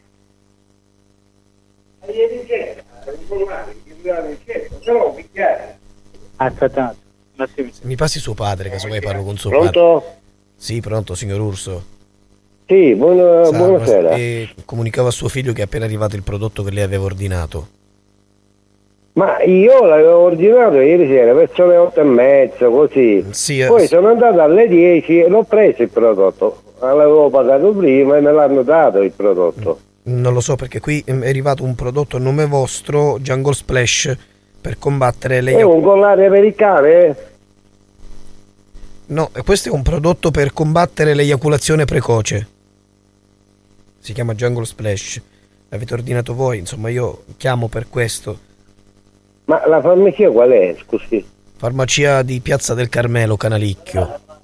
Aspetta un attimo. Un attimo. Se mi passi suo padre, casomai parlo con suo Pronto? padre. Sì, pronto, signor Urso. Sì, buona- Sa, buonasera. E comunicava a suo figlio che è appena arrivato il prodotto che lei aveva ordinato. Ma io l'avevo ordinato ieri sera verso le otto e mezza, così. Sì, eh, Poi sì. sono andato alle dieci e l'ho preso il prodotto. L'avevo pagato prima e me l'hanno dato il prodotto. Non lo so perché qui è arrivato un prodotto a nome vostro, Jungle Splash, per combattere le... È un collare per il cane? No, questo è un prodotto per combattere l'eiaculazione precoce. Si chiama Jungle Splash. L'avete ordinato voi, insomma io chiamo per questo. Ma la farmacia qual è, scusi? Farmacia di Piazza del Carmelo, Canalicchio.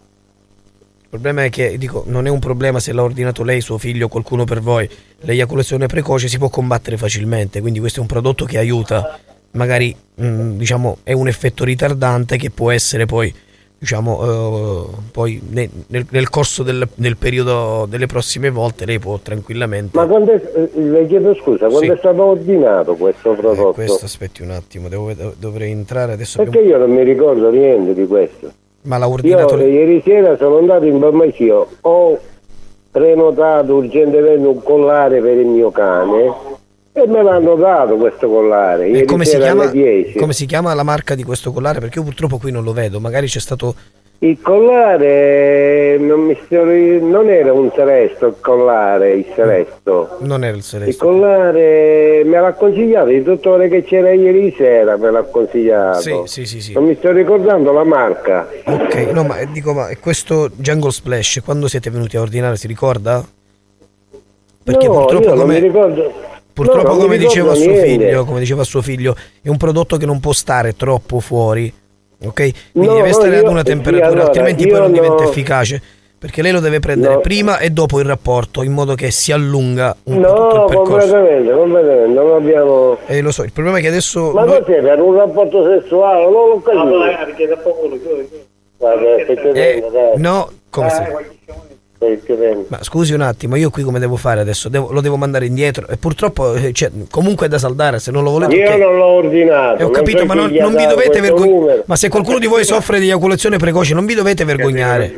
Il problema è che, dico, non è un problema se l'ha ordinato lei, suo figlio o qualcuno per voi. L'eiaculazione precoce si può combattere facilmente, quindi questo è un prodotto che aiuta. Magari, mh, diciamo, è un effetto ritardante che può essere poi, diciamo, eh, poi ne- nel, nel corso del, del periodo delle prossime volte lei può tranquillamente... Ma quando è, eh, le chiedo scusa, quando Sì. è stato ordinato questo prodotto? Eh, questo aspetti un attimo, devo- dov- dovrei entrare adesso. Perché abbiamo- io non mi ricordo niente di questo. Ma l'ha Io ordinato eh, lei? ieri sera sono andato in farmacia, ho prenotato urgentemente un collare per il mio cane e me l'hanno dato questo collare. E Ieri come si, sera chiama, alle dieci. come si chiama la marca di questo collare? Perché io purtroppo qui non lo vedo, magari c'è stato... Il collare non, mi sto ri- non era un Seresto, il collare, il Seresto. Non era il Il Seresto. collare me l'ha consigliato, il dottore che c'era ieri sera me l'ha consigliato. Sì, sì, sì, sì. Non mi sto ricordando la marca. Ok, no, ma eh, dico, ma questo Jungle Splash, quando siete venuti a ordinare, si ricorda? Perché no, purtroppo io non come... mi ricordo. Purtroppo, no, non come mi diceva ricordo suo niente. figlio, come diceva suo figlio, è un prodotto che non può stare troppo fuori, ok? Quindi No, deve no, stare ad io- una sì, temperatura, allora, altrimenti io poi non no- diventa efficace. Perché lei lo deve prendere No. prima e dopo il rapporto, in modo che si allunga un po' tutto No, il percorso. completamente, completamente, non abbiamo... E lo so, il problema è che adesso... Ma noi- cos'è, per un rapporto sessuale? Non l'ho capito. Guarda, stai chiedendo, dai. no, come si... Stai chiedendo. Ma scusi un attimo, io qui come devo fare adesso? Devo- lo devo mandare indietro e purtroppo eh, cioè, comunque è da saldare, se non lo volete... Io ok. non l'ho ordinato. Eh, ho capito, so ma chi non, gli ha non vi dato dovete questo vergognare. numero. Ma se qualcuno di voi soffre di eiaculazione precoce, non vi dovete vergognare.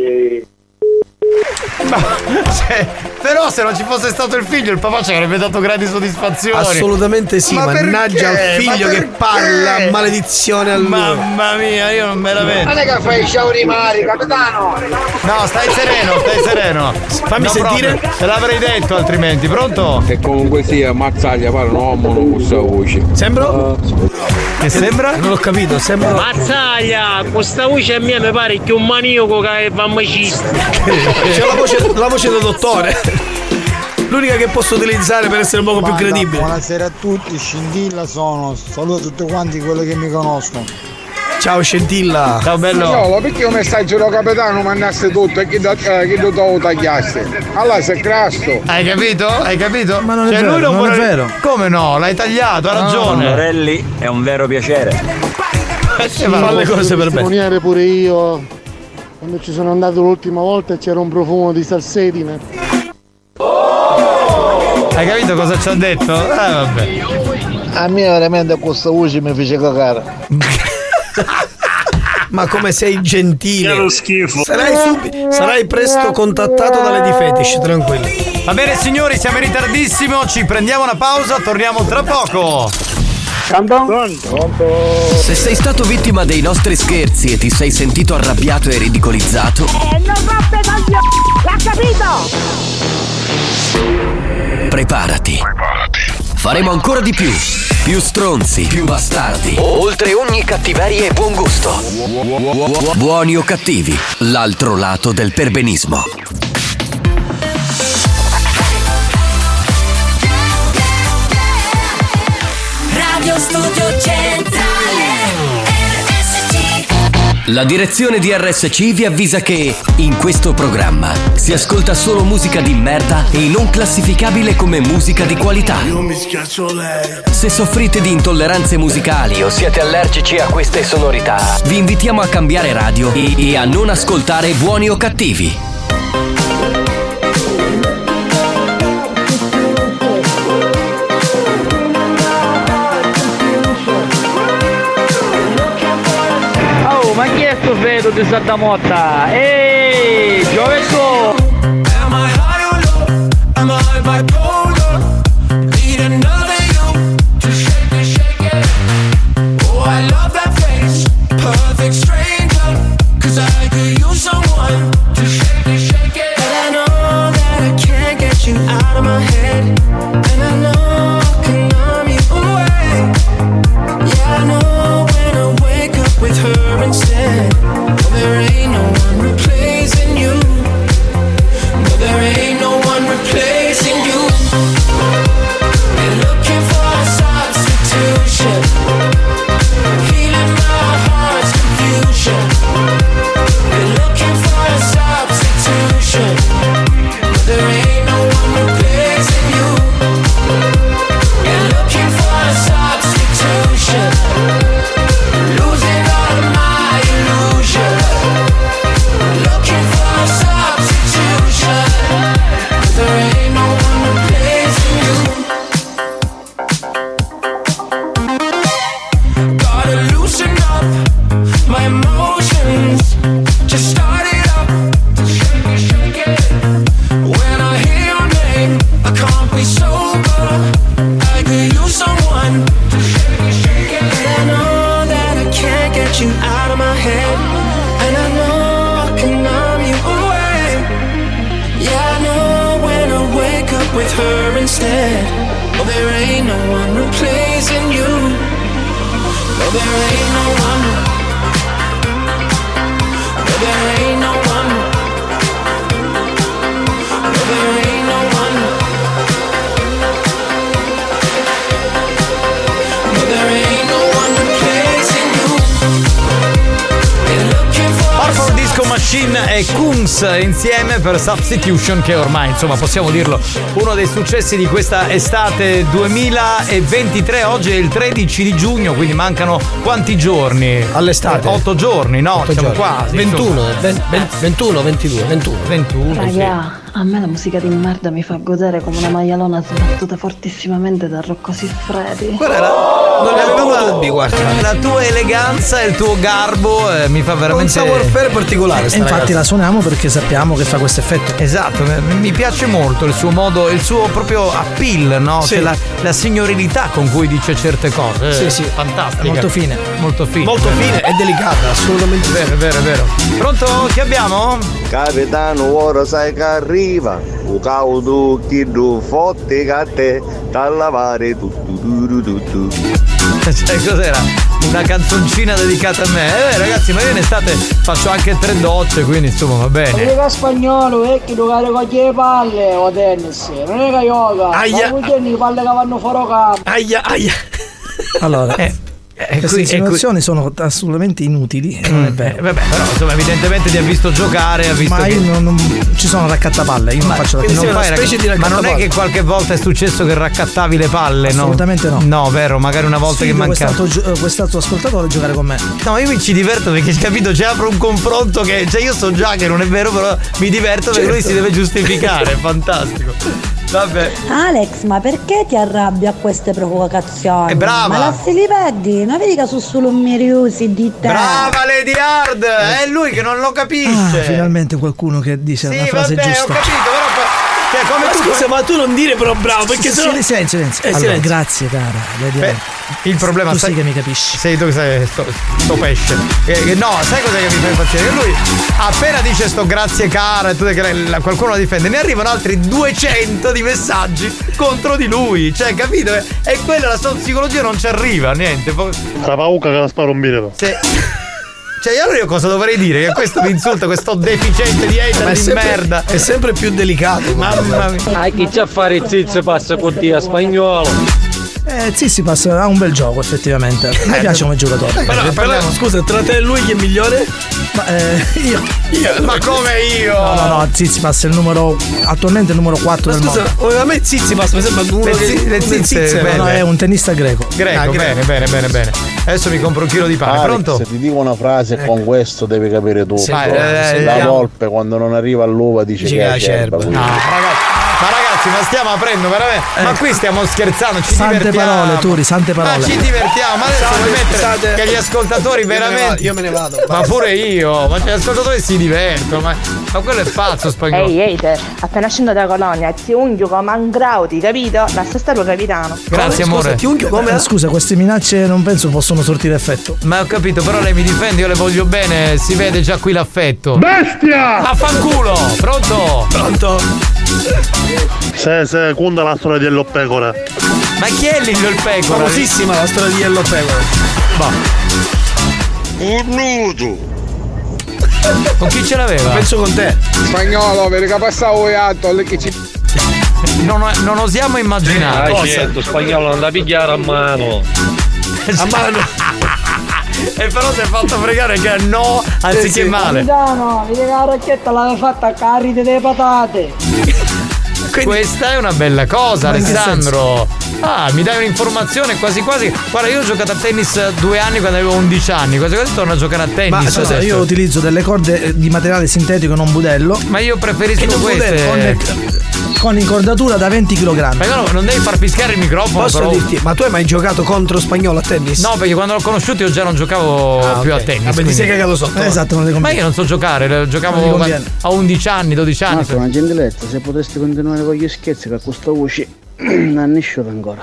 Ma, cioè, però se non ci fosse stato il figlio, il papà ci avrebbe dato grandi soddisfazioni. Assolutamente sì, Ma mannaggia perché? al figlio Ma che perché? parla, maledizione a lui. Mamma mia, io non me la vedo. Non è che fai i sciauri mari, capitano! No, stai sereno, stai sereno. Fammi No, sentire. proprio, te l'avrei detto altrimenti, pronto? E comunque sia, mazzaglia, parla un uomo con questa voce. Sembra? Che sembra? Non ho capito, sembra. Mazzaglia, questa voce a me mi pare che un maniaco che va macista. C'è la voce, la voce da dottore. L'unica che posso utilizzare per essere un poco più Banda, credibile. Buonasera a tutti, Scintilla sono. Saluto tutti quanti quelli che mi conoscono. Ciao Scintilla. Ciao bello. No, perché un messaggio da capitano mandasse tutto e chi do, eh, chi do, do tagliasse? Allora sei crasto. Hai capito? Hai capito? Ma non è Cioè, vero, lui non, non è vuole- vero. Come no? L'hai tagliato, ha ragione. Morelli, è un vero piacere. Eh, fa le cose per me. testimoniare pure io. Quando ci sono andato l'ultima volta c'era un profumo di salsedine. Hai capito cosa ci ha detto? Eh vabbè. A me veramente questa voce mi fece cagare. Ma come sei gentile. Che lo schifo. Sarai, subi- sarai presto contattato dalle di Fetish, tranquillo. Va bene signori, siamo in ritardissimo, ci prendiamo una pausa, torniamo tra poco. Se sei stato vittima dei nostri scherzi e ti sei sentito arrabbiato e ridicolizzato, Eh, non roppe coglioni! L'ha capito? preparati. Faremo ancora di più. Più stronzi, più bastardi. Oltre ogni cattiveria e buon gusto. Buoni o cattivi, l'altro lato del perbenismo. Radio Studio Centrale R S C. La direzione di R S C vi avvisa che in questo programma si ascolta solo musica di merda e non classificabile come musica di qualità. Io mi schiaccio lei. Se soffrite di intolleranze musicali o siete allergici a queste sonorità, vi invitiamo a cambiare radio e, e a non ascoltare Buoni o Cattivi. Oh, ma chi è sto vedo di Santa Motta? Ehi, giovedì! Am I high or low? Am I bipolar? Need another you to shake it, shake it. Oh, I love that face, perfect stranger. Cause I could use someone to shake it, shake it. But I know that I can't get you out of my head. And I know I can numb you away. Yeah, I know when I wake up with her instead. No, there ain't no one replacing you. No, there ain't no one replacing you. Been looking for a substitution, healing my heart's confusion. Been looking for a substitution. No, there ain't no one replacing you. Been looking for a substitution, losing all of my illusion. Looking for a substitution. There ain't no one replacing you. Gotta loosen up my emotions. Just start it up. Shake it, shake it. When I hear your name, I can't be sober. I could use someone to shake it, shake it. But I know that I can't get you out of my head. And I know I can numb you away. Yeah, I know when I wake up with her instead. Oh, there ain't no one replacing you. No, there ain't no one. No, there ain't no one. No, there ain't no one. No, there ain't no one replacing you. Been looking for Purple Disco Machine e Kunz insieme per Substitution, che ormai insomma possiamo dirlo uno dei successi di questa estate duemilaventitré. Oggi è il tredici di giugno, quindi mancano quanti giorni? All'estate? Otto giorni, no? Otto Siamo giorni. quasi. ventuno, insomma. ven- ven- ventuno, ventidue, ventuno. ventuno, sì. Raga, a me la musica di merda mi fa godere come una maialona sbattuta fortissimamente da Rocco Siffredi. Quella era, non ne avevamo dubbi, guarda. La tua eleganza e il tuo garbo eh, mi fa veramente Un savoir-faire particolare. E infatti la suoniamo perché sappiamo che fa questo effetto. Esatto, mi- mi piace molto il suo modo, il suo proprio appeal, no? Sì. Cioè la, la signorilità con cui dice certe cose. Sì, sì. Fantastica. Molto fine. Molto fine. Molto fine e delicata, assolutamente vero, vero, vero. Pronto? Chi abbiamo? Capitano, ora sai che arriva, un caudo chi du fotte che a te, da lavare tutto, tutto, tutto. Cioè, cos'era? Una canzoncina dedicata a me. Eh ragazzi, ma io in estate faccio anche tre docce, quindi insomma va bene. Yoga spagnolo è che giocare con le palle o tennis, non è che yoga. Aia. Ma le palle che vanno fuori campo. Aia, aia. Allora, Eh, eh, queste qui- insinuazioni sono assolutamente inutili. e Non è Eh, vero. vabbè, però insomma evidentemente ti ha visto giocare, ha visto Ma che... io non, non- ci sono raccattapalle, io non faccio Quindi la non una fai specie racca- di Ma non è raccattapalle. che qualche volta è successo che raccattavi le palle, no? Assolutamente no. No, vero, magari una volta Sfido che mancava. quest'altro, gio- quest'altro ascoltatore a giocare con me. No, io mi ci diverto perché, capito, c'è apro un confronto che, cioè io so già che non è vero, però mi diverto perché Certo. lui si deve giustificare, è fantastico. Vabbè. Alex, ma perché ti arrabbi a queste provocazioni? È brava. Ma la se li vedi? Non vedi che sono solo miriusi di te? Brava Lady Hard! È lui che non lo Ah, capisce. finalmente qualcuno che dice Sì, una frase vabbè, giusta. ho capito, però cioè, come Ma tu scusa, ma tu non dire però bravo, perché Sì, sennò... sì, silenzio, silenzio. Eh, Allora, silenzio. grazie cara. Lady Beh, Hard. il problema tu sai sì che mi capisci. Sei tu che sei sto, sto pesce. Eh, che no, sai cos'è che mi fa impazzire? Che lui appena dice sto grazie cara e tu che la- qualcuno la difende, ne arrivano altri duecento di messaggi contro di lui. Cioè, capito? E e quella la sua psicologia non ci arriva, niente. Po- La pauca che la sparo un biglietto. Se- Cioè, allora io cosa dovrei dire? Che questo mi insulta, questo deficiente di hater Ma è di sempre, merda. è sempre più delicato. Mamma mia. Ah, chi c'ha a fare il zizzo passa con te a spagnolo. Eh, Tsitsipas ha un bel gioco effettivamente. A me piace come giocatore. Ma no, parliamo, scusa, tra te e lui chi è migliore? Ma eh, io, io Ma come io? No, no, no, Tsitsipas è il numero attualmente il numero quattro ma del scusa, mondo. a me Tsitsipas mi sembra uno le, che zi, le zizze, no, no, è un tennista greco. Greco, ah, bene, bene, bene, bene. Adesso mi compro un chilo di pane. Alex, Pronto? Se ti dico una frase ecco. con questo devi capire tutto. Sì, eh, la eh, volpe quando non arriva all'uva dice, dice che è acerba. No, ragazzi, ma ragazzi, ma stiamo aprendo veramente. Eh. Ma qui stiamo scherzando, ci sante divertiamo. parole, Turi, sante parole. Ma ci divertiamo, ma adesso Sante, vuoi mettere sante. che gli ascoltatori Io me ne veramente. vado, io me ne vado. Ma pure io, ma gli ascoltatori si divertono, ma, ma quello è pazzo spagnolo. Ehi, Eiter, appena scendo da Colonia, ti unghio come Angrauti, capito? La stessa lo capitano. Grazie, Scusa, amore. ti unghio come? Eh, scusa, queste minacce non penso possono sortire effetto. Ma ho capito, però lei mi difende, io le voglio bene, si vede già qui l'affetto. Bestia! Affanculo! Pronto? Pronto? Se, se, conta la storia di Ello Pecora. Ma chi è Lillo il Pecora? Famosissima la storia di Ello Pecora. Boh. Cornuto! Con chi ce l'aveva? Penso con te. Spagnolo, perché passavo atto che ci. Non, non osiamo immaginare. Ah, certo, spagnolo non da pigliare a mano. A mano. E però si è fatto fregare che no, anziché sì, sì. male. Capitano, vedi che la racchetta l'aveva fatta a carrite delle patate. Quindi, questa è una bella cosa, Alessandro. Ah, mi dai un'informazione quasi quasi. Guarda, io ho giocato a tennis due anni quando avevo undici anni. Quasi quasi torno a giocare a tennis. Ma scusa, io utilizzo delle corde di materiale sintetico, non budello. Ma io preferisco non queste con, con incordatura da venti chilogrammi. Ma no, non devi far fischiare il microfono. Posso però. dirti, ma tu hai mai giocato contro Spagnolo a tennis? No, perché quando l'ho conosciuto io già non giocavo ah, più okay. a tennis. Vabbè, ti sei cagato sotto. Eh, esatto, non Ma io non so giocare, giocavo a undici anni, dodici anni. Ma una gentilezza, se potessi continuare con gli scherzi che a questa voce non è sciolta ancora.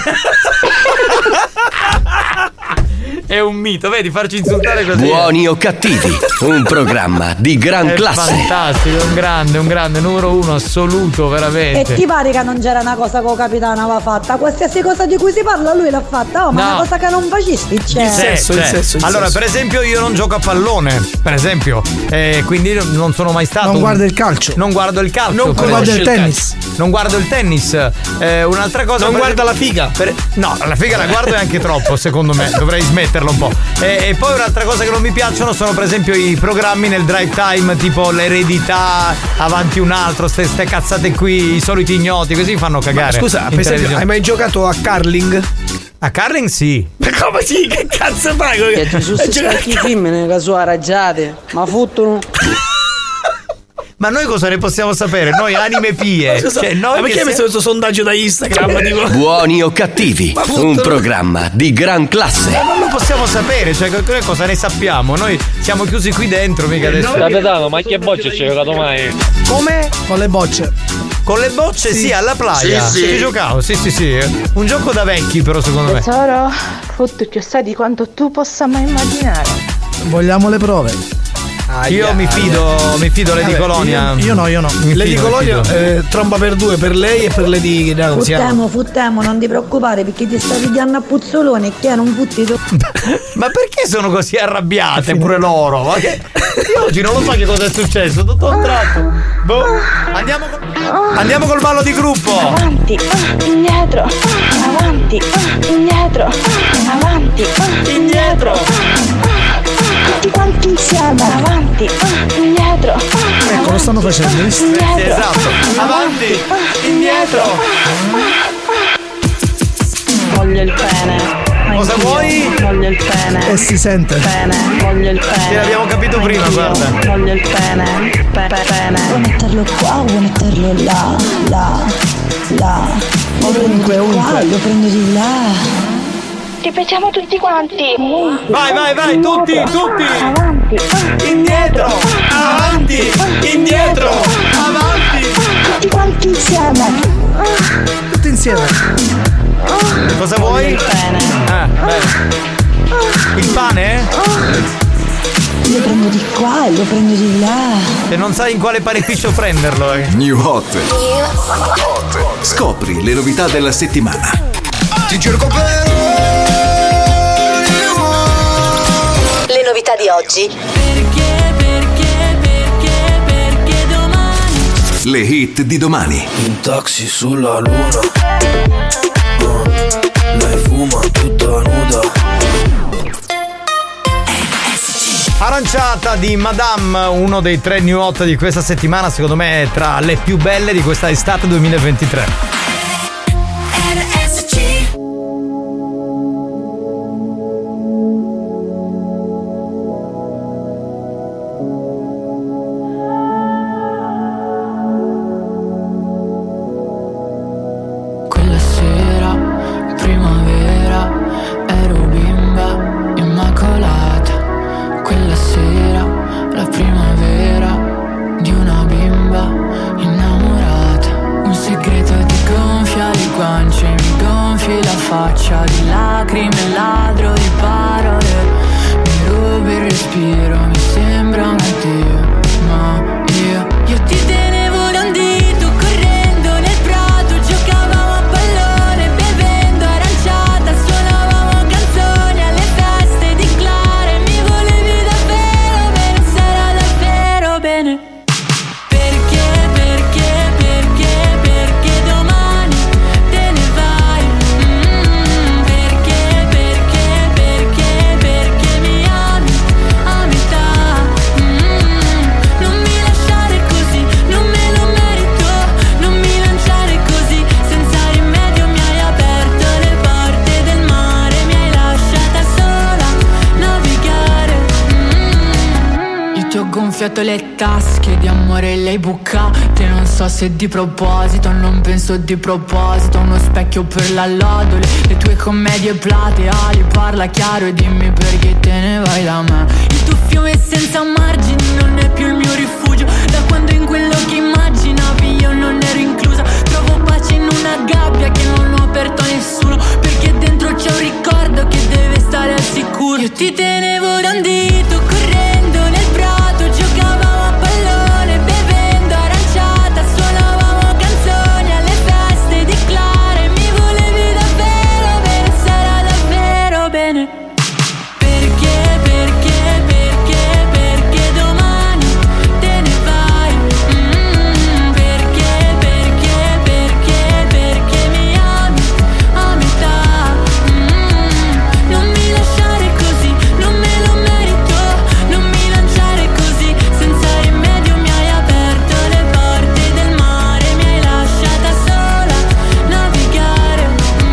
È un mito, vedi, farci insultare così. Buoni o cattivi, un programma di gran è classe. Fantastico, un grande, un grande, numero uno assoluto, veramente. E ti pare che non c'era una cosa che il capitano aveva fatta? Qualsiasi cosa di cui si parla lui l'ha fatta, oh, ma no. una cosa che non facessi c'è. Il sesso, il sesso. Il allora, sesso. Per esempio, io non gioco a pallone, per esempio, eh, quindi non sono mai stato. Non un... guardo il calcio. Non guardo il calcio. Non guardo il tennis. Non guardo il tennis. Eh, un'altra cosa. Non per... guarda la figa. Per... No, la figa la guardo e anche troppo, secondo me. Dovrei smetterla un po'. E, e poi un'altra cosa che non mi piacciono sono per esempio i programmi nel drive time, tipo l'eredità, avanti un altro, ste, ste cazzate qui, i soliti ignoti, così fanno cagare. Ma scusa, per esempio, hai mai giocato a curling? A curling sì. Ma come sì? Che cazzo fai? Che Gesù si spacchi i film nelle sue raggiate, ma fottono. Ma noi cosa ne possiamo sapere? Noi anime pie. Scusa, cioè, noi ma perché hai messo questo sondaggio da Instagram? Tipo? Buoni o cattivi, un programma di gran classe. Ma non lo possiamo sapere, cioè noi cosa ne sappiamo? Noi siamo chiusi qui dentro, mica adesso. Capitano, ma che bocce ci hai giocato mai? Come? Con le bocce. Con le bocce sì, sì alla playa. Sì, sì. Ci giocavo, sì, sì, sì. Un gioco da vecchi, però, secondo me. Tesoro, frutto che sai di quanto tu possa mai immaginare. Vogliamo le prove. Ah, io yeah, mi fido, yeah. mi fido Lady Vabbè, Colonia. Io, io no, io no. Mi Lady fido, Colonia eh, tromba per due per lei e per Lady no, Futtemo, futtemo, non ti preoccupare perché ti stavi pigliando a puzzolone e che era un puttito. Ma perché sono così arrabbiate pure loro? Ma che... Io oggi non lo so che cosa è successo, tutto un tratto. Boh. Andiamo, col... Andiamo col ballo di gruppo. Avanti, indietro, avanti, indietro, avanti, indietro. Tutti quanti insieme, avanti, indietro. Ecco, lo stanno facendo, visto? Sì, esatto. Avanti, indietro. Voglio il pene. Cosa vuoi? Voglio il pene. E si sente. Pene, voglio il pene. Sì, l'abbiamo capito prima, guarda. Voglio il pene. Pe- pe- pene. Vuoi metterlo qua, vuoi metterlo là, là, là. Ovunque, ovunque. Lo prendo di là. Ripetiamo tutti quanti. Vai, vai, vai, tutti, tutti. Avanti, indietro, avanti, indietro, avanti. Tutti quanti insieme. Tutti insieme. Cosa vuoi? Il pene. Ah, beh. Il pane? Lo prendo di qua e lo prendo di là. E non sai in quale panificio prenderlo, eh. New Hot. Scopri le novità della settimana. Ti cerco per le novità di oggi. Perché, perché, perché, perché domani. Le hit di domani. In taxi sulla luna. fuma, tutta nuda. Aranciata di Madame, uno dei tre new hot di questa settimana, secondo me è tra le più belle di questa estate duemilaventitré. Quella sera, primavera, ero bimba immacolata. Quella sera, la primavera di una bimba innamorata. Un segreto ti gonfia le guance, mi gonfi la faccia di lacrime, ladro di parole. Mi rubi il respiro, mi sembra un addio, ma io, io ti tenevo da un dito, correndo nel prato, giocavamo a pallone, bevendo aranciata, suonavamo canzoni alle feste di Clara. Mi volevi davvero bene, sarà davvero bene. Perché, perché, perché, perché domani te ne vai? Mm, perché, perché, perché, perché mi ami a metà? Mm, non mi lasciare così, non me lo merito, non mi lanciare così, senza rimedio mi hai aperto le porte del mare, mi hai lasciata sola navigare. Mm, io ti ho gonfiato le tasche di amore, le hai bucate, non so se di proposito, non penso di proposito. Uno specchio per la lodole, le tue commedie plateali, parla chiaro e dimmi perché te ne vai da me. Il tuo fiume senza margini non è più il mio rifugio, da quando in quello che immaginavi io non ero inclusa. Trovo pace in una gabbia che non ho aperto a nessuno, perché dentro c'è un ricordo che deve stare al sicuro. Io ti tenevo da un dito, correndo nel prato, giocavamo a pallone, bevendo aranciata, suonavamo canzoni alle feste di Clara. E mi volevi davvero bene, sarà davvero bene. Perché, perché, perché, perché domani te ne vai? Mm, perché, perché, perché, perché mi ami a metà? Mm, non mi lasciare così, non me lo merito, non mi lanciare così, senza rimedio mi hai aperto le porte del mare, mi hai lasciata sola navigare.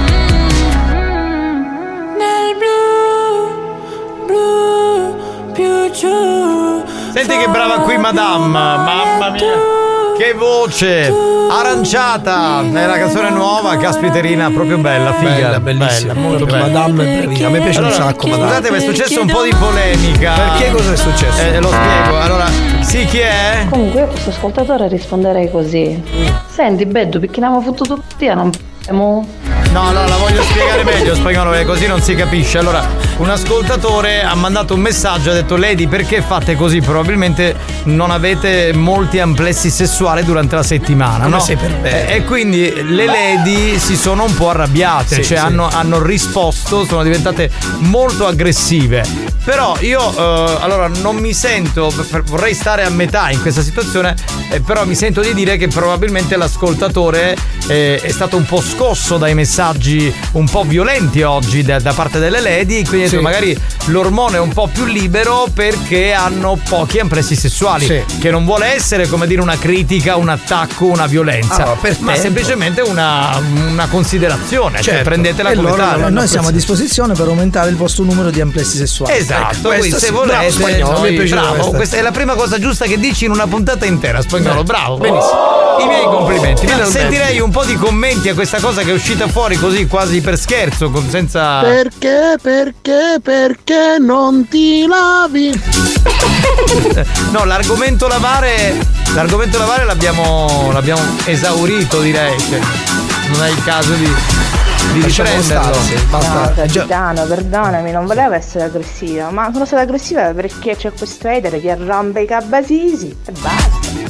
Mm, nel blu, blu, più giù. Senti che brava qui Madame, mamma mia. Che voce! Aranciata! È la canzone nuova, caspiterina, proprio bella, figa. Bella, bellissima. Bella, molto Madame bella. Madame è bravissima. A me piace Allora, un sacco Madame. Scusate, ma è successo un po' di polemica. Perché cosa è successo? Eh, lo spiego. Allora, sì, chi è? Comunque io a questo ascoltatore risponderei così. Senti, Beddu, perché ne abbiamo fottuto tutti e non abbiamo... No, no, la voglio spiegare meglio, spagnolo, perché così non si capisce. Allora, un ascoltatore ha mandato un messaggio, ha detto: Lady, perché fate così? Probabilmente non avete molti amplessi sessuali durante la settimana, Come no? sei per bene. E, e quindi le lady si sono un po' arrabbiate, Sì, cioè sì. Hanno, hanno risposto, sono diventate molto aggressive. Però io, eh, allora, non mi sento, vorrei stare a metà in questa situazione, eh, però mi sento di dire che probabilmente l'ascoltatore eh, è stato un po' scosso dai messaggi un po' violenti oggi da, da parte delle lady, quindi Sì. magari l'ormone è un po' più libero perché hanno pochi amplessi sessuali, Sì. che non vuole essere, come dire, una critica, un attacco, una violenza, Allora, per ma te- semplicemente una, una considerazione, cioè Certo. prendetela E come loro tale. non Noi siamo a disposizione per aumentare il vostro numero di amplessi sessuali. Esatto, Ecco, quindi questo se sì. volete, Bravo, spagnolo, noi- mi è piaciuta bravo, questa. questa è la prima cosa giusta che dici in una puntata intera, spagnolo, Beh, bravo, benissimo. I miei complimenti. Ma Finalmente. sentirei un po' di commenti a questa cosa che è uscita fuori così quasi per scherzo, con- senza. Perché, perché, perché non ti lavi? No, l'argomento lavare. L'argomento lavare l'abbiamo. l'abbiamo esaurito, direi. Cioè, non è il caso di. di Lasciamo riprenderlo. stare, sì, basta. No, capitano, perdonami, non volevo essere aggressiva, ma sono stata aggressiva perché c'è questo hater che arrompe i cabasisi e basta.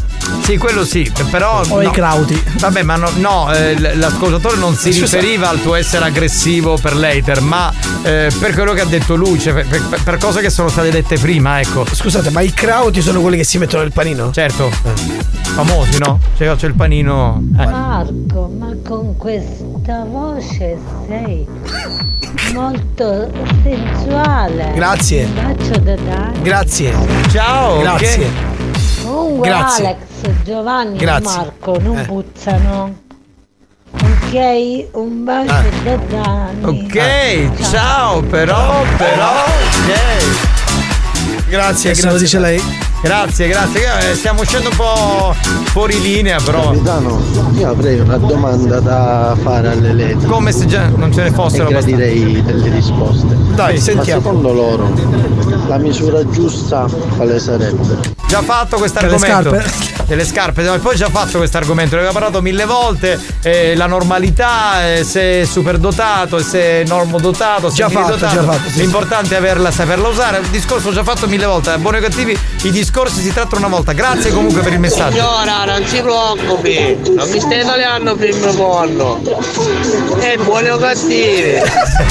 sì, quello sì, però. O no. i crauti. Vabbè, ma no, no eh, l'ascoltatore non si Scusa. riferiva al tuo essere aggressivo per l'hater, ma eh, per quello che ha detto lui, cioè per, per, per cose che sono state dette prima, ecco. Scusate, ma i crauti sono quelli che si mettono nel panino? Certo. Eh. Famosi, no? Cioè, c'è il panino. Eh. Marco, ma con questa voce sei molto sensuale. Grazie. Un bacio da dare. Grazie. Ciao. Grazie. Che... Comunque Grazie. Alex, Giovanni Grazie. e Marco non Eh. puzzano. Ok, un bacio Ah. da Dani. Ok, ciao, però, però, ok. Grazie, Adesso lo grazie. dice lei? Grazie, grazie. Eh, Stiamo uscendo un po' fuori linea, però. Capitano, io avrei una domanda da fare alle lettere. Come se già non ce ne fossero e gradirei delle risposte. Dai, Ma sentiamo. secondo loro la misura giusta quale sarebbe? Già fatto questo Delle argomento. scarpe? Delle scarpe, no, poi già fatto questo argomento, ne abbiamo parlato mille volte. Eh, la normalità, eh, se è superdotato, se è normodotato, se Già è fatto, minidotato. già fatto, sì. L'importante è averla, saperla usare. Il discorso già fatto mille volte. Buoni o cattivi, i discorsi si trattano una volta. Grazie comunque per il messaggio. Signora, non si preoccupi, non mi stai togliendo film porno. È buoni o cattivi.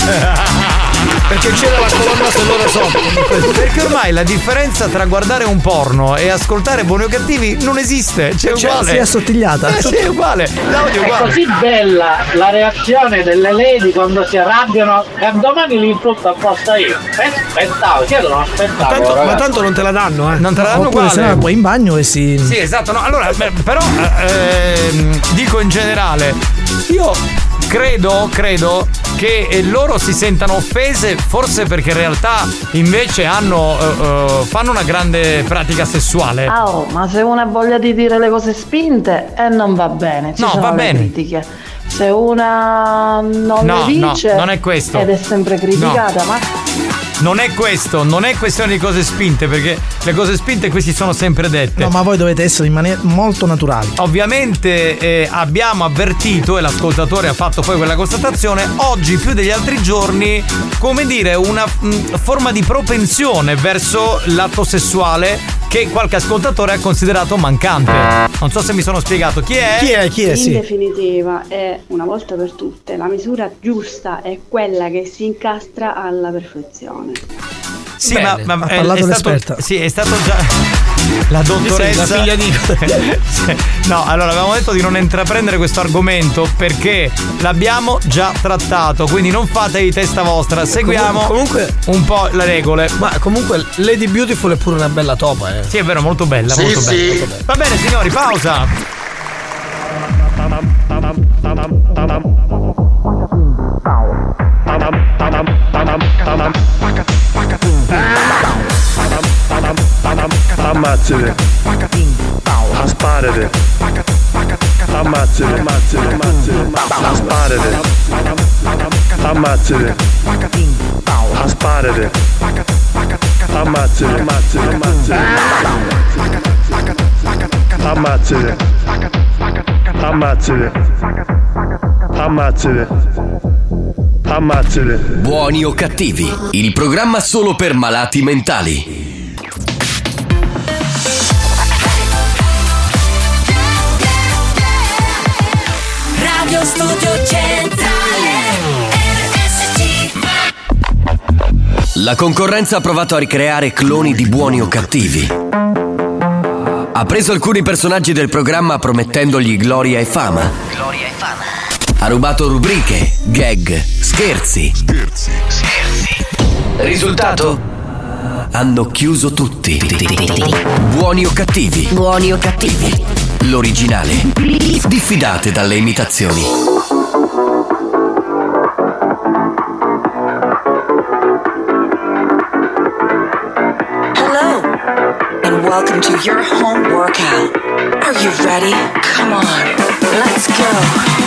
Perché c'era la colonna sonora sotto. Perché ormai la differenza tra guardare un porno e ascoltare Buoni o Cattivi non esiste. C'è Cioè, uguale. si è assottigliata. Eh, sì, è uguale. L'audio è È uguale. così bella la reazione delle lady quando si arrabbiano e domani li frutto apposta io. Eh, Aspettavo, io non aspettavo. Tanto- ma ragazzi. tanto non te la danno, eh. Non te la danno Oppure se uguale. no poi in bagno e si. Sì, esatto. No, allora, beh, però ehm, dico in generale, io credo, credo che eh, loro si sentano offese, forse perché in realtà invece hanno eh, eh, fanno una grande pratica sessuale. Ah, oh, ma se uno ha voglia di dire le cose spinte, eh, non va bene. Ci No, sono va le bene. critiche. Se una non No, le no, dice non è questo. ed è sempre criticata, ma Non è questo, non è questione di cose spinte, perché le cose spinte qui si sono sempre dette. No, ma voi dovete essere in maniera molto naturali. Ovviamente eh, abbiamo avvertito, e l'ascoltatore ha fatto poi quella constatazione, oggi più degli altri giorni, come dire, una mh, forma di propensione verso l'atto sessuale che qualche ascoltatore ha considerato mancante. Non so se mi sono spiegato. Chi è? Chi è? Chi è? In Sì. definitiva è una volta per tutte la misura giusta è quella che si incastra alla perfezione. Sì, Bene, ma, ma ha è, parlato è stato, l'esperta. sì, è stato già la dottoressa. Sì, la figlia di- Sì. No, allora avevamo detto di non intraprendere questo argomento perché l'abbiamo già trattato, quindi non fate di testa vostra, seguiamo Comunque- un po' le regole. Ma comunque Lady Beautiful è pure una bella topa, eh. Sì, è vero, molto bella, Sì, molto sì. bella, molto bella. Va bene, signori, pausa. Ammazzate. Asparate. Ammazzate. Ammazzate. Asparate. Ammazzate. Asparate. Ammazzate. Ammazzate. Ammazzate. Ammazzate. Ammazzate. Buoni o cattivi, il programma solo per malati mentali. Radio Studio Centrale R S C. La concorrenza ha provato a ricreare cloni di Buoni o Cattivi. Ha preso alcuni personaggi del programma promettendogli gloria e fama. Gloria e fama. Ha rubato rubriche, gag, scherzi. Scherzi. Scherzi. Risultato? Hanno chiuso tutti. Buoni o cattivi? Buoni o cattivi. L'originale. Diffidate dalle imitazioni. Hello, and welcome to your home workout. Are you ready? Come on, let's go.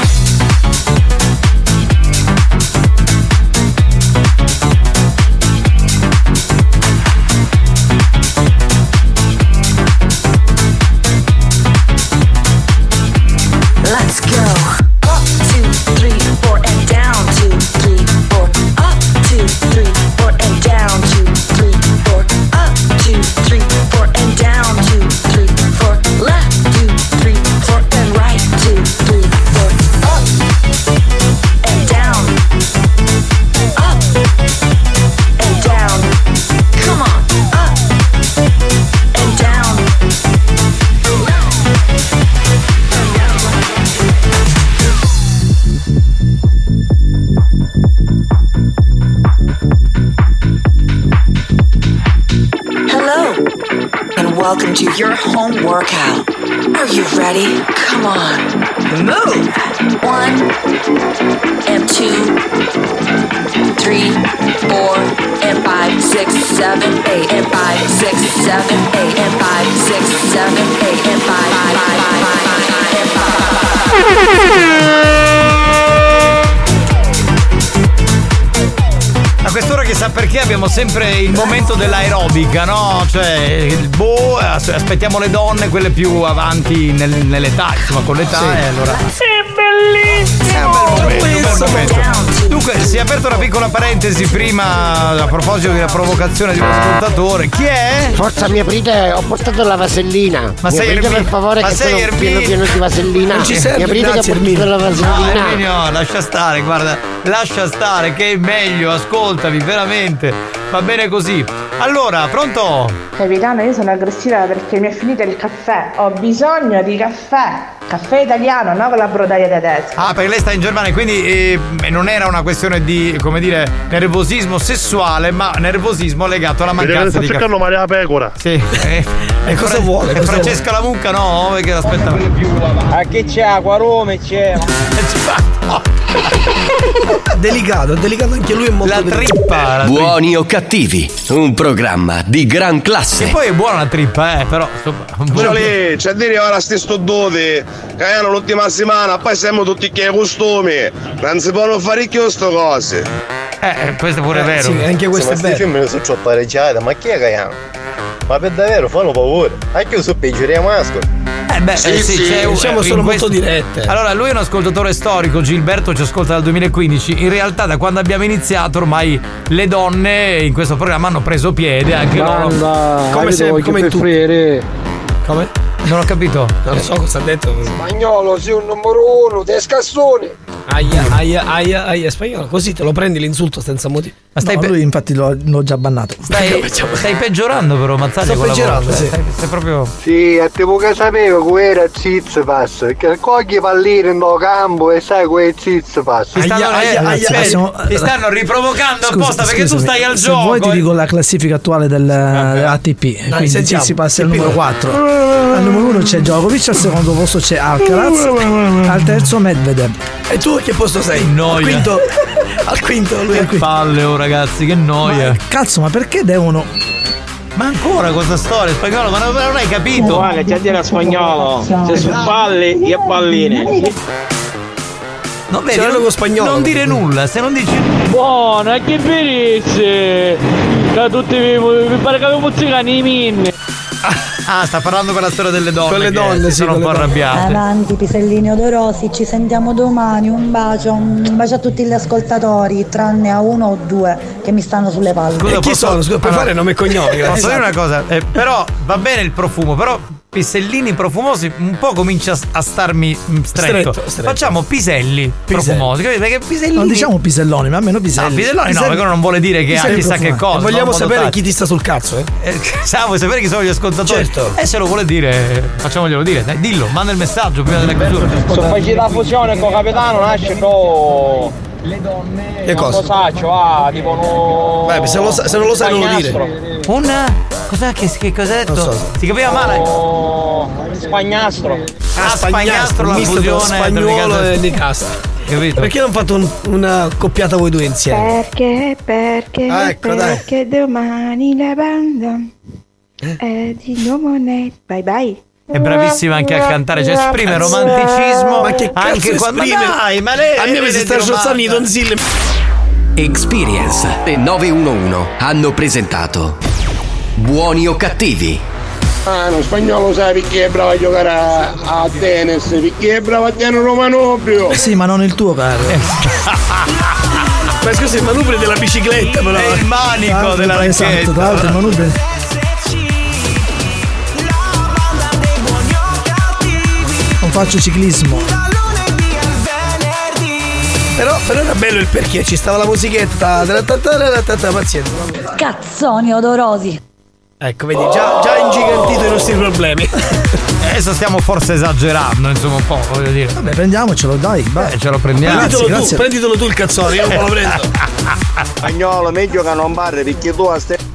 Let's go. Up, two, three, four, and down, two, three, four. Up, two, three, four, and down, two, three, four. Up, two, three, four, and down, two, three, four. Left, two, welcome to your home workout. Are you ready? Come on. Move. One and two, three, four, and five, six, seven, eight, and five, six, seven, eight, and five, six, seven, eight, and five, five, five, five, five, and five. A quest'ora chissà perché abbiamo sempre il momento dell'aerobica, no? Cioè, il boh, aspettiamo le donne, quelle più avanti nel, nell'età, insomma, con l'età Sì. e allora. È bellissimo! È un bel momento, un bel momento. Dunque, si è aperta una piccola parentesi prima a proposito della provocazione di un ascoltatore. Chi è? Forza mia aprite, ho portato la vasellina. Ma mi sei aprite Ermi- per favore ma che sei sono Ermi- pieno pieno di vasellina. Non ci serve, mi aprite grazie, che ho portato la No, vasellina. Erminio, lascia stare, guarda, lascia stare che è meglio, ascoltami, veramente. Va bene così. Allora, pronto? Capitano, io sono aggressiva perché mi è finito il caffè. Ho bisogno di caffè. Caffè italiano, no con la brodaia tedesca. Ah, perché lei sta in Germania, quindi eh, non era una questione di, come dire, nervosismo sessuale, ma nervosismo legato alla mancanza sta di caffè. cercando Maria Pecora. Sì. E, E cosa vuole? E Cosa Francesca la Mucca no? Perché l'aspetta. A che c'è? Acqua Rome c'è. Delicato, delicato anche lui è molto La delicato. trippa, la Buoni o cattivi, un programma di gran E classe. poi è buona la trippa, eh, però insomma. Ciao lì, c'è a dire ora stesso dove che hanno l'ultima settimana, poi siamo tutti che costumi. Non si possono fare che queste cose. Eh, questo è pure vero. sì, anche questo è vero. Questi film ne sono pareggiati, ma chi è che hanno? Ma per davvero fanno paura. Anche io so peggiore masco. Eh beh, Sì, eh, sì, sì, c'è un- diciamo in sono molto dirette. Allora, lui è un ascoltatore storico, Gilberto ci ascolta dal duemilaquindici. In realtà, da quando abbiamo iniziato, ormai le donne in questo programma hanno preso piede anche loro. Come se come tu. Come? Non ho capito. Non so cosa ha detto. Spagnolo, sei un numero uno, te scassone. Aia, aia, aia, aia, spagnolo. Così te lo prendi l'insulto senza motivo. Ma stai no, lui infatti l'ho, l'ho già bannato. Stai, stai peggiorando però, Mazzaglia. Sto con la peggiorando, voce. sì. Stai, stai proprio. Sì, è tipo che sapevo che era zizz passa, che cogli pallini in campo e sai quei zizz passa. Ti stanno, eh, ragazzi, eh, possiamo- ti stanno riprovocando Scusa, apposta perché tu scusami, stai al se gioco. vuoi ti dico la classifica attuale dell'A T P. Quindi sentiamo. si passa al T P numero quattro. Al numero uno c'è Djokovic, al secondo posto c'è Alcaraz, al terzo Medvedev. E tu a che posto sei? Noia. Al quinto. Al quinto lui è Che palle, oh ragazzi, che noia. Ma, cazzo, ma perché devono. Ma ancora questa storia, spagnolo, ma non, non hai capito? Guarda, c'è a dire a spagnolo. Se su palle e palline. Non vedi, Ce l'hanno non, con spagnolo. non dire nulla, se non dici. Buona, che bellezze! Che tutti mi, mi pare che avevo muzzicani i minni. Ah, sta parlando per la storia delle donne. Con le che donne, si sì, sono con un po' le donne. arrabbiate. Avanti pisellini odorosi, ci sentiamo domani, un bacio, un bacio a tutti gli ascoltatori, tranne a uno o due che mi stanno sulle palle. Scusa, E chi posso- sono? Scusa, puoi allora, fare nome e cognome? Posso Esatto. dire una cosa? Eh, però va bene il profumo, però pisellini profumosi un po' comincia a starmi mm, stretto. Stretto, stretto. Facciamo piselli, profumosi, capite? Perché pisellini. Non diciamo piselloni, ma almeno piselli. No, piselloni no, perché non vuole dire che ha Piselli chissà che profumati. cosa. E vogliamo no? sapere Modo chi ti sta sul cazzo, eh? Eh, sa, vuoi sapere chi sono gli ascoltatori? Certo. E se lo vuole dire, facciamoglielo dire. Dai, dillo, manda il messaggio prima della chiusura. Se facci la fusione con capitano nasce no. Le donne. Che cosa? Non lo saccio, ah, tipo no. Beh, se, lo sa- se non lo sai non lo dire. Spagnastro. Un. Cos'è che, che cos'ha detto? Non so. Si capiva male? Oh, Spagnastro. Ah, spagnastro, la misto tra fusione spagnolo tra e Nicastro. di casta. Capito? Perché non fate un- una coppiata voi due insieme? Perché, perché, Ah, ecco, dai. perché domani la banda è di Nomonet. Bye bye. È bravissima anche a cantare, cioè esprime romanticismo. Ma che cazzo anche quando esprime? Ma dai, ma lei A me mi si sta sciozzando i tonsilli. Experience e nove uno uno hanno presentato Buoni o cattivi. Ah, no, spagnolo sai perché è bravo a giocare a, a tennis, perché è bravo a tenere un manubrio. Eh sì, ma non il tuo, caro. Ma scusa, il manubrio della bicicletta, però. È il manico Tra della l'altro, esatto, racchetta. tra l'altro il manubrio. Non faccio ciclismo. Però, però era bello il perché, ci stava la musichetta. Pazienza. Cazzoni odorosi. Ecco, vedi, già, già ingigantito i nostri problemi. Adesso stiamo forse esagerando, insomma, un po', voglio dire. Vabbè, prendiamocelo, dai. Beh, ce lo prendiamo. Prenditelo tu, grazie. prenditelo tu il cazzone, io non me lo prendo. Spagnolo, meglio che non parli perché tu a ste...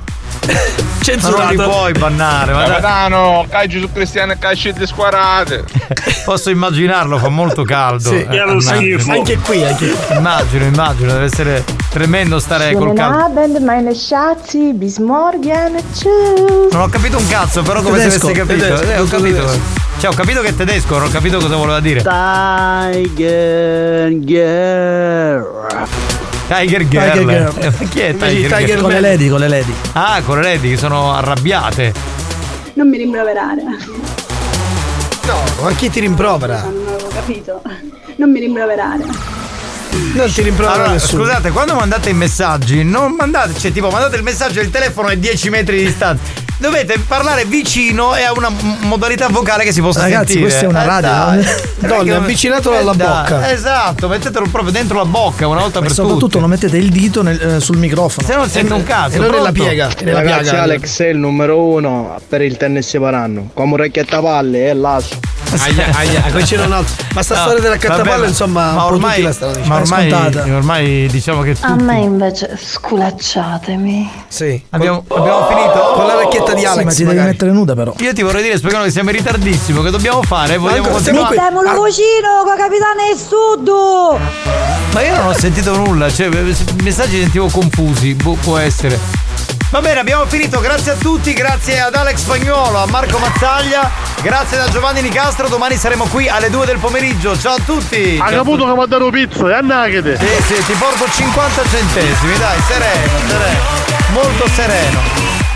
Ma non li puoi bannare. Ma Capitano, calci su Cristiano e calcette squarate. Posso immaginarlo, fa molto caldo. Sì, eh, lo schifo. Anche qui, anche qui. Immagino, immagino, deve essere tremendo stare col caldo. Abend, meine Schatzi, bis morgen, tschüss. Non ho capito un cazzo, però come Tedesco, se avessi capito. tedesco, eh, ho capito. tedesco. Cioè, ho capito che è tedesco, non ho capito cosa voleva dire. Tiger Girl. Tiger Girl. Tiger Girl. Eh, Chi è Invece Tiger, Tiger Girl? con le lady, con le lady. Ah, con le lady che sono arrabbiate. Non mi rimproverare. No, ma chi ti rimprovera? Non avevo capito. Non mi rimproverare. Non ti rimprovera Allora, nessuno. scusate, quando mandate i messaggi, non mandate, cioè tipo mandate il messaggio e il telefono è dieci metri di distanza. Dovete parlare vicino e a una m- modalità vocale che si possa Ragazzi, sentire. questa è una Eh, radio, dai. no? Donne, Perché- avvicinatelo eh, alla dai. bocca. Esatto, mettetelo proprio dentro la bocca una volta Ma per soprattutto tutte. non mettete il dito nel- eh, sul microfono. Se non sente un cazzo. E non nella pronto? piega. e nella Ragazzi, piaga. Alex è il numero uno per il tennis paranno. Come un racchettapalle e l'asso. Aia, aia, poi c'era un altro. Ma sta No, storia della vabbè, cattapalla, ma- insomma, ma un po' ormai, tutti la stanno dicendo. ma ormai, È scontata. ormai diciamo che tutti. A me invece sculacciatemi. Sì. Abbiamo, abbiamo finito? Con la vecchietta di Sì, Alex, ma ti devi magari. mettere nuda però. Io ti vorrei dire, spiegano che siamo in ritardissimo, che dobbiamo fare? Vogliamo ancora continuare? stiamo Mettiamolo vicino con capitano e sud. Ma io non ho sentito nulla, cioè i messaggi sentivo confusi, boh, può essere. Va bene, abbiamo finito, grazie a tutti, grazie ad Alex Spagnuolo, a Marco Mazzaglia, grazie da Giovanni Nicastro, domani saremo qui alle due del pomeriggio, ciao a tutti! Ha capito che mi ha dato pizza, e annachete! Sì, sì, ti porto cinquanta centesimi, dai, sereno, sereno, molto sereno.